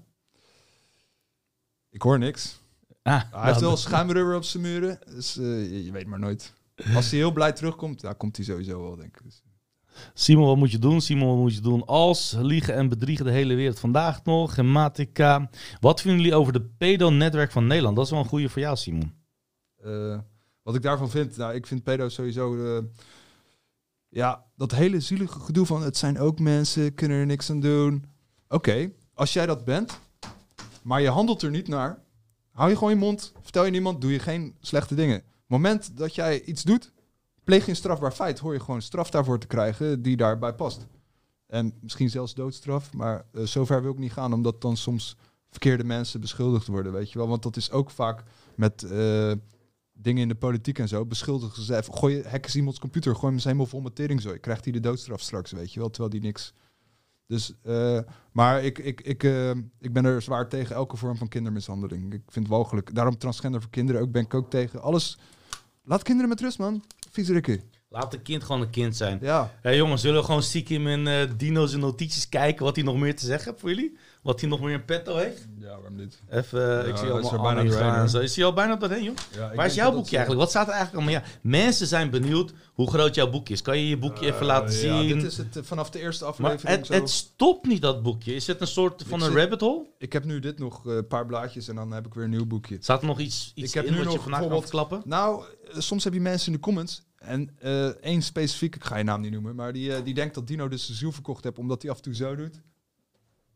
Ik hoor niks. Ah, hij heeft wel schuimrubber op zijn muren, dus uh, je, je weet maar nooit. Als hij heel blij terugkomt, ja, komt hij sowieso wel, denk ik. Dus. Simon, wat moet je doen? Simon, wat moet je doen als liegen en bedriegen de hele wereld vandaag nog? Grammatica. Wat vinden jullie over de pedo-netwerk van Nederland? Dat is wel een goede voor jou, Simon. Uh, wat ik daarvan vind? Nou, ik vind pedo sowieso... Uh, ja, dat hele zielige gedoe van het zijn ook mensen, kunnen er niks aan doen. Oké, okay, als jij dat bent, maar je handelt er niet naar, hou je gewoon je mond, vertel je niemand, doe je geen slechte dingen. Op het moment dat jij iets doet, pleeg je een strafbaar feit, hoor je gewoon straf daarvoor te krijgen die daarbij past. En misschien zelfs doodstraf, maar uh, zover wil ik niet gaan, omdat dan soms verkeerde mensen beschuldigd worden, weet je wel. Want dat is ook vaak met uh, dingen in de politiek en zo. Beschuldigen ze even, gooi je, hacken ze iemands computer, gooi hem eens helemaal vol met teringzooi. Krijgt hij de doodstraf straks, weet je wel, terwijl die niks... Dus, uh, maar ik, ik, ik, uh, ik ben er zwaar tegen elke vorm van kindermishandeling. Ik vind het walgelijk. Daarom transgender voor kinderen ook, ben ik ook tegen. Alles, laat kinderen met rust, man. Viezerikken. Laat een kind gewoon een kind zijn. Ja. Hey, jongens, zullen we gewoon stiekem in uh, Dino's en notities kijken wat hij nog meer te zeggen heeft voor jullie? Wat hij nog meer in petto heeft? Ja, waarom niet? Even, uh, ja, ik zie allemaal bijna doorheen, zo. Is hij al bijna doorheen, joh? Ja, waar is jouw boekje eigenlijk? Wat staat er eigenlijk allemaal? Ja, mensen zijn benieuwd hoe groot jouw boekje is. Kan je je boekje uh, even laten ja, zien? Dit is het uh, vanaf de eerste aflevering. Maar het, zo. het stopt niet, dat boekje. Is het een soort van ik een zit, rabbit hole? Ik heb nu dit nog, een uh, paar blaadjes en dan heb ik weer een nieuw boekje. Staat er nog iets, iets ik heb in nu wat nog je vandaag kan klappen? Nou, uh, soms heb je mensen in de comments... En uh, één specifiek, ik ga je naam niet noemen, maar die, uh, die denkt dat Dino dus zijn ziel verkocht heeft omdat hij af en toe zo doet.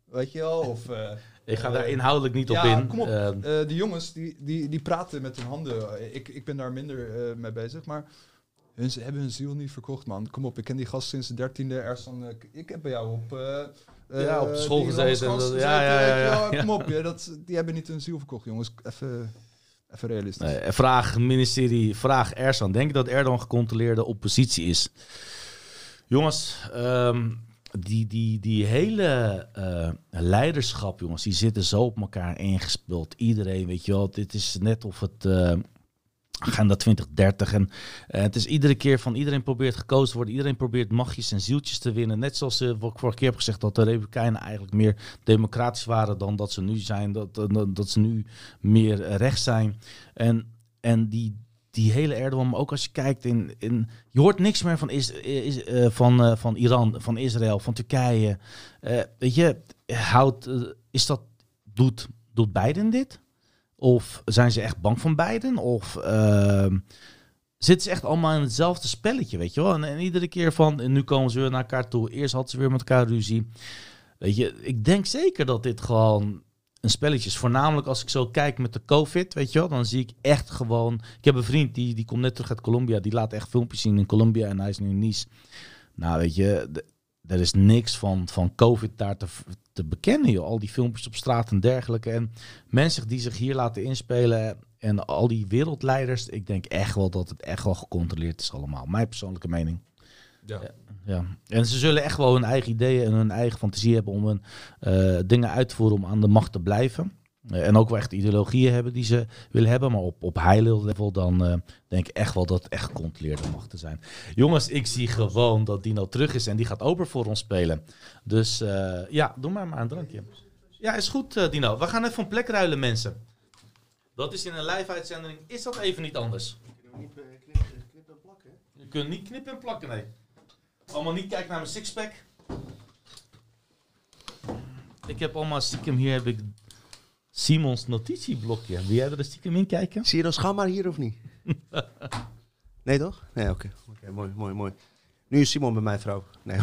Weet je wel? Of, uh, ik ga daar inhoudelijk niet ja, op in. Kom op, Uh, uh, die jongens die, die, die praten met hun handen. Ik, ik ben daar minder uh, mee bezig, maar hun, ze hebben hun ziel niet verkocht, man. Kom op, ik ken die gast sinds de dertiende. Ersan, uh, ik heb bij jou op... Uh, Uh, ja, op school gezeten. Dat, gezeten ja, ja, ja, ja, ja. Kom op, ja, dat, die hebben niet hun ziel verkocht, jongens. Even, even realistisch. Nee, vraag ministerie, vraag Ersan. Denk je dat Erdogan gecontroleerde oppositie is? Jongens, um, die, die, die hele uh, leiderschap, jongens, die zitten zo op elkaar ingespeeld. Iedereen, weet je wel, dit is net of het... Uh, Agenda twintig dertig. En uh, het is iedere keer van iedereen probeert gekozen te worden. Iedereen probeert machtjes en zieltjes te winnen. Net zoals uh, wat ik vorige keer heb gezegd, dat de Republikeinen eigenlijk meer democratisch waren dan dat ze nu zijn. Dat, dat, dat ze nu meer uh, rechts zijn. En, en die, die hele Erdogan, maar ook als je kijkt in... in je hoort niks meer van, is, is, uh, van, uh, van Iran, van Israël, van Turkije. Uh, weet je, houdt, uh, is dat, doet, doet Biden dit? Of zijn ze echt bang van Biden? Of uh, zitten ze echt allemaal in hetzelfde spelletje, weet je wel? En, en iedere keer van, en nu komen ze weer naar elkaar toe. Eerst hadden ze weer met elkaar ruzie. Weet je, ik denk zeker dat dit gewoon een spelletje is. Voornamelijk als ik zo kijk met de COVID, weet je wel? Dan zie ik echt gewoon... Ik heb een vriend, die, die komt net terug uit Colombia. Die laat echt filmpjes zien in Colombia en hij is nu in Nice. Nou, weet je... De, Er is niks van, van COVID daar te, te bekennen, joh. Al die filmpjes op straat en dergelijke. En mensen die zich hier laten inspelen en al die wereldleiders, ik denk echt wel dat het echt wel gecontroleerd is allemaal. Mijn persoonlijke mening. Ja. Ja, ja. En ze zullen echt wel hun eigen ideeën en hun eigen fantasie hebben om hun uh, dingen uit te voeren om aan de macht te blijven. Uh, en ook wel echt ideologieën hebben die ze willen hebben. Maar op, op high level dan uh, denk ik echt wel dat het echt gecontroleerde machten zijn. Jongens, ik zie gewoon dat Dino terug is en die gaat open voor ons spelen. Dus uh, ja, doe maar maar een drankje. Ja, is goed uh, Dino. We gaan even van plek ruilen, mensen. Dat is in een live uitzending. Is dat even niet anders? Je kunt niet knippen en plakken, nee. Allemaal niet kijken naar mijn sixpack. Ik heb allemaal stiekem hier heb ik... Simons notitieblokje. Wil jij er stiekem in kijken? Zie je dan schaam maar hier of niet? Nee toch? Nee, oké. Okay. Okay, mooi, mooi, mooi. Nu is Simon bij mijn vrouw. Nee.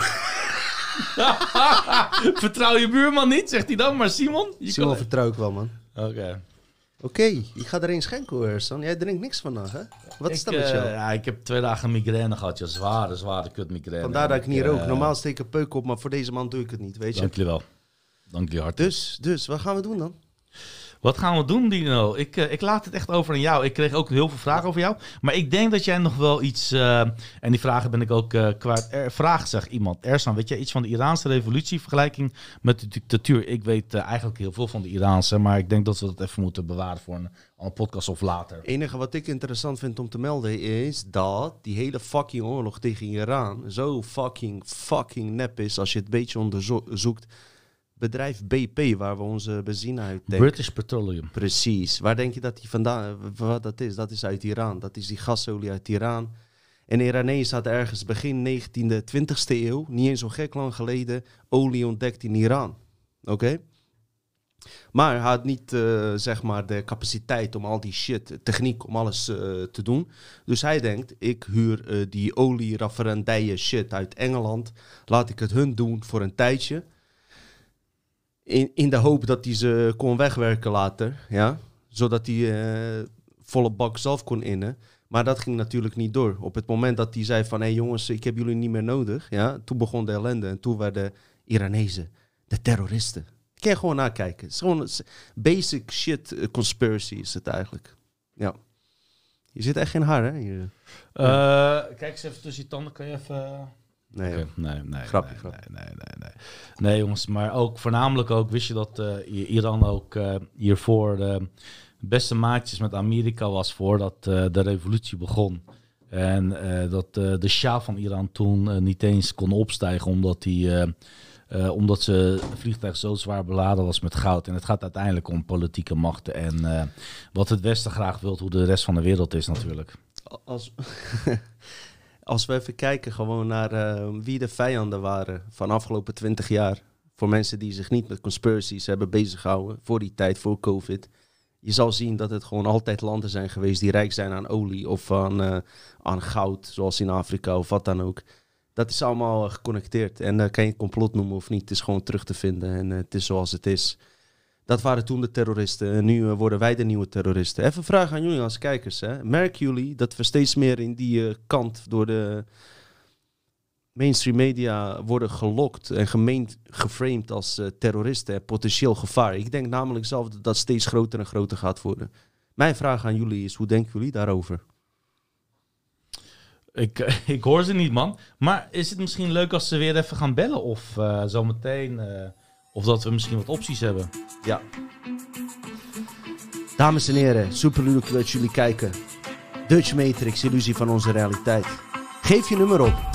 Vertrouw je buurman niet, zegt hij dan. Maar Simon? Je Simon kan... vertrouw ik wel, man. Oké. Okay. Oké, okay, je gaat er een schenken hoor, Stan. Jij drinkt niks vandaag, hè? Wat is ik, dat met jou? Uh, ja, ik heb twee dagen migraine gehad. Ja, zware, zware kutmigraine. Vandaar dat ik niet uh, rook. Normaal steek ik peuk op, maar voor deze man doe ik het niet, weet je. Dank je wel. Dank je hartelijk. Dus, dus, wat gaan we doen dan? Wat gaan we doen, Dino? Ik, uh, ik laat het echt over aan jou. Ik kreeg ook heel veel vragen over jou. Maar ik denk dat jij nog wel iets... Uh, en die vragen ben ik ook uh, kwijt. Er, vraag, zegt iemand. Ersan, weet jij iets van de Iraanse revolutie vergelijking met de dictatuur? Ik weet uh, eigenlijk heel veel van de Iraanse. Maar ik denk dat we dat even moeten bewaren voor een, een podcast of later. Het enige wat ik interessant vind om te melden is dat die hele fucking oorlog tegen Iran zo fucking, fucking nep is als je het een beetje onderzoekt. Bedrijf B P, waar we onze benzine uit denken. British Petroleum. Precies. Waar denk je dat die vandaan, wat dat is? Dat is uit Iran. Dat is die gasolie uit Iran. En Iranees had ergens begin negentiende, twintigste eeuw, niet eens zo gek lang geleden, olie ontdekt in Iran. Oké? Okay? Maar hij had niet, uh, zeg maar, de capaciteit om al die shit, techniek, om alles uh, te doen. Dus hij denkt, ik huur uh, die olieraffinaderijen shit uit Engeland. Laat ik het hun doen voor een tijdje. In, in de hoop dat hij ze kon wegwerken later, ja, zodat hij uh, volle bak zelf kon innen. Maar dat ging natuurlijk niet door. Op het moment dat hij zei van, hé hey jongens, ik heb jullie niet meer nodig, ja, toen begon de ellende en toen werden Iranezen de terroristen. Kun je gewoon nakijken. Het is gewoon basic shit uh, conspiracy is het eigenlijk. Ja. Je zit echt geen haar, hè? Hier. Uh, kijk eens even tussen je tanden, kan je even... Uh... Nee, okay. nee, nee, grapje, nee, grapje. Nee, nee, nee, nee. Nee, jongens, maar ook voornamelijk ook, wist je dat uh, Iran ook uh, hiervoor de beste maatjes met Amerika was voordat uh, de revolutie begon. En uh, dat uh, de Shah van Iran toen uh, niet eens kon opstijgen omdat hij... Uh, Uh, omdat ze vliegtuig zo zwaar beladen was met goud. En het gaat uiteindelijk om politieke machten. En uh, wat het Westen graag wil, hoe de rest van de wereld is natuurlijk. Als, als we even kijken gewoon naar uh, wie de vijanden waren van de afgelopen twintig jaar. Voor mensen die zich niet met conspiracies hebben bezighouden voor die tijd, voor COVID. Je zal zien dat het gewoon altijd landen zijn geweest die rijk zijn aan olie of aan, uh, aan goud. Zoals in Afrika of wat dan ook. Dat is allemaal geconnecteerd. En dan uh, kan je het complot noemen of niet. Het is gewoon terug te vinden. En uh, het is zoals het is. Dat waren toen de terroristen. En nu uh, worden wij de nieuwe terroristen. Even een vraag aan jullie als kijkers. Hè. Merken jullie dat we steeds meer in die uh, kant door de mainstream media worden gelokt en gemeend, geframed als uh, terroristen en potentieel gevaar? Ik denk namelijk zelf dat dat steeds groter en groter gaat worden. Mijn vraag aan jullie is, hoe denken jullie daarover? Ik, ik hoor ze niet, man. Maar is het misschien leuk als ze weer even gaan bellen? Of uh, zometeen... Uh, of dat we misschien wat opties hebben? Ja. Dames en heren, super leuk dat jullie kijken. Dutch Matrix, illusie van onze realiteit. Geef je nummer op.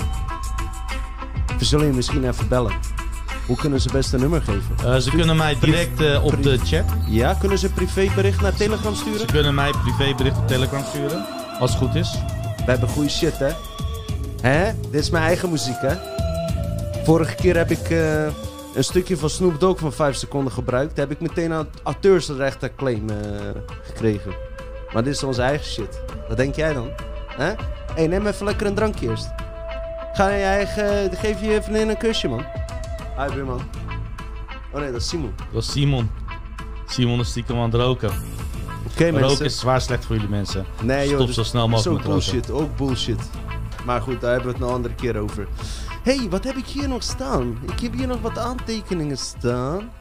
We zullen je misschien even bellen. Hoe kunnen ze best een nummer geven? Uh, ze kunnen mij direct uh, op de chat. Ja, kunnen ze privébericht naar Telegram sturen? Ze kunnen mij privébericht op Telegram sturen. Als het goed is. We hebben goede shit, hè? Hè? Dit is mijn eigen muziek, hè? Vorige keer heb ik uh, een stukje van Snoop Dogg van vijf seconden gebruikt. Daar heb ik meteen een auteursrechterclaim uh, gekregen. Maar dit is onze eigen shit. Wat denk jij dan? Hè? Hé, hey, neem even lekker een drankje eerst. Ga naar je eigen... Geef je vriendin een kusje, man. Hi, buurman. Oh nee, dat is Simon. Dat is Simon. Simon is stiekem aan het roken. Oké, okay, mensen. Roken is zwaar slecht voor jullie mensen. Nee, joh. Stop dus zo snel mogelijk met roken. Bullshit, ook bullshit. Maar goed, daar hebben we het een andere keer over. Hé, hey, wat heb ik hier nog staan? Ik heb hier nog wat aantekeningen staan.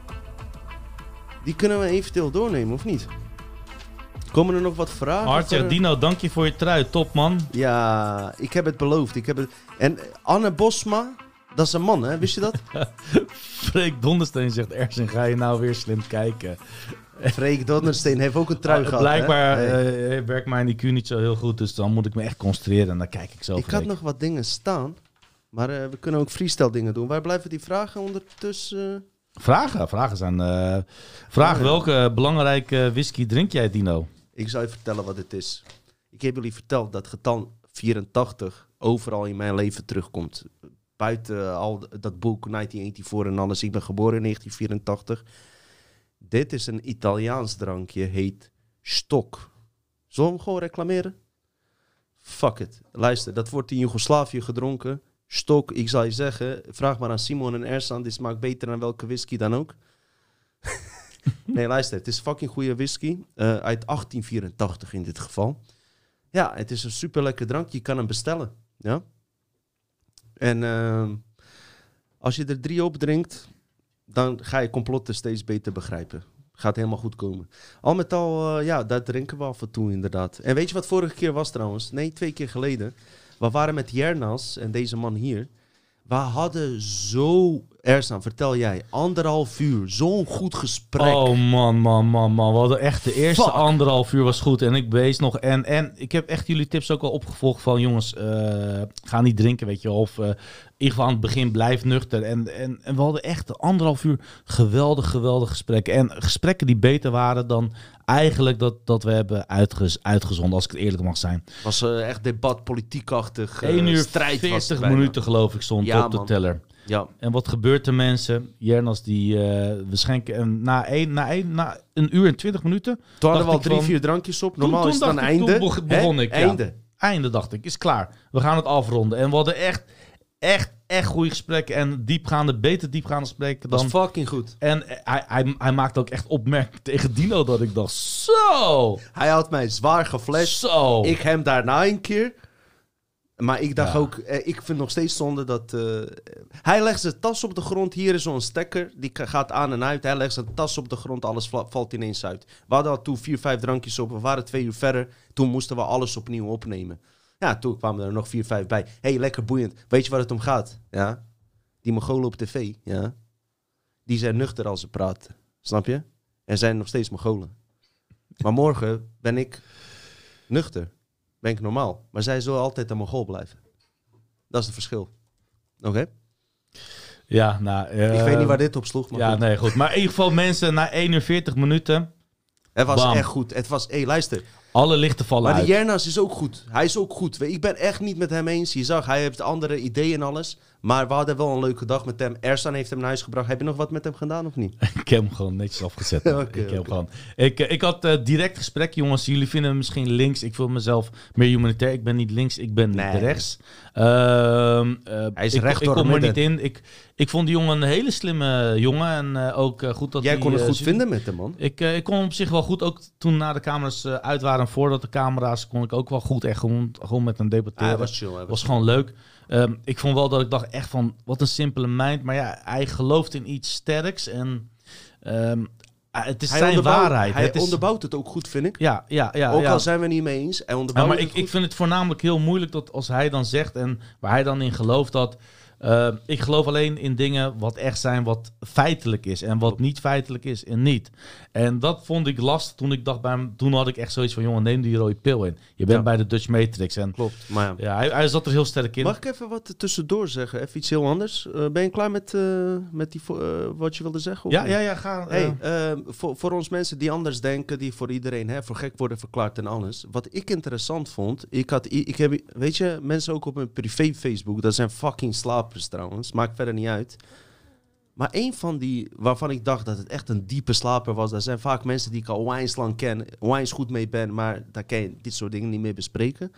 Die kunnen we eventueel doornemen, of niet? Komen er nog wat vragen? Artje, voor... Dino, dank je voor je trui. Top, man. Ja, ik heb het beloofd. Ik heb het... En Anne Bosma, dat is een man, hè? Wist je dat? Freek Dondersteen zegt, Ersin, ga je nou weer slim kijken? Freek Dondersteen heeft ook een trui uh, gehad, Blijkbaar hè? uh, werkt mijn I Q niet zo heel goed, dus dan moet ik me echt concentreren en dan kijk ik zo. Ik had nog wat dingen staan, maar uh, we kunnen ook freestyle dingen doen. Waar blijven die vragen ondertussen? Vragen? Vragen zijn... Uh, vraag, oh, ja. Welke belangrijke whisky drink jij, Dino? Ik zal je vertellen wat het is. Ik heb jullie verteld dat getal vierentachtig overal in mijn leven terugkomt. Buiten al dat boek negentien eenennegentig en alles. Ik ben geboren in negentien vierentachtig. Dit is een Italiaans drankje, heet Stok. Zullen we hem gewoon reclameren? Fuck it. Luister, dat wordt in Joegoslavië gedronken. Stok, ik zal je zeggen, vraag maar aan Simon en Ersan. Dit smaakt beter dan welke whisky dan ook. Nee, luister, het is fucking goede whisky. Uh, uit achttien vierentachtig in dit geval. Ja, het is een super lekker drankje. Je kan hem bestellen. Ja. En uh, als je er drie op drinkt, dan ga je complotten steeds beter begrijpen. Gaat helemaal goed komen. Al met al, uh, ja, daar drinken we af en toe inderdaad. En weet je wat vorige keer was trouwens? Nee, twee keer geleden. We waren met Jernas en deze man hier. We hadden zo... Ersan, vertel jij. Anderhalf uur. Zo'n goed gesprek. Oh man, man, man, man. We hadden echt de eerste Fuck. anderhalf uur was goed. En ik wees nog... En, en ik heb echt jullie tips ook al opgevolgd van... Jongens, uh, ga niet drinken, weet je. Of uh, in ieder geval aan het begin blijf nuchter. En, en, en we hadden echt anderhalf uur geweldig, geweldig gesprekken. En gesprekken die beter waren dan eigenlijk dat, dat we hebben uitgez, uitgezonden. Als ik het eerlijk mag zijn. Het was uh, echt debat, politiekachtig. Uh, één uur strijd veertig minuten geloof ik stond ja, op de man. teller. Ja. En wat gebeurt er, mensen? Jernas die uh, we schenken en na, een, na, een, na een uur en twintig minuten. Toen hadden we al ik drie, van, vier drankjes op. Normaal toen, is toen het dan ik, einde. Toen begon Hè? ik. Ja. Einde. Einde dacht ik. Is klaar. We gaan het afronden. En we hadden echt, echt, echt goede gesprekken. En diepgaande, beter diepgaande gesprekken dan... Dat was fucking goed. En hij, hij, hij maakte ook echt opmerkingen tegen Dino dat ik dacht, zo. Hij had mij zwaar geflasht. Zo. Ik hem daarna een keer... Maar ik dacht ja. ook, eh, ik vind nog steeds zonde dat... Uh, hij legt zijn tas op de grond, hier is zo'n stekker, die gaat aan en uit. Hij legt zijn tas op de grond, alles vla- valt ineens uit. We hadden al toen vier, vijf drankjes op, we waren twee uur verder. Toen moesten we alles opnieuw opnemen. Ja, toen kwamen er nog vier, vijf bij. Hé, hey, lekker boeiend. Weet je waar het om gaat? Ja? Die Mongolen op tv, ja? Die zijn nuchter als ze praten. Snap je? Er zijn nog steeds Mongolen. Maar morgen ben ik nuchter. Ben ik normaal. Maar zij zullen altijd een Mongool blijven. Dat is het verschil. Oké? Okay? Ja, nou... Uh, ik weet niet waar dit op sloeg, maar ja, goed. nee, goed. Maar in ieder geval mensen, na één uur veertig minuten... Het was bam. echt goed. Het was... Hé, hey, luister. Alle lichten vallen Maar uit. die Jernas is ook goed. Hij is ook goed. Ik ben echt niet met hem eens. Je zag, hij heeft andere ideeën en alles. Maar we hadden wel een leuke dag met hem. Ersan heeft hem naar huis gebracht. Heb je nog wat met hem gedaan of niet? Ik heb hem gewoon netjes afgezet. man. Oké, ik, heb oké. gewoon, ik, ik had uh, direct gesprek, jongens. Jullie vinden me misschien links. Ik voel mezelf meer humanitair. Ik ben niet links, ik ben Nee. rechts. Ehm, uh, Hij is ik, recht ik door kom het er niet midden. in. Ik, ik vond die jongen een hele slimme jongen. En uh, ook uh, goed dat Jij hij, kon het uh, goed zi- vinden met hem, man. Ik, uh, ik kon op zich wel goed, ook toen na de camera's uh, uit waren en voordat de camera's, kon ik ook wel goed echt gewoon, gewoon met hem debatteren. Hij was chill. Hij was was chill. gewoon leuk. Um, ik vond wel dat ik dacht echt van, wat een simpele mind. Maar ja, hij gelooft in iets sterks en um, uh, het is Hij zijn onderbouwt- waarheid. Hij het is, onderbouwt het ook goed, vind ik. ja, ja, ja. ook ja. al zijn we het niet mee eens. Hij Ja, onderbouwt maar het ik, goed. ik vind het voornamelijk heel moeilijk dat als hij dan zegt en waar hij dan in gelooft dat... Uh, ik geloof alleen in dingen wat echt zijn, wat feitelijk is. En wat niet feitelijk is en niet. En dat vond ik lastig toen ik dacht bij hem... Toen had ik echt zoiets van, jongen, neem die rode pil in. Je bent Ja. bij de Dutch Matrix. En Klopt, maar ja. ja, hij, hij zat er heel sterk in. Mag ik even wat tussendoor zeggen? Even iets heel anders. Uh, ben je klaar met, uh, met die, vo- uh, wat je wilde zeggen? of Ja, niet? ja, ja, ga. Uh, Hey, uh, voor, voor ons mensen die anders denken, die voor iedereen hè, voor gek worden verklaard en alles. Wat ik interessant vond, ik had, ik heb, weet je, mensen ook op mijn privé Facebook, dat zijn fucking slapers trouwens, maakt verder niet uit. Maar een van die, waarvan ik dacht dat het echt een diepe slaper was, dat zijn vaak mensen die ik al onwijs lang ken, onwijs goed mee ben, maar daar kan je dit soort dingen niet meer bespreken.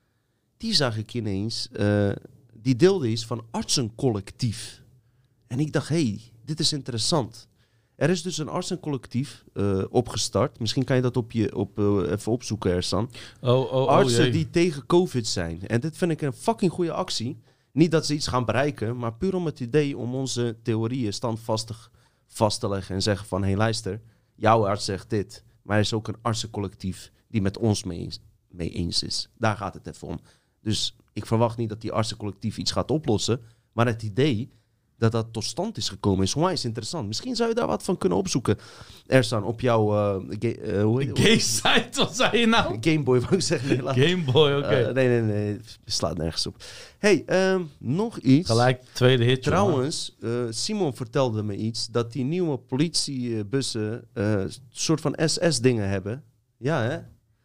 Die zag ik ineens, uh, die deelde iets van artsencollectief. En ik dacht, hé, hey, dit is interessant. Er is dus een artsencollectief uh, opgestart. Misschien kan je dat op je, op, uh, even opzoeken, Ersan. oh, oh, oh, Artsen jee. die tegen COVID zijn. En dit vind ik een fucking goede actie. Niet dat ze iets gaan bereiken, maar puur om het idee om onze theorieën standvastig vast te leggen. En zeggen van, hé hey, luister, jouw arts zegt dit. Maar er is ook een artsencollectief die met ons mee, mee eens is. Daar gaat het even om. Dus ik verwacht niet dat die artsencollectief iets gaat oplossen. Maar het idee dat dat tot stand is gekomen is onwijs interessant. Misschien zou je daar wat van kunnen opzoeken. Ersan, op jouw uh, ga- uh, hoe heet- Gay site, wat zei je nou? Gameboy, wou ik zeggen. Nee, laat- Gameboy, oké. Uh, nee, nee, nee. Het slaat nergens op. Hey, um, nog iets. Gelijk tweede hit. jongen. Trouwens, uh, Simon vertelde me iets. Dat die nieuwe politiebussen uh, een soort van S S-dingen hebben. Ja, hè?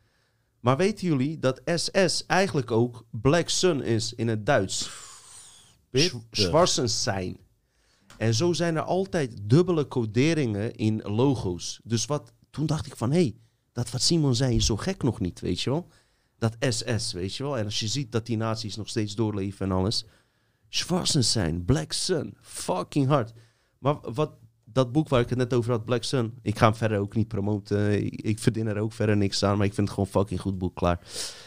Maar weten jullie dat S S eigenlijk ook Black Sun is in het Duits? Pittig. Schwarzen zijn. En zo zijn er altijd dubbele coderingen in logo's. Dus wat, toen dacht ik van, hé, hey, dat wat Simon zei is zo gek nog niet, weet je wel? Dat S S, weet je wel? En als je ziet dat die nazi's nog steeds doorleven en alles. Schwarzen zijn, Black Sun, fucking hard. Maar wat, dat boek waar ik het net over had, Black Sun, ik ga hem verder ook niet promoten. Ik, ik verdien er ook verder niks aan, maar ik vind het gewoon fucking goed boek, klaar.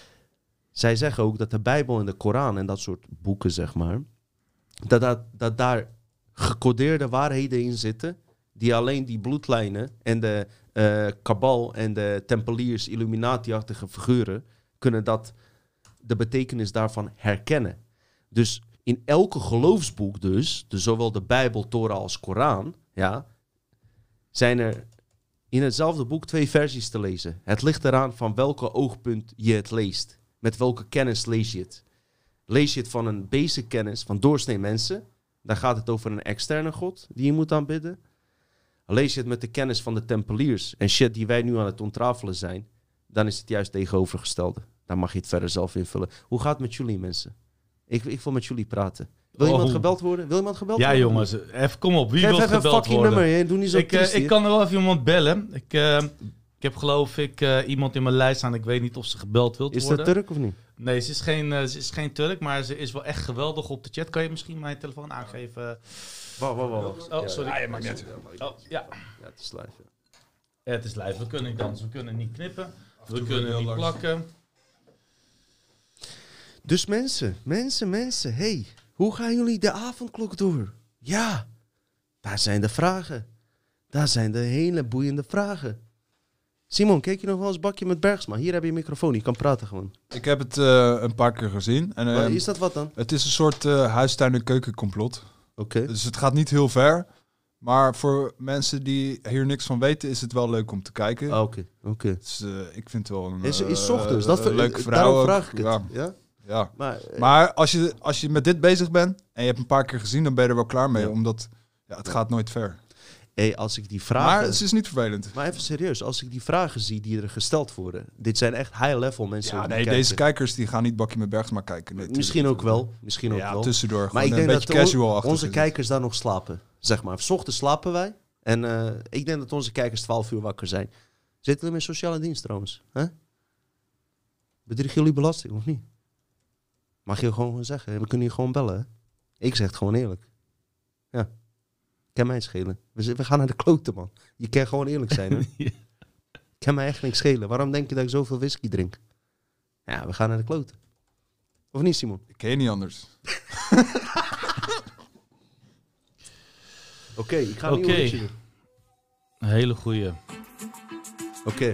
Zij zeggen ook dat de Bijbel en de Koran en dat soort boeken, zeg maar, dat, dat, dat daar gecodeerde waarheden in zitten, die alleen die bloedlijnen en de uh, kabal en de tempeliers, Illuminati-achtige figuren, kunnen dat de betekenis daarvan herkennen. Dus in elke geloofsboek dus, dus zowel de Bijbel, Torah als Koran, ja, zijn er in hetzelfde boek twee versies te lezen. Het ligt eraan van welke oogpunt je het leest. Met welke kennis lees je het. Lees je het van een basic kennis van doorsnee mensen, dan gaat het over een externe god die je moet aanbidden. Lees je het met de kennis van de tempeliers en shit die wij nu aan het ontrafelen zijn, dan is het juist tegenovergestelde. Daar mag je het verder zelf invullen. Hoe gaat het met jullie, mensen? Ik, ik wil met jullie praten. Wil Oh. iemand gebeld worden? Wil iemand gebeld Ja, worden? jongens, even kom op. Wie Geef wil even een gebeld fucking worden? nummer, hè? Doe niet zo Ik, uh, triest ik hier. kan er wel even iemand bellen. Ik, uh, ik heb geloof ik uh, iemand in mijn lijst staan. Ik weet niet of ze gebeld wilt Is worden. dat Turk of niet? Nee, ze is, geen, uh, ze is geen Turk, maar ze is wel echt geweldig op de chat. Kan je misschien mijn telefoon aangeven? Wacht, wacht, wacht. Oh, sorry. Ja, je maakt niet. Oh, ja. Ja, het is live. Ja. Ja, het is live. We kunnen niet dansen, we kunnen niet knippen. We toe kunnen heel niet langs. plakken. Dus mensen, mensen, mensen. Hey, hoe gaan jullie de avondklok door? Ja, daar zijn de vragen. Daar zijn de hele boeiende vragen. Simon, keek je nog wel eens Bakje met Bergsma? Hier heb je een microfoon, je kan praten gewoon. Ik heb het uh, een paar keer gezien. En, uh, Maar is dat wat dan? het is een soort uh, huistuin- en keukencomplot. Oké. Dus het gaat niet heel ver. Maar voor mensen die hier niks van weten, is het wel leuk om te kijken. Ah, Oké, oké. Dus, uh, ik vind het wel een Is, is uh, ochtends, dat een ver- leuke vrouw. daarom ook. vraag ik het. Ja, Ja? ja. Maar, eh, Maar als je, als je met dit bezig bent en je hebt een paar keer gezien, dan ben je er wel klaar mee. Ja. Omdat ja, het gaat nooit ver. hey, als ik die vragen... Maar het is niet vervelend. Maar even serieus, als ik die vragen zie die er gesteld worden... Dit zijn echt high-level mensen. Ja, die nee, kijken. deze kijkers die gaan niet Bakkie met Bergsma kijken. Nee, Misschien ook wel. Misschien ook ja, wel. tussendoor. Maar ik een denk beetje dat casual on- achter onze zitten. kijkers daar nog slapen. Zeg maar. 's Ochtends slapen wij. En uh, ik denk dat onze kijkers twaalf uur wakker zijn. Zitten we met sociale dienst trouwens? Huh? Bedriegen jullie belasting of niet? Mag je gewoon zeggen. We kunnen je gewoon bellen. Hè? Ik zeg het gewoon eerlijk. Ja. Kan mij schelen. We, we gaan naar de kloten, man. Je kan gewoon eerlijk zijn. Hè? Ja. Kan mij echt niks schelen. Waarom denk je dat ik zoveel whisky drink? Ja, we gaan naar de kloten. Of niet, Simon? Ik ken je niet anders. Oké, okay, ik ga een Oké. nieuw liedje doen. Een hele goeie. Oké.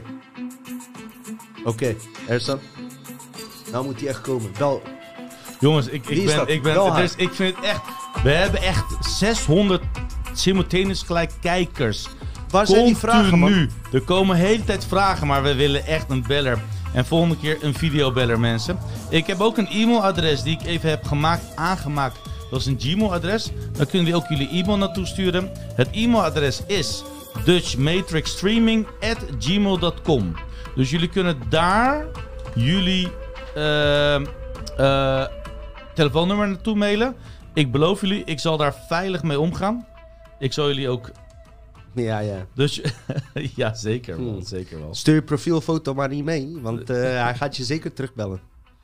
Oké, okay. Ersan. Nou moet hij echt komen. Wel. Jongens, ik, Wie ik is ben... dat? Ik, ben Wel het hard. is, ik vind het echt... We hebben echt zeshonderd simultaneous gelijk kijkers. Waar zijn die vragen, man? Nu. Er komen de hele tijd vragen, maar we willen echt een beller. En volgende keer een videobeller, mensen. Ik heb ook een e-mailadres die ik even heb gemaakt, aangemaakt. Dat is een Gmail-adres. Dan kunnen we ook jullie e-mail naartoe sturen. Het e-mailadres is dutchmatrixstreaming at gmail dot com. Dus jullie kunnen daar jullie uh, uh, telefoonnummer naartoe mailen. Ik beloof jullie, ik zal daar veilig mee omgaan. Ik zal jullie ook... Ja, ja. Dus ja, zeker wel. Hmm. Zeker wel. Stuur je profielfoto maar niet mee, want uh, hij gaat je zeker terugbellen.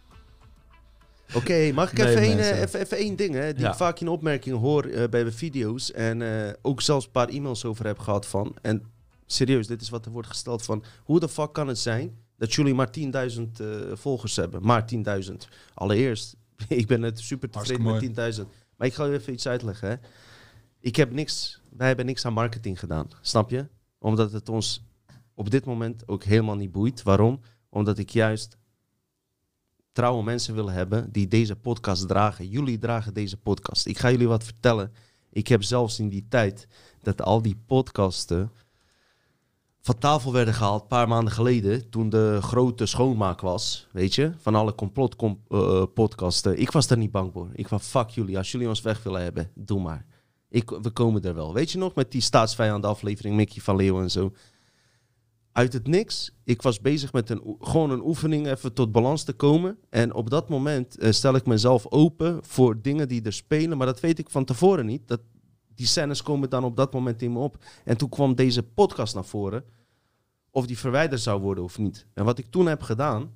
Oké, okay, mag ik Nee, even, één, mensen. uh, even, even één ding, hè, die Ja. ik vaak in opmerkingen hoor uh, bij de video's en uh, ook zelfs een paar e-mails over heb gehad van. En serieus, dit is wat er wordt gesteld van, hoe de fuck kan het zijn dat jullie maar tienduizend uh, volgers hebben? Maar tienduizend. Allereerst, ik ben het super tevreden met tienduizend. Maar ik ga je even iets uitleggen, hè. Ik heb niks, wij hebben niks aan marketing gedaan, snap je? Omdat het ons op dit moment ook helemaal niet boeit. Waarom? Omdat ik juist trouwe mensen wil hebben die deze podcast dragen. Jullie dragen deze podcast. Ik ga jullie wat vertellen. Ik heb zelfs in die tijd dat al die podcasten van tafel werden gehaald, een paar maanden geleden, toen de grote schoonmaak was, weet je, van alle complot uh, podcasten. Ik was daar niet bang voor. Ik was fuck jullie, als jullie ons weg willen hebben, doe maar. Ik, we komen er wel. Weet je nog, met die staatsvijand aflevering, Mickey van Leeuwen en zo. Uit het niks. Ik was bezig met een, gewoon een oefening even tot balans te komen. En op dat moment uh, stel ik mezelf open voor dingen die er spelen. Maar dat weet ik van tevoren niet. Dat, die scènes komen dan op dat moment in me op. En toen kwam deze podcast naar voren. Of die verwijderd zou worden of niet. En wat ik toen heb gedaan,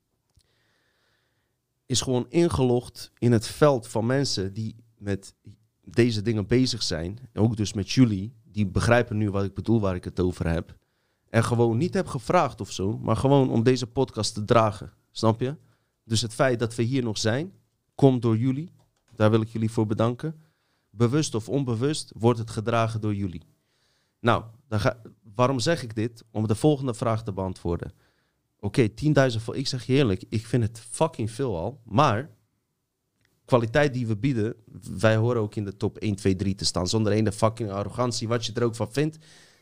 is gewoon ingelogd in het veld van mensen die met deze dingen bezig zijn. Ook dus met jullie. Die begrijpen nu wat ik bedoel, waar ik het over heb. En gewoon niet heb gevraagd of zo, maar gewoon om deze podcast te dragen. Snap je? Dus het feit dat we hier nog zijn, komt door jullie. Daar wil ik jullie voor bedanken. Bewust of onbewust wordt het gedragen door jullie. Nou, dan ga, waarom zeg ik dit? Om de volgende vraag te beantwoorden. Oké, okay, tienduizend, ik zeg je eerlijk, ik vind het fucking veel al. Maar kwaliteit die we bieden, wij horen ook in de top één, twee, drie te staan. Zonder ene fucking arrogantie, wat je er ook van vindt.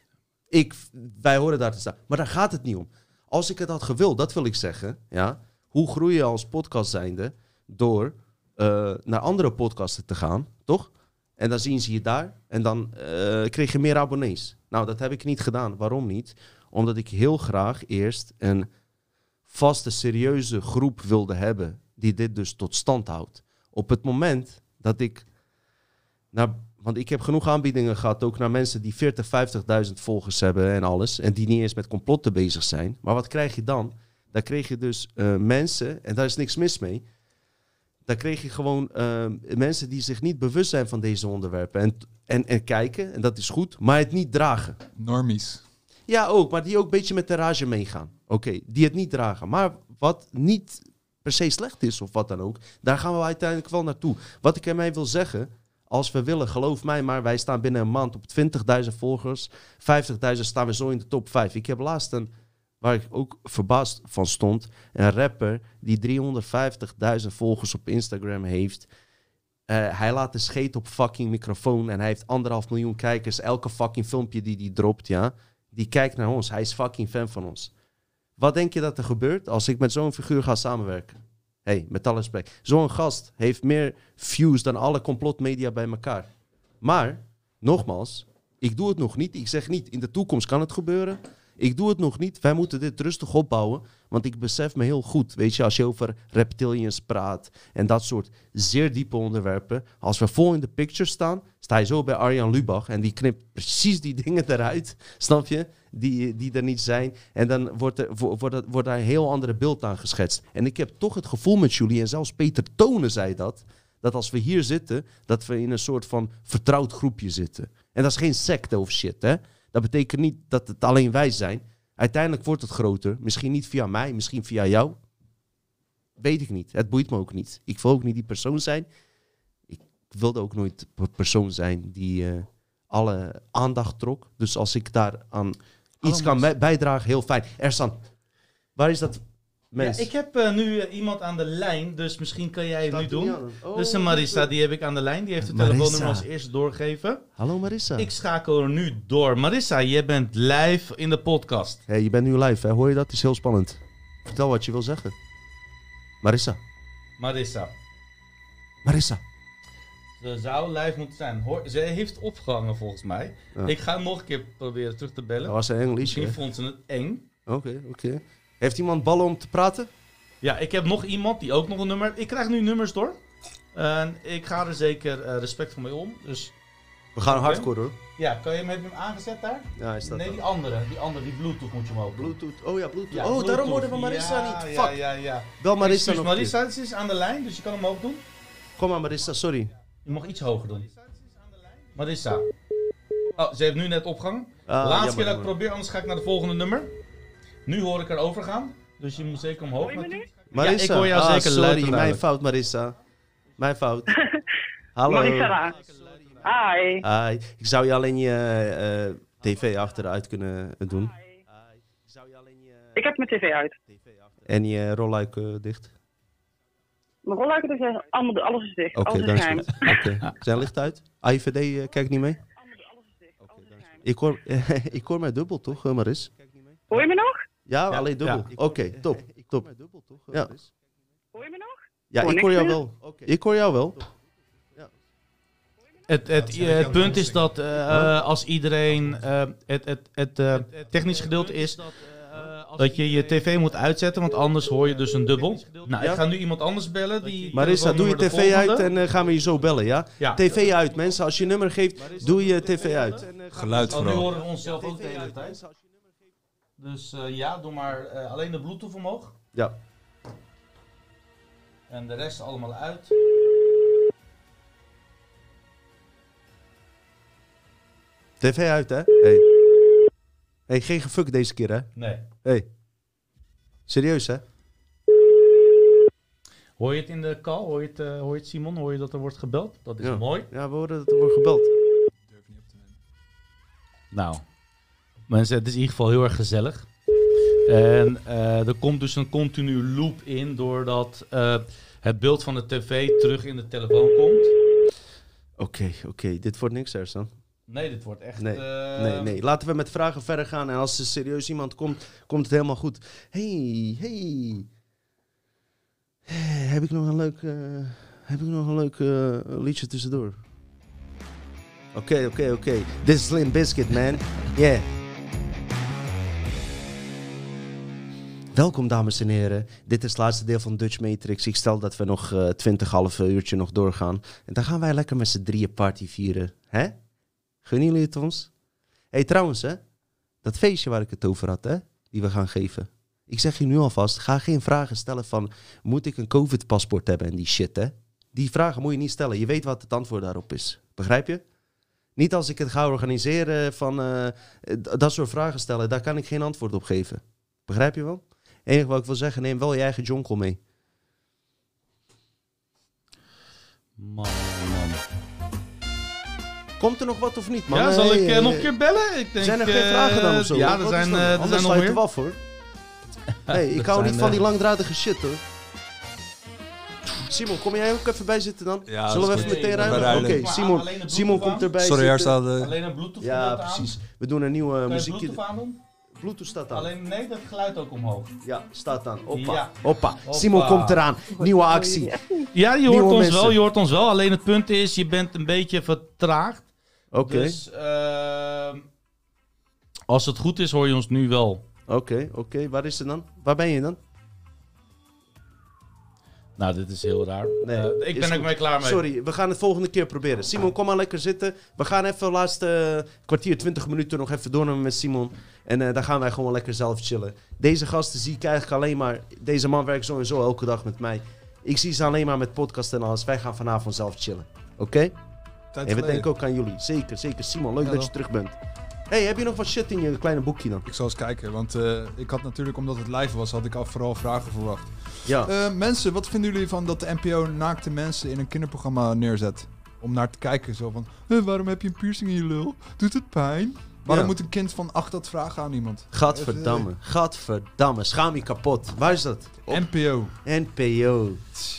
Ik, wij horen daar te staan. Maar daar gaat het niet om. Als ik het had gewild, dat wil ik zeggen. Ja, hoe groei je als podcast zijnde door uh, naar andere podcasten te gaan, toch? En dan zien ze je daar en dan uh, kreeg je meer abonnees. Nou, dat heb ik niet gedaan. Waarom niet? Omdat ik heel graag eerst een vaste, serieuze groep wilde hebben die dit dus tot stand houdt. Op het moment dat ik naar... Want ik heb genoeg aanbiedingen gehad, ook naar mensen die veertig, vijftigduizend volgers hebben en alles. En die niet eens met complotten bezig zijn. Maar wat krijg je dan? Dan kreeg je dus uh, mensen, en daar is niks mis mee. Dan kreeg je gewoon uh, mensen die zich niet bewust zijn van deze onderwerpen. En, en, en kijken, en dat is goed, maar het niet dragen. Normies. Ja, ook, maar die ook een beetje met de rage meegaan. Oké, okay, die het niet dragen. Maar wat niet per se slecht is of wat dan ook, daar gaan we uiteindelijk wel naartoe. Wat ik ermee wil zeggen, als we willen, geloof mij maar, wij staan binnen een maand op twintigduizend volgers. vijftigduizend staan we zo in de top vijf. Ik heb laatst een, waar ik ook verbaasd van stond, een rapper die driehonderdvijftigduizend volgers op Instagram heeft. Uh, hij laat de scheet op fucking microfoon en hij heeft anderhalf miljoen kijkers. Elke fucking filmpje die hij dropt, ja, die kijkt naar ons. Hij is fucking fan van ons. Wat denk je dat er gebeurt als ik met zo'n figuur ga samenwerken? Hey, met alle respect. Zo'n gast heeft meer views dan alle complotmedia bij elkaar. Maar, nogmaals, Ik doe het nog niet. Ik zeg niet, in de toekomst kan het gebeuren. Ik doe het nog niet. Wij moeten dit rustig opbouwen. Want ik besef me heel goed, weet je, als je over reptilians praat en dat soort zeer diepe onderwerpen. Als we vol in de picture staan, sta je zo bij Arjan Lubach en die knipt precies die dingen eruit, snap je? Die, die er niet zijn. En dan wordt er wordt, wordt daar een heel andere beeld aan geschetst. En ik heb toch het gevoel met jullie, en zelfs Peter Tonen zei dat, dat als we hier zitten, dat we in een soort van vertrouwd groepje zitten. En dat is geen secte of shit, hè? Dat betekent niet dat het alleen wij zijn. Uiteindelijk wordt het groter. Misschien niet via mij, misschien via jou. Weet ik niet. Het boeit me ook niet. Ik wil ook niet die persoon zijn. Ik wilde ook nooit de persoon zijn die uh, alle aandacht trok. Dus als ik daaraan iets kan bij- bijdragen, heel fijn. Ersan, waar is dat mens? Ja, ik heb uh, nu uh, iemand aan de lijn, dus misschien kan jij het Staat nu er niet doen. aan? Oh, Dus uh, Marissa, die heb ik aan de lijn. Die heeft het Marissa. telefoonnummer als eerste doorgegeven. Hallo Marissa. Ik schakel er nu door. Marissa, je bent live in de podcast. Hey, je bent nu live, hè? Hoor je dat? Het is heel spannend. Vertel wat je wil zeggen. Marissa. Marissa, Marissa. ze zou live moeten zijn. Hoor, ze heeft opgehangen volgens mij. Ja. Ik ga nog een keer proberen terug te bellen. Dat was een Engels. Misschien Oké, vond ze het eng. oké. Okay. Heeft iemand ballen om te praten? Ja, ik heb nog iemand die ook nog een nummer... Ik krijg nu nummers door. En ik ga er zeker uh, respectvol mee om. Dus We gaan Oké. hardcore hoor. ja, kan je hem hebben aangezet daar? Ja, hij staat Nee, er. die andere. Die andere, die Bluetooth moet je omhoog doen. Bluetooth. Oh ja, Bluetooth. Ja, oh, Bluetooth. daarom hoorden we Marissa Ja, niet. Ja, Fuck. ja, ja. Bel Marissa Excuus, nog een keer. Marissa, ze is aan de lijn, dus je kan hem omhoog doen. Kom maar Marissa, sorry. Je mag iets hoger doen. Marissa. Oh, ze heeft nu net opgehangen. Ah, Laatste jammer, keer dat ik jammer. probeer, anders ga ik naar de volgende nummer. Nu hoor ik haar overgaan. Dus je moet zeker omhoog. Hoor je me nu? Marissa. Ja, ik hoor jou ah, zeker luid en sorry, mijn duidelijk. fout Marissa. Mijn fout. Hallo. Marissa. Hi. Hi. Ik zou je alleen je uh, tv achteruit kunnen uh, doen. Ik heb mijn tv uit. En je rolluik uh, dicht. Mijn rolluiken dus uh, allemaal, alles is dicht. Oké, alles is dank geheim. je. Oké. Zijn licht uit? A I V D uh, kijkt niet mee? Ik hoor, ik hoor mij dubbel toch, uh, Maris? Hoor je me nog? Ja, Ja, alleen dubbel. ja. Oké, okay, top. top. Ja. Hoor je me nog? Ja, Hoor ik hoor niks jou meer? wel. Ik hoor jou wel. Het, het, eh, het punt is dat uh, uh, als iedereen uh, het, het, het uh, technisch gedeelte is dat je je tv moet uitzetten, want anders hoor je dus een dubbel. Nou, Ja. ik ga nu iemand anders bellen. Die Marissa, doe je telefoonnummer de tv uit volgende. en uh, gaan we je zo bellen, ja? Ja. T V uit, mensen. Als je nummer geeft, doe je tv uit. Geluid Oh, nu vooral. horen we onszelf ook de hele tijd. Dus uh, ja, doe maar uh, alleen de Bluetooth omhoog. Ja. En de rest allemaal uit. T V uit, hè? Hey. Hey, geen gefuck deze keer, hè? Nee. Hey. Serieus, hè? Hoor je het in de call? Hoor je het, uh, hoor je het Simon? Hoor je dat er wordt gebeld? Dat is Ja. mooi. Ja, we horen dat er wordt gebeld. Nou, mensen, het is in ieder geval heel erg gezellig. En uh, er komt dus een continu loop in doordat uh, het beeld van de tv terug in de telefoon komt. Oké, okay, oké. Okay. Dit wordt niks, Ersan. Nee, dit wordt echt... Nee, uh, nee, nee. Laten we met vragen verder gaan. En als er serieus iemand komt, komt het helemaal goed. Hey, hey. Heb ik nog een leuk, uh, heb ik nog een leuk uh, liedje tussendoor? Oké, okay, oké, okay, oké. Okay. This is Slim Biscuit, man. Yeah. Welkom, dames en heren. Dit is het laatste deel van Dutch Matrix. Ik stel dat we nog uh, twintig half uurtje nog doorgaan. En dan gaan wij lekker met z'n drieën party vieren. Hè? Gunnen jullie het ons? Hé, hey, trouwens, hè? Dat feestje waar ik het over had, hè? Die we gaan geven. Ik zeg je nu alvast, ga geen vragen stellen van... moet ik een COVID-paspoort hebben en die shit, hè? Die vragen moet je niet stellen. Je weet wat het antwoord daarop is. Begrijp je? Niet als ik het ga organiseren van... Uh, dat soort vragen stellen, daar kan ik geen antwoord op geven. Begrijp je wel? Het enige wat ik wil zeggen, neem wel je eigen jonkel mee. Man, man. Komt er nog wat of niet, man? Ja, zal hey, ik uh, hey, nog een keer bellen? Ik denk, zijn er geen uh, vragen dan of zo? Ja, er Wat zijn, is dan? uh, er Anders zijn nog sluiten meer. we af, hoor. Hey, ik Er hou zijn, niet van uh, die langdradige shit, hoor. Simon, kom jij ook even bij zitten dan? Ja, Zullen we dat even is meteen goed. ruimen? We Oké, ruilen. okay, Simon, Alleen de Simon Bluetooth komt erbij Sorry, er zitten. staat... Uh, Alleen een Bluetooth Ja, aan. precies. We doen een nieuwe Kan je muziekje. Bluetooth aandoen? Bluetooth staat aan. Alleen, nee, dat geluid ook omhoog. Ja, staat aan. Hoppa. Ja. Hoppa. Hoppa. Simon komt eraan. Nieuwe actie. Ja, je Nieuwe hoort ons mensen. wel, je hoort ons wel. Alleen het punt is, je bent een beetje vertraagd. Oké, Dus ehm, als het goed is, hoor je ons nu wel. oké, oké. Waar is het dan? Waar ben je dan? Nou, dit is heel raar. Nee, Eh, ik is ben er goed. mee klaar mee. Sorry, we gaan het volgende keer proberen. Simon, kom maar lekker zitten. We gaan even de laatste uh, kwartier, twintig minuten nog even doornemen met Simon. En uh, dan gaan wij gewoon lekker zelf chillen. Deze gasten zie ik eigenlijk alleen maar... Deze man werkt sowieso elke dag met mij. Ik zie ze alleen maar met podcast en alles. Wij gaan vanavond zelf chillen. Oké? Okay? En we denken ook aan jullie. Zeker, zeker. Simon, leuk Ja, dat wel. je terug bent. Hey, heb je nog wat shit in je kleine boekje dan? Ik zal eens kijken, want uh, ik had natuurlijk, omdat het live was, had ik al vooral vragen verwacht. Ja. Uh, mensen, wat vinden jullie van dat de N P O naakte mensen in een kinderprogramma neerzet? Om naar te kijken, zo van, huh, waarom heb je een piercing in je lul? Doet het pijn? Waarom Ja. moet een kind van acht dat vragen aan iemand? Gadverdamme. Gadverdamme. Schaam je kapot. Waar is dat? Op N P O. N P O.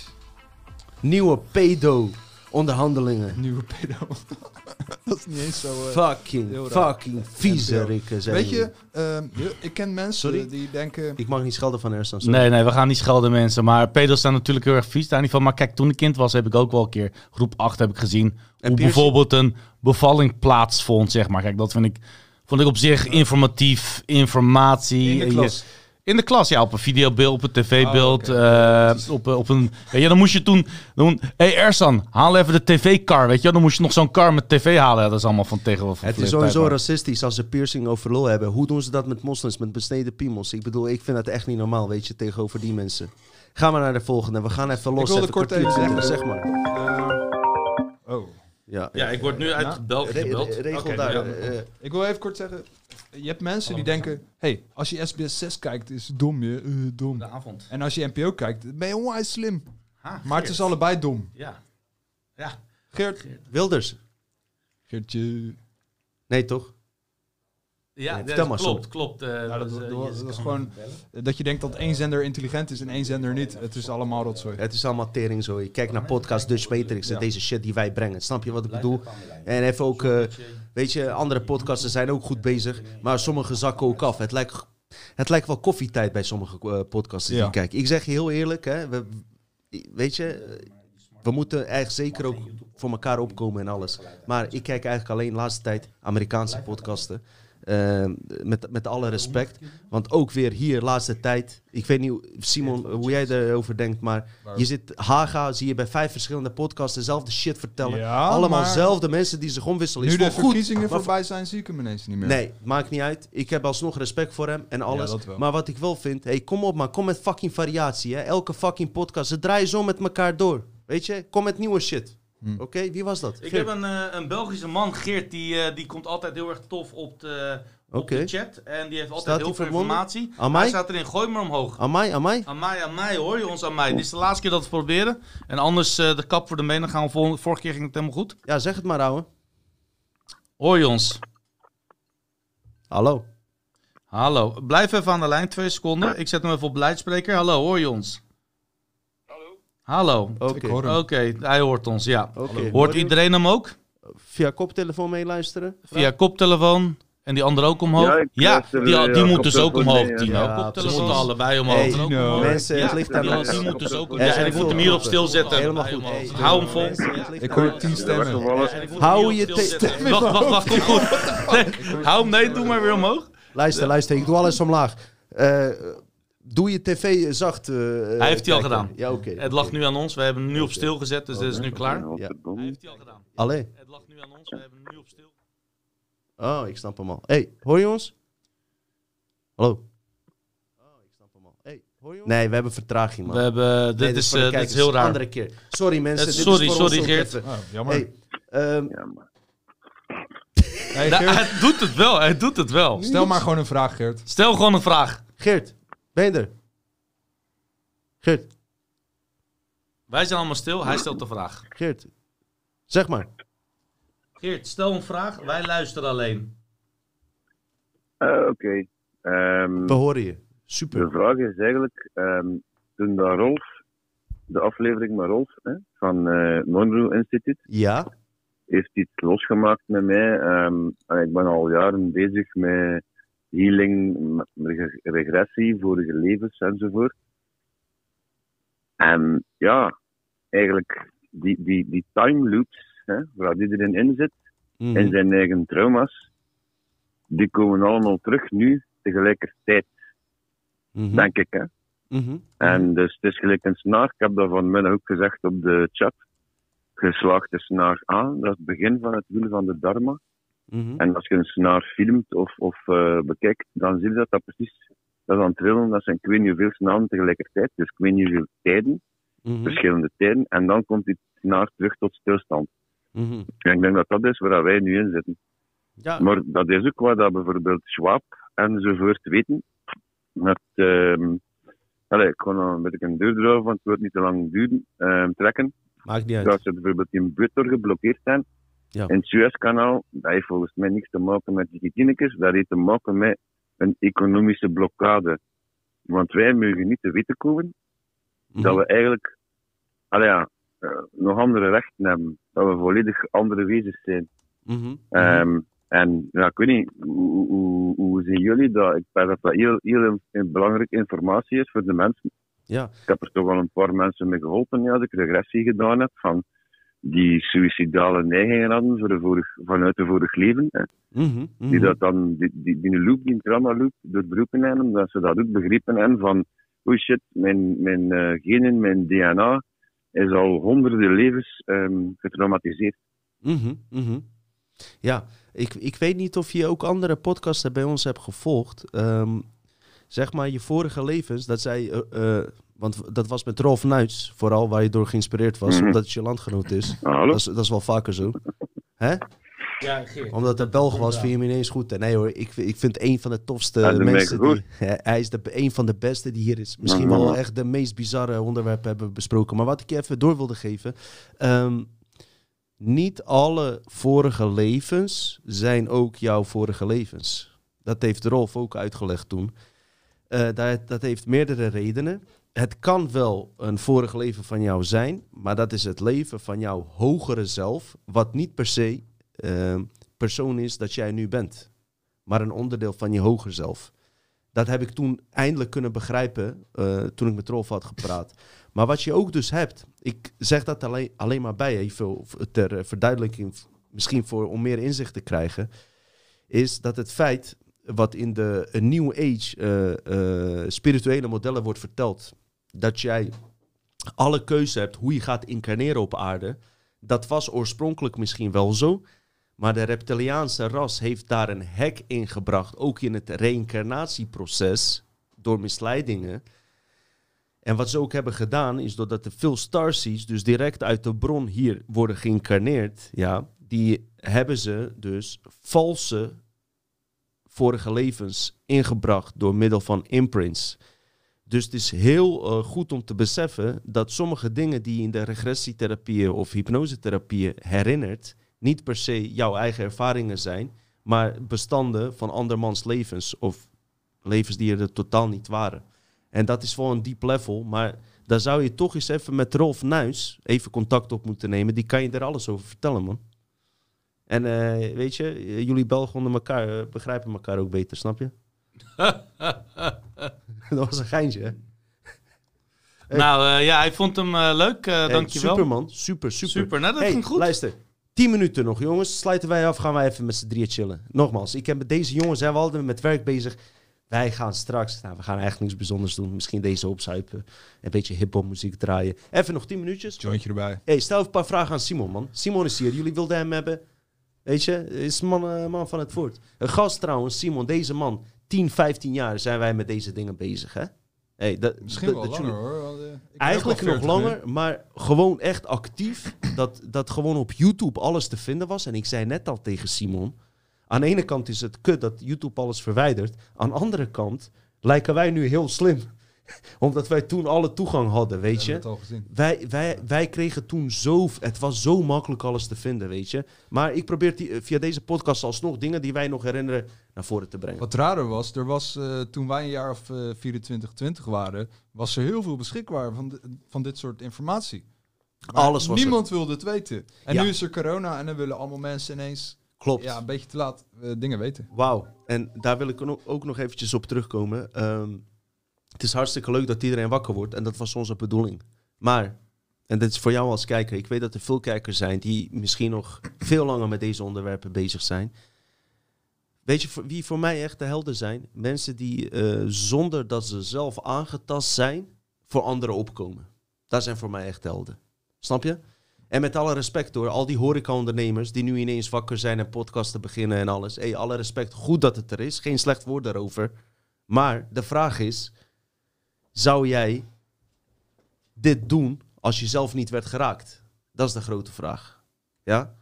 Nieuwe pedo. Onderhandelingen. Nieuwe pedo. Dat is niet eens zo... Uh, Fucking, heel raar. fucking vieze N P O. rikken zijn Weet jullie. je, uh, ik ken mensen Sorry? die denken... Ik mag niet schelden van Ersan. sorry. Nee, nee, we gaan niet schelden mensen. Maar pedo's staan natuurlijk heel erg vies daar niet van. Maar kijk, toen ik kind was heb ik ook wel een keer... Groep acht heb ik gezien. Hoe piercing? bijvoorbeeld een bevalling plaatsvond, zeg maar. Kijk, dat vind ik, vond ik op zich informatief. Informatie. In de En je- klas. In de klas, ja, op een videobeeld, op een tv-beeld, Oh, oké. eh, op, op een... Weet je, dan moest je toen doen... Hé hey Ersan, haal even de tv-kar, weet je. Dan moest je nog zo'n kar met tv halen. Ja, dat is allemaal van tegenwoordig. van Het is verleden sowieso tijd, racistisch als ze piercing over lul hebben. Hoe doen ze dat met moslims, met besneden piemels? Ik bedoel, ik vind dat echt niet normaal, weet je, tegenover die mensen. Gaan we naar de volgende. We gaan even los. wilde even kort kwartier even zitten, zeggen. zeg maar. Uh, oh. Ja, Ja, ik word nu uit België Re- gebeld. re- regel Oké, daar. ja. eh, Ik wil even kort zeggen, je hebt mensen die denken, hey, als je S B S zes kijkt, is het dom, je, uh, dom. De avond. En als je N P O kijkt, ben je onwijs slim. Ha, Maar het is allebei dom. Ja. Ja. Geert. Wilders. Geertje. Nee, toch? Ja, Nee, dat vertel maar, klopt, klopt. eh, Ja, dat, dus, dat, eh, was- yes, dat is kan gewoon bellen. dat je denkt dat één zender intelligent is en één zender niet. Het is allemaal rotzooi. Het is allemaal tering zo. Je kijkt naar podcast Dutch Matrix en Ja. deze shit die wij brengen. Snap je wat ik bedoel? En even ook, eh, weet je, andere podcasten zijn ook goed bezig. Maar sommige zakken ook af. Het lijkt, het lijkt wel koffietijd bij sommige uh, podcasts die Ja. ik kijk. Ik zeg je heel eerlijk, hè. We, weet je, eh, we moeten echt zeker ook voor elkaar opkomen en alles. Maar ik kijk eigenlijk alleen de laatste tijd Amerikaanse podcasten. Uh, met, met alle respect. Want ook weer hier, de laatste tijd. Ik weet niet, Simon, hoe jij erover denkt. Maar je zit, Haga, zie je bij vijf verschillende podcasts dezelfde shit vertellen. Ja, Allemaal maar- dezelfde mensen die zich omwisselen. Nu Is de wel goed. verkiezingen maar voorbij zijn, zie ik hem ineens niet meer. Nee, maakt niet uit. Ik heb alsnog respect voor hem en alles. Ja, dat wel. Maar wat ik wel vind, hey, kom op man, kom met fucking variatie. Hè? Elke fucking podcast, ze draaien zo met elkaar door. Weet je, kom met nieuwe shit. Hm. Oké, wie was dat? Ik Geert. heb een, eh, een Belgische man, Geert, die, eh, die komt altijd heel erg tof op de, op Oké. de chat. En die heeft altijd Staat heel die veel verbonden? informatie. Aan mij? Hij staat erin, gooi maar omhoog. Aan mij, aan mij? Aan mij, aan mij, hoor je ons aan mij. Dit is de laatste keer dat we het proberen. En anders eh, de kap voor de benen gaan we volgende. Vorige keer ging het helemaal goed. Ja, zeg het maar, ouwe. Hoor je ons? Hallo. Hallo. Blijf even aan de lijn, twee seconden. Ik zet hem even op luidspreker. Hallo, hoor je ons? Hallo. Hallo. Oké. Ik hoor hem. Oké, hij hoort ons, ja. Oké. Hoort Hoor je- iedereen hem ook? Via koptelefoon meeluisteren? Via koptelefoon. En die andere ook omhoog? Ja, ik Ja, luister, die, eh, die ja, moet dus ook koptelefoon, omhoog, nee, Tino. ja. Koptelefoon, Ja, precies. allebei omhoog. Hey, En ook Tino. omhoog. Mensen, het Ja, ligt aan die, ons. die moeten dus ook. Er Ja, zijn en ik veel moet hem hier op groepen. stil zetten. Helemaal Hey, goed. man. Hey, Hou hem vol. mensen, het ligt Ik aan hoor ons. tien stemmen. Hou je te- Wacht, wacht, wacht, kom goed. Hou hem, nee, doe maar weer omhoog. Luister, luister, ik doe alles omlaag. Eh, doe je tv zacht. eh, Hij heeft die al kijken. gedaan. Ja, oké. Het lag nu aan ons. We hebben hem nu op stil gezet, dus dat is nu klaar. Ja. Hij heeft die al gedaan. Allee. Het lag nu aan ons. We hebben hem nu op stil. Oh, ik snap hem al. Hey, hoor je ons? Hallo? Oh, ik snap hem al. Hey, hoor je ons? Nee, we hebben vertraging, man. We hebben, dit, Nee, is, voor de eh, dit is kijkers. heel raar. Andere keer. Sorry, mensen. Het- dit sorry, is voor sorry, ons ook Geert. even. Oh, jammer. Hey, ehm, Ja, maar. Hey, Nou, Geert, hij doet het wel, hij doet het wel. stel maar gewoon een vraag, Geert. Stel gewoon een vraag. Geert, ben je er? Geert, Wij zijn allemaal stil, hij stelt de vraag. Geert. Zeg maar. Geert, stel een vraag, wij luisteren alleen. Eh, Oké. Ehm, We horen je. de Super. vraag is eigenlijk, ehm, toen dat Rolf, de aflevering met Rolf hè, van eh Monroe Instituut, Ja? heeft iets losgemaakt met mij. Ehm, en ik ben al jaren bezig met healing, met reg- regressie, vorige levens enzovoort. En ja, eigenlijk die, die, die time loops, hè, waar iedereen in zit, Mhm. in zijn eigen trauma's, die komen allemaal terug nu tegelijkertijd, Mhm. denk ik. Hè? Mhm. En dus het is gelijk een snaar, ik heb dat vanmiddag ook gezegd op de chat, geslaagde snaar aan, dat is het begin van het wiel van de dharma. Mhm. En als je een snaar filmt of, of uh, bekijkt, dan zie je dat dat precies, dat is aan het trillen, dat zijn ik weet niet hoeveel snaren tegelijkertijd, dus ik weet niet hoeveel tijden, Mhm. verschillende tijden, en dan komt die snaar terug tot stilstand. Mhm. En ik denk dat dat is waar wij nu in zitten. Ja. Maar dat is ook wat dat bijvoorbeeld Schwab enzovoort weten. Met, um, allez, ik ga nog een beetje een deur erover, want het wordt niet te lang duren, um, trekken. Maakt niet uit. Dat ze bijvoorbeeld in Butor geblokkeerd zijn, Ja. in het Suezkanaal, dat heeft volgens mij niks te maken met die tienekes, dat heeft te maken met een economische blokkade. Want wij mogen niet te weten komen Mhm. dat we eigenlijk allee, ja, uh, nog andere rechten hebben, dat we volledig andere wezens zijn. Mhm. Mhm. Um, en ja, ik weet niet, hoe, hoe, hoe zien jullie dat? Ik denk dat dat heel, heel belangrijke informatie is voor de mensen. Ja. Ik heb er toch wel een paar mensen mee geholpen, ja, als ik regressie gedaan heb, van die suïcidale neigingen hadden voor de vorig, vanuit de vorig leven. Hè. Mhm. Mhm. Die dat dan, die, die, die loop, die trauma loop, doorbroken hebben, dat ze dat ook begrepen hebben van, oh shit, mijn, mijn uh, genen, mijn D N A is al honderden levens um, getraumatiseerd. Mhm. Mhm. Ja, ik, ik weet niet of je ook andere podcasten bij ons hebt gevolgd. Um, zeg maar, je vorige levens, dat zij, uh, uh, want dat was met Rolf Nuits, vooral waar je door geïnspireerd was, Mhm. omdat het je landgenoot is. Ah, hallo? Dat is. Dat is wel vaker zo. Hè? Ja, Geert. Omdat hij Belg was, vind je hem ineens goed. En nee hoor, ik, ik vind een van de tofste Hij is de mensen. mega Die, hij is de, een van de beste die hier is. Misschien Mhm. wel echt de meest bizarre onderwerpen hebben besproken. Maar wat ik je even door wilde geven. Um, niet alle vorige levens zijn ook jouw vorige levens. Dat heeft Rolf ook uitgelegd toen. Uh, dat, dat heeft meerdere redenen. Het kan wel een vorig leven van jou zijn, maar dat is het leven van jouw hogere zelf, wat niet per se uh, persoon is dat jij nu bent, maar een onderdeel van je hoger zelf. Dat heb ik toen eindelijk kunnen begrijpen, uh, toen ik met Rolf had gepraat. Maar wat je ook dus hebt, ik zeg dat alleen, alleen maar bij, even ter verduidelijking, misschien voor, om meer inzicht te krijgen, is dat het feit wat in de New Age uh, uh, spirituele modellen wordt verteld, dat jij alle keuze hebt hoe je gaat incarneren op aarde, dat was oorspronkelijk misschien wel zo, maar de reptiliaanse ras heeft daar een hek in gebracht, ook in het reïncarnatieproces, door misleidingen. En wat ze ook hebben gedaan, is doordat er veel starseeds, dus direct uit de bron hier worden geïncarneerd, ja, die hebben ze dus valse vorige levens ingebracht door middel van imprints. Dus het is heel uh, goed om te beseffen dat sommige dingen die je in de regressietherapieën of hypnosetherapieën herinnert, niet per se jouw eigen ervaringen zijn, maar bestanden van andermans levens of levens die er totaal niet waren. En dat is wel een diep level, maar daar zou je toch eens even met Rolf Nuits even contact op moeten nemen. Die kan je er alles over vertellen, man. En uh, weet je, jullie Belgen onder elkaar uh, begrijpen elkaar ook beter, snap je? Dat was een geintje, hè? Hey. Nou uh, ja, ik vond hem uh, leuk, uh, hey, dankjewel. Super man, super, super. Super, nou dat hey, ging goed. Luister, tien minuten nog jongens, sluiten wij af, gaan wij even met z'n drieën chillen. Nogmaals, ik heb met deze jongens, zijn we altijd met werk bezig. Wij gaan straks, nou we gaan eigenlijk niks bijzonders doen. Misschien deze opzuipen, een beetje hiphop muziek draaien. Even nog tien minuutjes. Jointje erbij. Hey, stel even een paar vragen aan Simon, man. Simon is hier, jullie wilden hem hebben. Weet je, is man, uh, man van het voort. Een gast trouwens, Simon, deze man, tien, vijftien jaar zijn wij met deze dingen bezig, hè? Hey, dat, Misschien dat, wel dat langer jullie... hoor. Want, uh, Eigenlijk nog langer, nu. Maar gewoon echt actief. dat, dat gewoon op YouTube alles te vinden was. En ik zei net al tegen Simon, aan de ene kant is het kut dat YouTube alles verwijdert. Aan de andere kant lijken wij nu heel slim. Omdat wij toen alle toegang hadden, weet je. Het al gezien. Wij, wij, wij kregen toen zo... Het was zo makkelijk alles te vinden, weet je. Maar ik probeer die, via deze podcast alsnog dingen die wij nog herinneren naar voren te brengen. Wat raar was, er was uh, toen wij een jaar of uh, vierentwintig, twintig waren, was er heel veel beschikbaar van, de, van dit soort informatie. Maar alles was niemand er. wilde het weten. En ja. nu is er corona en dan willen allemaal mensen ineens... Klopt. Ja, een beetje te laat uh, dingen weten. Wauw. En daar wil ik ook nog eventjes op terugkomen. Um, het is hartstikke leuk dat iedereen wakker wordt. En dat was onze bedoeling. Maar En dat is voor jou als kijker. Ik weet dat er veel kijkers zijn die misschien nog veel langer met deze onderwerpen bezig zijn. Weet je wie voor mij echt de helden zijn? Mensen die uh, zonder dat ze zelf aangetast zijn, voor anderen opkomen. Dat zijn voor mij echt helden. Snap je? En met alle respect hoor, al die horeca-ondernemers die nu ineens wakker zijn en podcasten beginnen en alles. Hey, alle respect, goed dat het er is. Geen slecht woord daarover. Maar de vraag is, zou jij dit doen als je zelf niet werd geraakt? Dat is de grote vraag. Ja?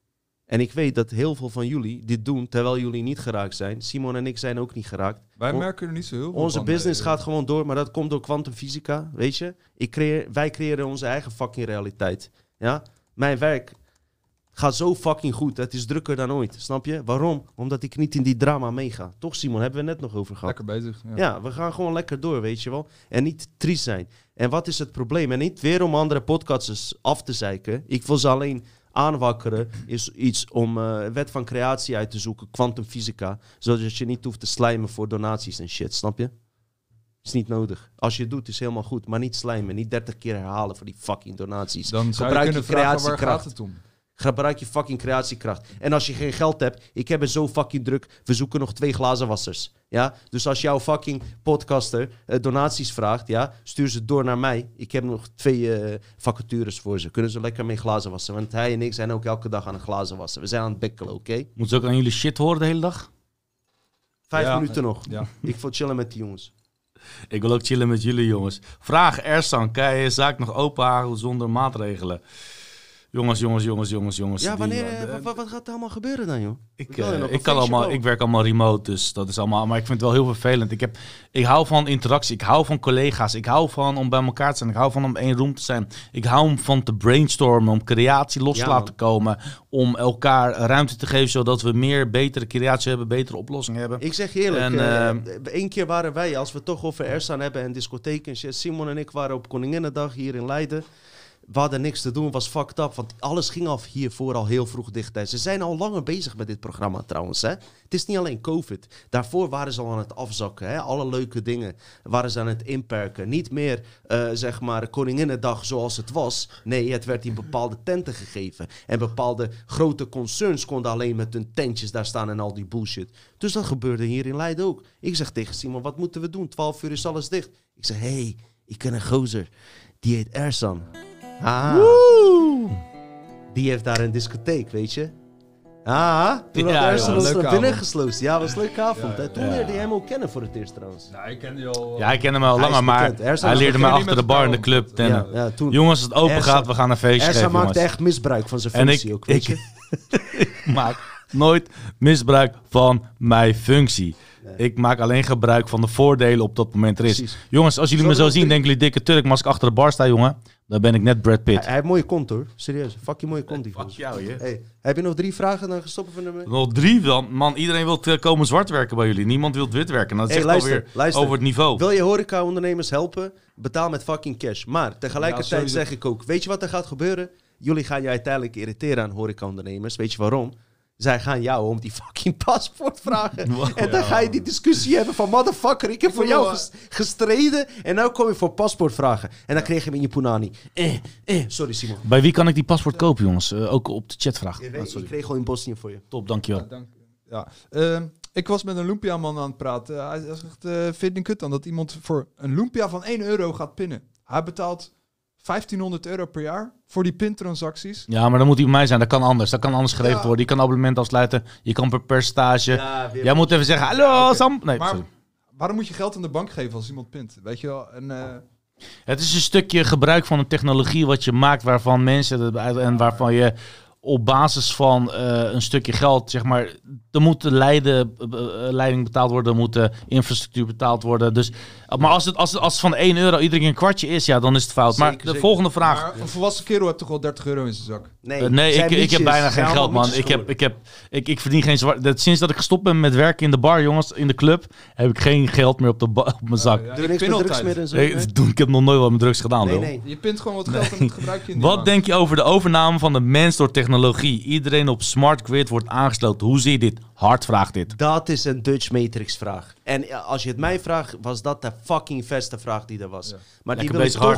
En ik weet dat heel veel van jullie dit doen terwijl jullie niet geraakt zijn. Simon en ik zijn ook niet geraakt. Wij On- merken er niet zo heel veel Onze van. business eh, gaat gewoon door, maar dat komt door kwantumfysica, weet je. Ik creëer, wij creëren onze eigen fucking realiteit. Ja? Mijn werk gaat zo fucking goed. Het is drukker dan ooit, snap je? Waarom? Omdat ik niet in die drama meega. Toch, Simon? Hebben we net nog over gehad. Lekker bezig. Ja. Ja, we gaan gewoon lekker door, weet je wel. En niet triest zijn. En wat is het probleem? En niet weer om andere podcasters af te zeiken. Ik wil ze alleen aanwakkeren. Is iets om uh, wet van creatie uit te zoeken. Kwantumfysica. Zodat je niet hoeft te slijmen voor donaties en shit. Snap je? Is niet nodig. Als je het doet, is helemaal goed. Maar niet slijmen. Niet dertig keer herhalen voor die fucking donaties. Dan zou je Gebruik kunnen je vragen, waar creatiekracht. gaat het om? Gebruik je fucking creatiekracht. En als je geen geld hebt, ik heb het zo fucking druk, we zoeken nog twee glazenwassers. Ja? Dus als jouw fucking podcaster uh, donaties vraagt, ja, stuur ze door naar mij. Ik heb nog twee uh, vacatures voor ze. Kunnen ze lekker mee glazen wassen. Want hij en ik zijn ook elke dag aan het glazen wassen. We zijn aan het bekkelen, oké? Okay? Moeten ze ook aan jullie shit horen de hele dag? Vijf Ja, minuten nog. Ja. Ik wil chillen met die jongens. Ik wil ook chillen met jullie, jongens. Vraag Ersan, kan je je zaak nog openhouden zonder maatregelen? Jongens, jongens, jongens, jongens, jongens. Ja, die- wanneer, uh, uh, wat, wat gaat er allemaal gebeuren dan, joh? Ik, wil je uh, nog ik, een kan feestje allemaal, bouwen? ik werk allemaal remote, dus dat is allemaal... Maar ik vind het wel heel vervelend. Ik, heb, ik hou van interactie, ik hou van collega's. Ik hou van om bij elkaar te zijn. Ik hou van om één room te zijn. Ik hou van te brainstormen, om creatie los te Ja, laten komen. Om elkaar ruimte te geven, zodat we meer betere creatie hebben, betere oplossingen hebben. Ik zeg je eerlijk, En, uh, één keer waren wij, als we het toch over Ersan hebben en discotheken en shit. Simon en ik waren op Koninginnedag hier in Leiden. We hadden niks te doen, was fucked up. Want alles ging af hiervoor al heel vroeg dicht. Ze zijn al langer bezig met dit programma trouwens. Hè? Het is niet alleen COVID. Daarvoor waren ze al aan het afzakken. Hè? Alle leuke dingen waren ze aan het inperken. Niet meer, uh, zeg maar, Koninginnedag zoals het was. Nee, het werd in bepaalde tenten gegeven. En bepaalde grote concerns konden alleen met hun tentjes daar staan en al die bullshit. Dus dat gebeurde hier in Leiden ook. Ik zeg tegen Simon, wat moeten we doen? twaalf uur is alles dicht. Ik zeg, hé, hey, ik ken een gozer. Die heet Ersan. Ah. Woe! Die heeft daar een discotheek, weet je. Ah, toen Ja, had Ersan joh, ons leuke naar binnen avond. gesloten. Ja, was een leuke avond. Ja, hè. Toen ja. leerde hij hem ook kennen voor het eerst trouwens. Nou, ik ken die al. Ja, ik ken hem al Hij is langer, maar bekend. Ersan hij is leerde bekend. mij Niet achter de met bar in de elkaar club. om. En, Ja, ja, toen. jongens, als het open Ersan- gaat, we gaan een feestje Ersan geven, maakte jongens. echt misbruik van zijn En functie ik, ook, weet ik, je. ik maak nooit misbruik van mijn functie. Ik maak alleen gebruik van de voordelen op dat moment er is. Precies. Jongens, als jullie Zo me zo wil zien, ik- denken jullie dikke Turk. Maar als ik achter de bar sta, jongen, dan ben ik net Brad Pitt. Hij, hij heeft mooie kont hoor, serieus. Fuck je mooie kont die Fuck gozer. jou, je. Hey, heb je nog drie vragen, dan stoppen we ermee? Nog drie dan. Man, iedereen wil uh, komen zwart werken bij jullie. Niemand wil wit werken. Dat Hey, zegt luister, alweer luister. over het niveau. Wil je horeca-ondernemers helpen? Betaal met fucking cash. Maar Ja, tegelijkertijd sowieso. zeg ik ook, weet je wat er gaat gebeuren? Jullie gaan je uiteindelijk irriteren aan horeca-ondernemers. Weet je waarom? Zij gaan jou om die fucking paspoort vragen. Wow. En dan ga je die discussie hebben van motherfucker, ik heb voor jou wil- ges- gestreden en nu kom je voor paspoort vragen. En dan kreeg je hem in je punani. Eh, eh, sorry Simon. Bij wie kan ik die paspoort kopen, jongens? Uh, ook op de chat vragen. Je Ah, weet, sorry. ik kreeg gewoon in Bosnië voor je. Top, dankjewel. Ja, dank u. Ja. Ehm, ik was met een Lumpia-man aan het praten. Hij zegt, uh, vind je het kut dan dat iemand voor een Lumpia van één euro gaat pinnen? Hij betaalt vijftienhonderd euro per jaar voor die pintransacties. Ja, maar dan moet hij bij mij zijn. Dat kan anders. Dat kan anders geregeld Ja. worden. Je kan abonnement afsluiten. Je kan per percentage. Ja, weer- Jij moet even zeggen, hallo Oké. Sam. Nee, Maar sorry. waarom moet je geld aan de bank geven als iemand pint? Weet je wel? En, eh, Het is een stukje gebruik van een technologie wat je maakt waarvan mensen en waarvan je op basis van uh, een stukje geld, zeg maar, er moet de leiden, uh, leiding betaald worden, er moet de infrastructuur betaald worden. Dus, maar als het, als het, als het van één euro iedere keer een kwartje is, ja, dan is het fout. maar Zeker, de zeker. volgende vraag. maar een volwassen kerel heeft toch wel dertig euro in zijn zak? Nee, Uh, nee, zijn ik, ik heb mietjes. bijna Zijn geen allemaal geld, man. mietjes Ik, heb, geworden. ik, heb, ik, ik verdien geen zwart. Dat, sinds dat ik gestopt ben met werken in de bar, jongens, in de club, heb ik geen geld meer op, de ba- op mijn zak. Uh, ja, Doe ik niks pin met drugs altijd. meer en zo. Nee, nee? dat doe- ik heb nog nooit wat met drugs gedaan, Nee, lul. nee. Je pint gewoon wat geld en dat gebruik je in die Wat maand. denk je over de overname van de mens door technologie? Iedereen op smart grid wordt aangesloten. Hoe zie je dit? Hard vraagt dit. Dat is een Dutch Matrix vraag. En ja, als je het mij vraagt, was dat de fucking beste vraag die er was. Ja. Maar die Lekker wil ik bezig, toch hard.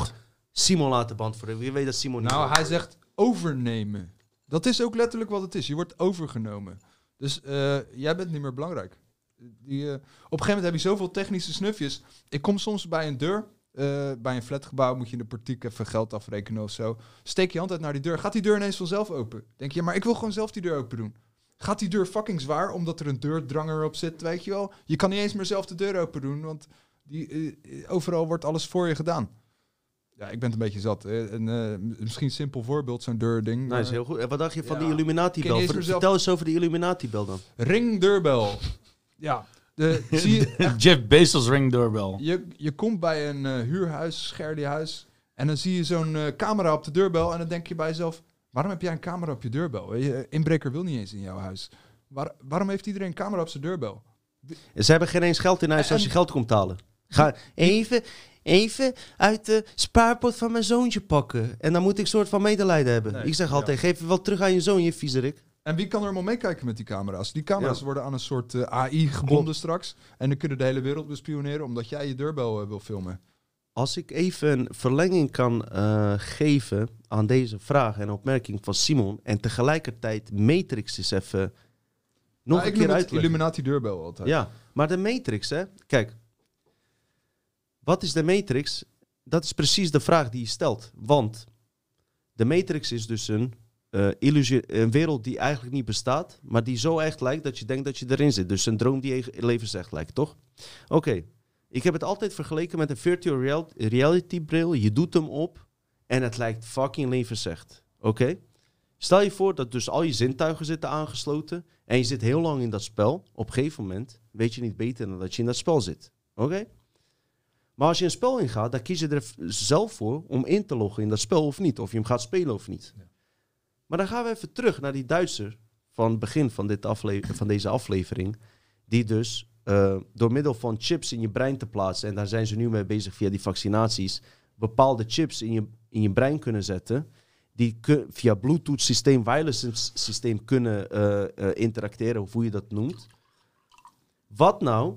Simon laten beantwoorden. Wie weet dat Simon niet Nou, weet. hij zegt overnemen. Dat is ook letterlijk wat het is. Je wordt overgenomen. Dus uh, jij bent niet meer belangrijk. Die, uh, op een gegeven moment heb je zoveel technische snufjes. Ik kom soms bij een deur. Uh, bij een flatgebouw moet je in de portiek even geld afrekenen of zo. Steek je hand uit naar die deur. Gaat die deur ineens vanzelf open? Denk je, maar ik wil gewoon zelf die deur open doen. Gaat die deur fucking zwaar omdat er een deurdranger op zit, weet je wel? Je kan niet eens meer zelf de deur open doen, want die, uh, overal wordt alles voor je gedaan. Ja, ik ben het een beetje zat. Uh, en, uh, misschien een simpel voorbeeld, zo'n deurding. Nou, is heel goed. En wat dacht je van Ja. die Illuminati-bel? Ken je Ver- eens mezelf- Vertel eens over die Illuminati-bel dan. Ringdeurbel. Ja. De, zie je, echt, Jeff Bezos ring doorbel. je, je komt bij een uh, huurhuis, Scherdyhuis, en dan zie je zo'n uh, camera op de deurbel en dan denk je bij jezelf, waarom heb jij een camera op je deurbel? Je inbreker wil niet eens in jouw huis. Waar, waarom heeft iedereen een camera op zijn deurbel? Ze hebben geen eens geld in huis En- als je geld komt halen. Ga even, even uit de spaarpot van mijn zoontje pakken. En dan moet ik een soort van medelijden hebben. Nee, ik zeg ja. altijd, geef het wel terug aan je zoon, je viezerik. En wie kan er allemaal meekijken met die camera's? Die camera's Ja. worden aan een soort uh, A I gebonden Klopt. straks. En dan kunnen de hele wereld bespioneren omdat jij je deurbel uh, wil filmen. Als ik even een verlenging kan uh, geven aan deze vraag en opmerking van Simon. En tegelijkertijd Matrix is even nog Nou, een ik keer noem het uitleggen. Illuminati deurbel altijd. Ja, maar de Matrix, hè. Kijk, wat is de Matrix? Dat is precies de vraag die je stelt. Want de Matrix is dus een, uh, illusie, een wereld die eigenlijk niet bestaat, maar die zo echt lijkt dat je denkt dat je erin zit. Dus een droom die levensecht lijkt, toch? Oké, okay. Ik heb het altijd vergeleken met een virtual real- reality bril. Je doet hem op en het lijkt fucking levensecht. Oké? Okay? Stel je voor dat dus al je zintuigen zitten aangesloten en je zit heel lang in dat spel. Op een gegeven moment weet je niet beter dan dat je in dat spel zit. Oké? Okay? Maar als je een spel ingaat, dan kies je er zelf voor om in te loggen in dat spel of niet. Of je hem gaat spelen of niet. Ja. Maar dan gaan we even terug naar die Duitser van het begin van, dit afle- van deze aflevering. Die dus uh, door middel van chips in je brein te plaatsen, en daar zijn ze nu mee bezig via die vaccinaties, bepaalde chips in je, in je brein kunnen zetten. Die kun, via Bluetooth systeem, wireless systeem kunnen uh, uh, interacteren, of hoe je dat noemt. Wat nou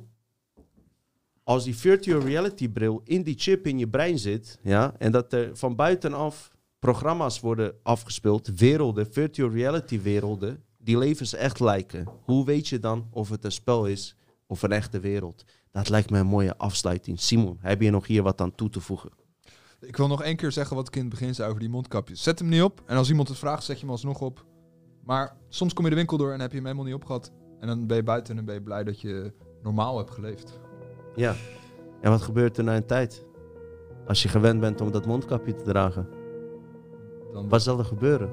als die virtual reality bril in die chip in je brein zit, ja, en dat er van buitenaf programma's worden afgespeeld, werelden, virtual reality werelden, die levens echt lijken. Hoe weet je dan of het een spel is of een echte wereld? Dat lijkt me een mooie afsluiting. Simon, heb je nog hier wat aan toe te voegen? Ik wil nog één keer zeggen wat ik in het begin zei over die mondkapjes. Zet hem niet op en als iemand het vraagt, zet je hem alsnog op. Maar soms kom je de winkel door en heb je hem helemaal niet opgehad. En dan ben je buiten en dan ben je blij dat je normaal hebt geleefd. Ja. En wat gebeurt er na een tijd? Als je gewend bent om dat mondkapje te dragen. Dan Wat zal er gebeuren?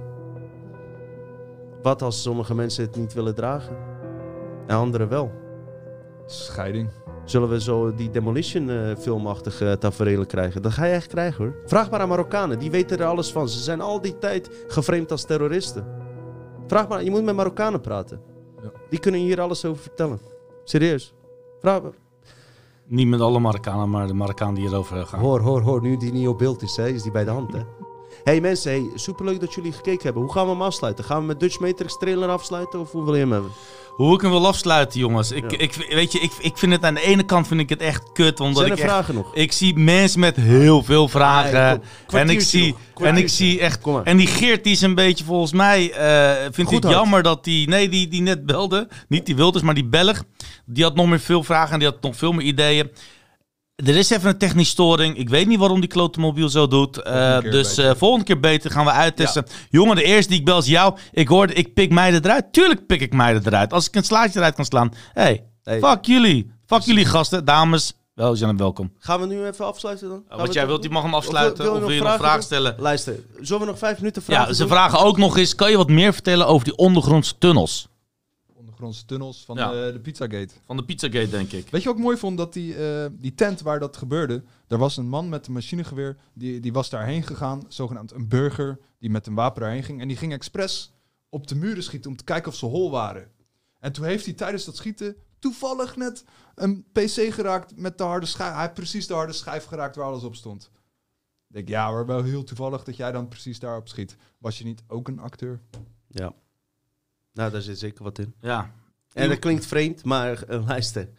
Wat als sommige mensen het niet willen dragen? En anderen wel? scheiding. Zullen we zo die Demolition uh, filmachtige tafereelen krijgen? Dat ga je echt krijgen hoor. Vraag maar aan Marokkanen, die weten er alles van. Ze zijn al die tijd geframed als terroristen. Vraag maar, je moet met Marokkanen praten. Ja. Die kunnen hier alles over vertellen. Serieus. Vraag maar. Niet met alle Marokkanen, maar de Marokkaan die erover gaan. Hoor, hoor, hoor. Nu die niet op beeld is, hè, is die bij de hand, hè. Hey mensen, hey, superleuk dat jullie gekeken hebben. Hoe gaan we hem afsluiten? Gaan we met Dutch Matrix trailer afsluiten of hoe wil je hem hebben? Hoe ik hem wil afsluiten, jongens. Ik, Ja. ik, weet je, ik, ik vind het aan de ene kant vind ik het echt kut, omdat Zijn ik er echt, vragen nog? ik zie mensen met heel veel vragen. Ah, kom. en ik Kwartiertje zie nog. en ik Kwartiertje. zie echt Kom maar. en die Geert die is een beetje volgens mij uh, vindt Goed het hard. jammer dat die nee die die net belde, niet die Wilders, maar die Belg, die had nog meer veel vragen en die had nog veel meer ideeën. Er is even een technische storing. Ik weet niet waarom die klote mobiel zo doet. Uh, Volgende keer dus beter. uh, volgende keer beter gaan we uittesten. Jongen, de eerste die ik bel is jou. Ik hoorde, ik pik mij eruit. Tuurlijk pik ik mij eruit. Als ik een slaatje eruit kan slaan. Hey, Hey. fuck jullie. Fuck jullie gasten, dames. Wel, zijn welkom. Gaan we nu even afsluiten dan? Gaan wat we jij toch wilt, je doen? mag hem afsluiten. wil- Of wil wil je je nog nog vragen vragen stellen? Luister, zullen we nog vijf minuten vragen Ja, ze doen? vragen ook nog eens. Kan je wat meer vertellen over die ondergrondse tunnels? Ondergrondse tunnels van Ja. uh, de Pizzagate. Van de Pizzagate, denk ik. Weet je wat ik mooi vond? Dat die, uh, die tent waar dat gebeurde, daar was een man met een machinegeweer, die, die was daarheen gegaan, zogenaamd een burger, die met een wapen daarheen ging. En die ging expres op de muren schieten om te kijken of ze hol waren. En toen heeft hij tijdens dat schieten toevallig net een P C geraakt met de harde schijf. Hij heeft precies de harde schijf geraakt waar alles op stond. Ik denk, ja, maar wel heel toevallig dat jij dan precies daarop schiet. Was je niet ook een acteur? Ja. Nou, daar zit zeker wat in. Ja. En dat klinkt vreemd, maar uh, luister.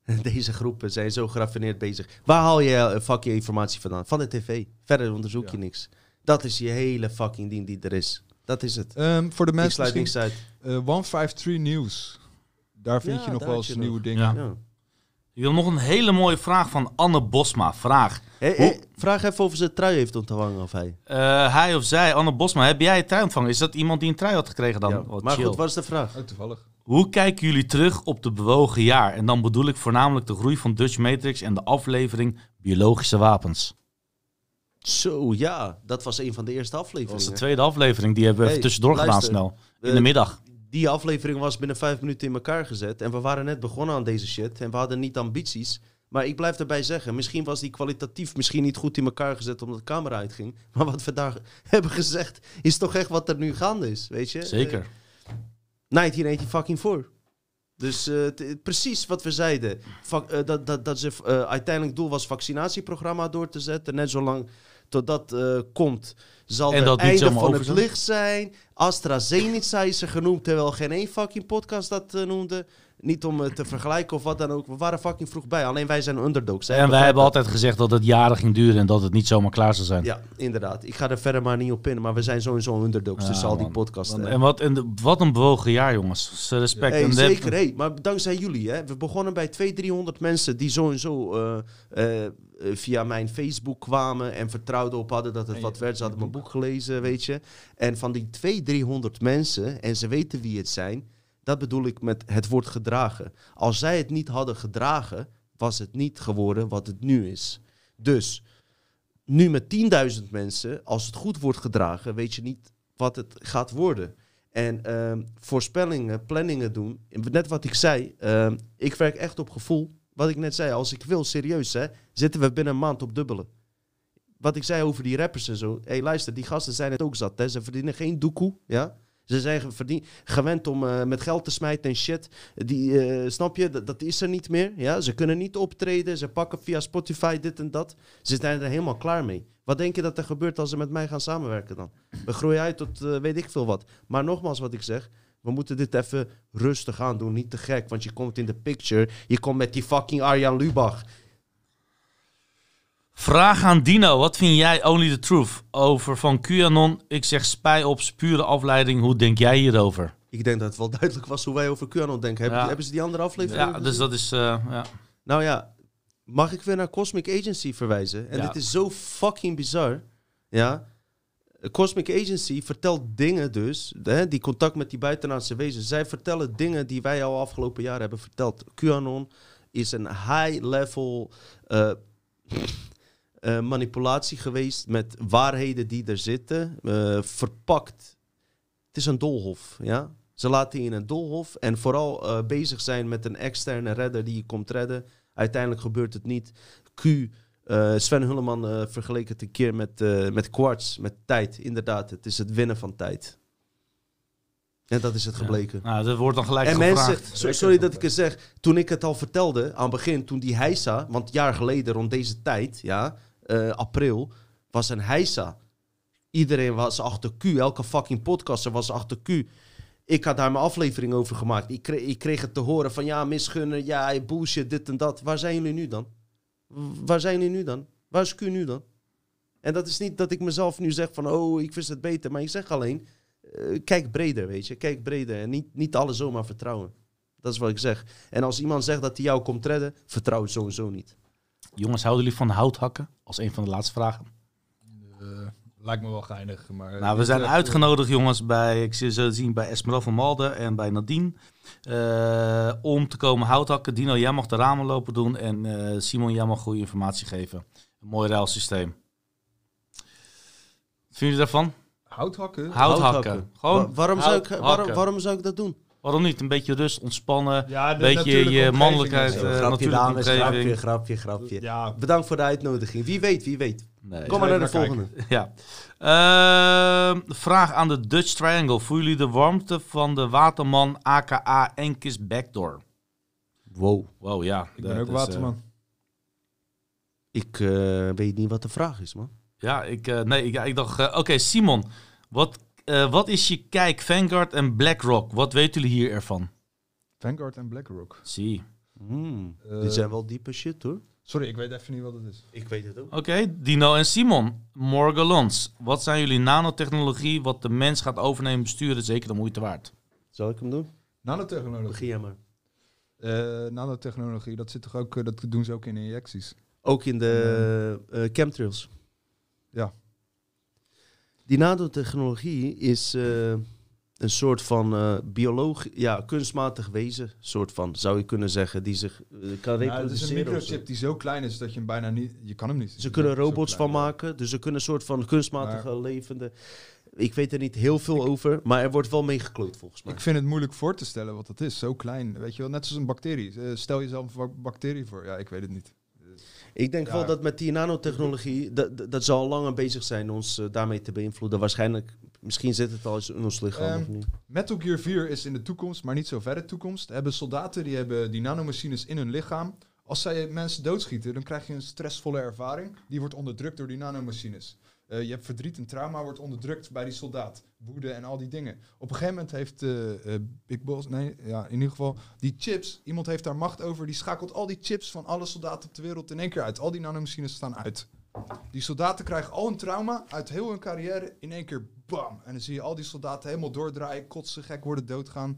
Deze groepen zijn zo geraffineerd bezig. Waar haal je uh, fucking informatie vandaan? Van de tv. Verder onderzoek je ja. niks. Dat is je hele fucking ding die er is. Dat is het. Um, voor de mensen sluit niks uit. Uh, honderddramatic News. Daar vind ja, je nog wel eens nieuwe nog. dingen. Ja. Ja. Ik wil nog een hele mooie vraag van Anne Bosma. Vraag. Hey, hey, vraag even of ze een trui heeft ontvangen of hij. Uh, hij of zij, Anne Bosma. Heb jij een trui ontvangen? Is dat iemand die een trui had gekregen dan? Ja. Wat maar chill. goed, wat is de vraag? Oh, toevallig. Hoe kijken jullie terug op de bewogen jaar? En dan bedoel ik voornamelijk de groei van Dutch Matrix en de aflevering Biologische Wapens. Zo, ja. Dat was een van de eerste afleveringen. Dat was de tweede aflevering. Die hebben we hey, even tussendoor luister, gedaan snel. In uh, de middag. Die aflevering was binnen vijf minuten in elkaar gezet. En we waren net begonnen aan deze shit. En we hadden niet ambities. Maar ik blijf erbij zeggen, misschien was die kwalitatief misschien niet goed in elkaar gezet omdat de camera uitging. Maar wat we daar hebben gezegd is toch echt wat er nu gaande is, weet je? Zeker. Uh, negentien vierennegentig. Dus uh, t- precies wat we zeiden. Va- uh, dat, dat, dat ze uh, uiteindelijk doel was vaccinatieprogramma door te zetten. Net zolang tot dat uh, komt, zal en het einde van het zijn. licht zijn. AstraZeneca is er genoemd, terwijl geen één fucking podcast dat uh, noemde. Niet om uh, te vergelijken of wat dan ook. We waren fucking vroeg bij. Alleen wij zijn underdogs. En wij hebben altijd gezegd dat het jaren ging duren en dat het niet zomaar klaar zou zijn. Ja, inderdaad. Ik ga er verder maar niet op in. Maar we zijn sowieso underdogs ja, tussen al die man. podcasten. En wat, en de, wat een bewogen jaar, jongens. Respect. Hey, en de... zeker. Hey, maar dankzij jullie. Hè. We begonnen bij tweehonderd, driehonderd mensen die sowieso uh, uh, uh, via mijn Facebook kwamen en vertrouwden op hadden dat het wat werd. Ze hadden mijn boek gelezen, weet je. En van die tweehonderd, driehonderd mensen, en ze weten wie het zijn, dat bedoel ik met het wordt gedragen. Als zij het niet hadden gedragen, was het niet geworden wat het nu is. Dus, nu met tienduizend mensen, als het goed wordt gedragen, weet je niet wat het gaat worden. En uh, voorspellingen, planningen doen, net wat ik zei, uh, ik werk echt op gevoel. Wat ik net zei, als ik wil, serieus hè, zitten we binnen een maand op dubbele. Wat ik zei over die rappers en zo. Hé, hey, luister, die gasten zijn het ook zat, hè. Ze verdienen geen doekoe, ja. Ze zijn verdien- gewend om uh, met geld te smijten en shit. Die, uh, snap je, dat, dat is er niet meer. Ja? Ze kunnen niet optreden. Ze pakken via Spotify dit en dat. Ze zijn er helemaal klaar mee. Wat denk je dat er gebeurt als ze met mij gaan samenwerken dan? We groeien uit tot uh, weet ik veel wat. Maar nogmaals wat ik zeg. We moeten dit even rustig aan doen. Niet te gek, want je komt in de picture. Je komt met die fucking Arjan Lubach. Vraag aan Dino. Wat vind jij Only the Truth over van QAnon? Ik zeg spij op pure afleiding. Hoe denk jij hierover? Ik denk dat het wel duidelijk was hoe wij over QAnon denken. Hebben, Ja. hebben ze die andere aflevering Ja, gezien? dus dat is... Uh, ja. Nou ja, mag ik weer naar Cosmic Agency verwijzen? En Ja. dit is zo fucking bizar. Ja. Cosmic Agency vertelt dingen dus, hè, die contact met die buitenaardse wezens. Zij vertellen dingen die wij al afgelopen jaar hebben verteld. QAnon is een high-level uh, uh, manipulatie geweest met waarheden die er zitten, uh, verpakt. Het is een doolhof, ja. Ze laten je in een doolhof en vooral uh, bezig zijn met een externe redder die je komt redden. Uiteindelijk gebeurt het niet. Q, uh, Sven Hulleman uh, vergeleek het een keer met, uh, met quartz, met tijd. Inderdaad, het is het winnen van tijd. En dat is het gebleken. Ja. Nou, dat wordt dan gelijk en gevraagd. mensen, so, sorry dat ik het zeg, toen ik het al vertelde aan het begin, toen die heisa, want een jaar geleden rond deze tijd, ja, uh, april, was een heisa. Iedereen was achter Q, elke fucking podcaster was achter Q. Ik had daar mijn aflevering over gemaakt. Ik kreeg, ik kreeg het te horen van ja, misgunnen, ja, bullshit, dit en dat. Waar zijn jullie nu dan? Waar zijn jullie nu dan? Waar is Q nu dan? En dat is niet dat ik mezelf nu zeg van oh, ik wist het beter. Maar ik zeg alleen, uh, kijk breder, weet je. Kijk breder en niet, niet alles zomaar vertrouwen. Dat is wat ik zeg. En als iemand zegt dat hij jou komt redden, vertrouw het sowieso niet. Jongens, houden jullie van houthakken? Als een van de laatste vragen. Uh, lijkt me wel geinig. Maar Nou, we zijn uitgenodigd, jongens, bij, ik zie ze zien bij Esmeralda van Malden en bij Nadine. Uh, om te komen houthakken. Dino, jij mag de ramen lopen doen. En uh, Simon, jij mag goede informatie geven. Een mooi ruilsysteem. Wat vind je daarvan? Houthakken? Houthakken. Houthakken. Gewoon Wa- waarom, zou ik, waarom, houthakken. waarom zou ik dat doen? Waarom niet? Een beetje rust, ontspannen. Ja, een beetje je mannelijkheid. Uh, Uh, grapje, natuurlijke dames, omgeving. grapje, grapje, grapje. Ja, Bedankt voor de uitnodiging. Wie weet, wie weet. Nee. Kom maar naar de naar volgende. Ja. Uh, vraag aan de Dutch Triangle. Voelen jullie de warmte van de waterman aka Enkis Backdoor? Wow. Wow, ja. ik ben ook waterman. Uh, Ik uh, weet niet wat de vraag is, man. ja, ik, uh, nee, ik, ik dacht... Uh, Oké, okay, Simon. Wat, uh, wat is je kijk Vanguard en BlackRock? Wat weten jullie hier ervan? Vanguard en BlackRock. Zie. Mm, Uh, dit zijn wel diepe shit, hoor. Sorry, ik weet even niet wat het is. Ik weet het ook. Oké, okay, Dino en Simon. Morgalons. Wat zijn jullie nanotechnologie wat de mens gaat overnemen besturen? Zeker de moeite waard. Zal ik hem doen? Nanotechnologie. Begin jij maar. Uh, nanotechnologie, dat zit toch ook, uh, dat doen ze ook in injecties. Ook in de uh, chemtrails. Ja. Die nanotechnologie is uh, een soort van uh, bioloog, ja, kunstmatig wezen, soort van, zou je kunnen zeggen, die zich uh, kan reproduceren. Ja, het is een microchip die zo klein is dat je hem bijna niet, je kan hem niet. Ze kunnen robots van maken, dus ze kunnen een soort van kunstmatige maar, levende. Ik weet er niet heel veel ik, over, maar er wordt wel mee geklooid volgens mij. Ik vind het moeilijk voor te stellen wat het is, zo klein, weet je wel, net zoals een bacterie. Uh, stel jezelf een bacterie voor, ja, ik weet het niet. Ik denk ja. wel dat met die nanotechnologie, dat, dat zal al langer bezig zijn ons uh, daarmee te beïnvloeden. Waarschijnlijk, misschien zit het al in ons lichaam um, of niet. Metal Gear vier is in de toekomst, maar niet zo ver de toekomst. Hebben soldaten die hebben die nanomachines in hun lichaam. Als zij mensen doodschieten, dan krijg je een stressvolle ervaring. Die wordt onderdrukt door die nanomachines. Uh, je hebt verdriet en trauma wordt onderdrukt bij die soldaat. Woede en al die dingen. Op een gegeven moment heeft uh, uh, Big Boss, nee, ja, in ieder geval die chips. Iemand heeft daar macht over. Die schakelt al die chips van alle soldaten op de wereld in één keer uit. Al die nanomachines staan uit. Die soldaten krijgen al een trauma uit heel hun carrière in één keer bam. En dan zie je al die soldaten helemaal doordraaien, kotsen, gek worden, doodgaan.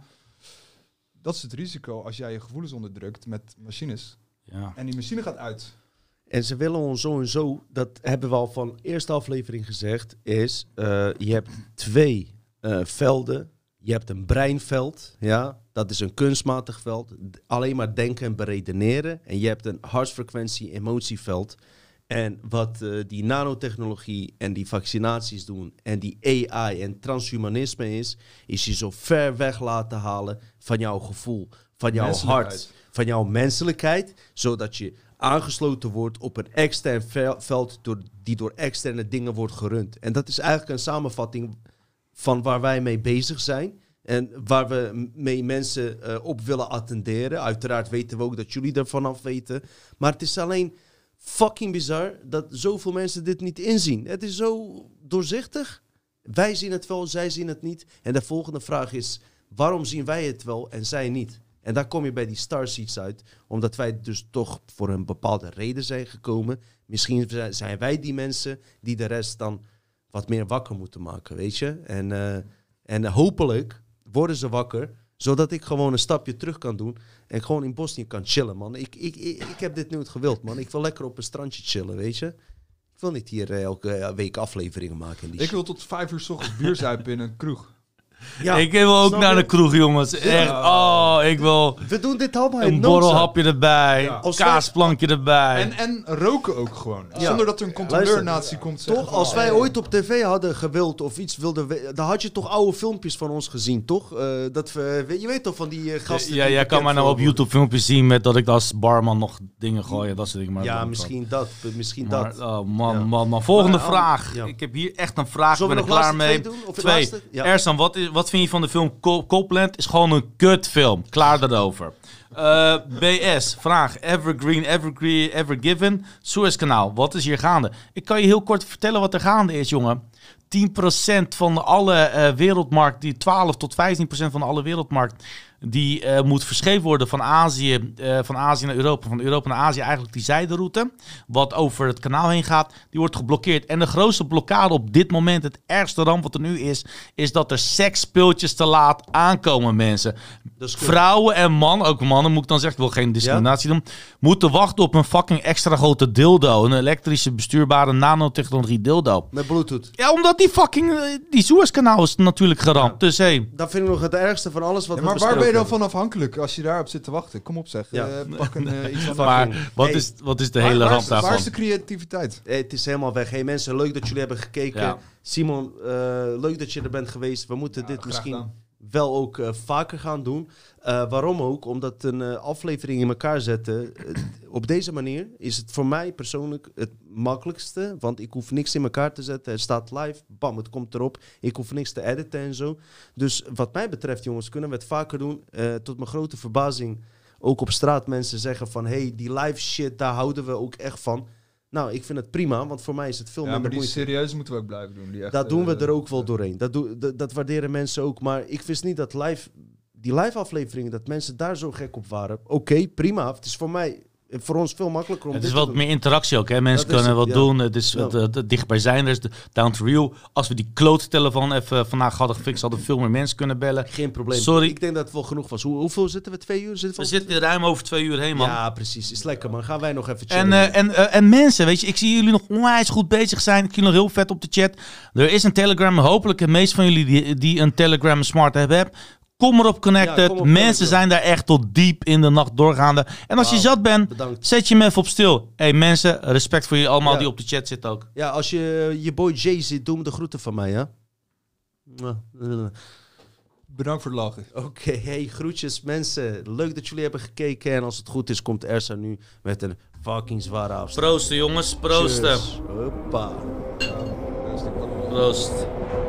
Dat is het risico als jij je gevoelens onderdrukt met machines. Ja. En die machine gaat uit. En ze willen ons zo en zo, dat hebben we al van de eerste aflevering gezegd, is uh, je hebt twee uh, velden. Je hebt een breinveld, ja, dat is een kunstmatig veld. Alleen maar denken en beredeneren. En je hebt een hartfrequentie-emotieveld. En wat uh, die nanotechnologie en die vaccinaties doen en die A I en transhumanisme is, is je zo ver weg laten halen van jouw gevoel, van jouw hart, van jouw menselijkheid, zodat je aangesloten wordt op een extern veld door, die door externe dingen wordt gerund. En dat is eigenlijk een samenvatting van waar wij mee bezig zijn en waar we mee mensen uh, op willen attenderen. Uiteraard weten we ook dat jullie er vanaf weten. Maar het is alleen fucking bizar dat zoveel mensen dit niet inzien. Het is zo doorzichtig. Wij zien het wel, zij zien het niet. En de volgende vraag is, waarom zien wij het wel en zij niet? En daar kom je bij die starseeds uit. Omdat wij dus toch voor een bepaalde reden zijn gekomen. Misschien zijn wij die mensen die de rest dan wat meer wakker moeten maken, weet je. En, uh, en hopelijk worden ze wakker, zodat ik gewoon een stapje terug kan doen en gewoon in Bosnië kan chillen, man. Ik, ik, ik, ik heb dit nooit gewild, man. Ik wil lekker op een strandje chillen, weet je. Ik wil niet hier uh, elke week afleveringen maken. In die ik shit. wil tot vijf uur 's ochtends bier zuipen in een kroeg. Ja, ik wil ook naar de kroeg, jongens. Echt, oh, ik wil we doen dit allemaal in een borrelhapje erbij, ja. kaasplankje erbij. En, en roken ook gewoon. Ja. Zonder dat er een controleurnatie komt. Toch, als wij ooit op tv hadden gewild of iets wilden, we- dan had je toch oude filmpjes van ons gezien, toch? Uh, dat we, je weet toch van die uh, gasten. Ja, die jij kan mij nou op YouTube filmpjes zien met dat ik als barman nog dingen gooi, dat soort dingen. Maar Ja, dat- misschien dat, misschien maar, dat. Oh man, Ja. man, man. Volgende Maar, vraag. ja. Ik heb hier echt een vraag. Zullen we ben ik nog klaar laatste mee. twee doen? Of het Twee. laatste? Ja. Ersan, wat, is, wat vind je van de film Co- Copland? Is gewoon een kutfilm. Klaar daarover. Uh, B S, vraag. Evergreen, Evergreen, Evergiven. Suezkanaal, wat is hier gaande? Ik kan je heel kort vertellen wat er gaande is, jongen. tien procent van alle uh, wereldmarkt, die twaalf tot vijftien procent van alle wereldmarkt, die uh, moet verscheept worden van Azië, uh, van Azië naar Europa, van Europa naar Azië, eigenlijk die zijderoute, wat over het kanaal heen gaat, die wordt geblokkeerd. En de grootste blokkade op dit moment, het ergste ramp wat er nu is, is dat er seksspeeltjes te laat aankomen, mensen. Vrouwen en mannen, ook mannen moet ik dan zeggen, ik wil geen discriminatie ja? doen, moeten wachten op een fucking extra grote dildo, een elektrische bestuurbare nanotechnologie dildo. Met Bluetooth. Ja, omdat die fucking, uh, die Suezkanaal is natuurlijk geramd, ja. Dus hé. Hey. Dat vind ik nog het ergste van alles wat ja, we maar waar ben je dan hebben. van afhankelijk als je daarop zit te wachten? Kom op zeg, Ja. uh, pak een uh, iets anders. Maar wat, Hey. is, wat is de Waar- hele waar, ramp is, daarvan? waar is de creativiteit? Eh, Het is helemaal weg. Hey mensen, leuk dat jullie hebben gekeken. Ja. Simon, uh, leuk dat je er bent geweest. We moeten Ja, dit graag misschien gedaan. wel ook uh, vaker gaan doen. Uh, waarom ook? Omdat een uh, aflevering in elkaar zetten, uh, op deze manier is het voor mij persoonlijk het makkelijkste. Want ik hoef niks in elkaar te zetten. Het staat live, bam, het komt erop. Ik hoef niks te editen en zo. Dus wat mij betreft, jongens, kunnen we het vaker doen. Uh, tot mijn grote verbazing, ook op straat mensen zeggen van, hey, die live shit, daar houden we ook echt van. Nou, ik vind het prima, want voor mij is het veel Ja, maar minder die moeite. serieus moeten we ook blijven doen. Die echt, Dat doen we uh, er ook wel doorheen. Dat, doe, dat, dat waarderen mensen ook. Maar ik wist niet dat live, die live afleveringen, dat mensen daar zo gek op waren. Oké, okay, prima. Het is voor mij, voor ons veel makkelijker om Het dit is te wat doen. meer interactie ook. Hè? Mensen Dat is kunnen het, wat ja. doen. Het is Ja. het, het, het dichtbij zijn. Dus de down to real. Als we die klote telefoon even vandaag hadden gefixt, hadden veel meer mensen kunnen bellen. Geen probleem. Sorry. Ik denk dat het wel genoeg was. Hoe, hoeveel zitten we? Twee uur? Zitten We we zitten hier ruim over twee uur heen, man. Ja, precies. Is lekker, man. Gaan wij nog even chillen. En, uh, en, uh, en mensen, weet je, ik zie jullie nog onwijs goed bezig zijn. Ik zie nog heel vet op de chat. Er is een Telegram. Hopelijk de meeste van jullie die, die een Telegram smart hebben. Kom erop connected. Ja, kom op mensen connected. zijn daar echt tot diep in de nacht doorgaande. En als je Wauw, zat bent, bedankt. zet je hem even op stil. Hey mensen, respect voor jullie allemaal Ja. die op de chat zitten ook. Ja, als je je boy Jay ziet, doe hem de groeten van mij, ja? Oké, Bedankt voor het lachen. okay, hey, groetjes mensen. Leuk dat jullie hebben gekeken. En als het goed is, komt Ersa nu met een fucking zware afstand. Proosten jongens, proosten. Cheers. Hoppa. Proost.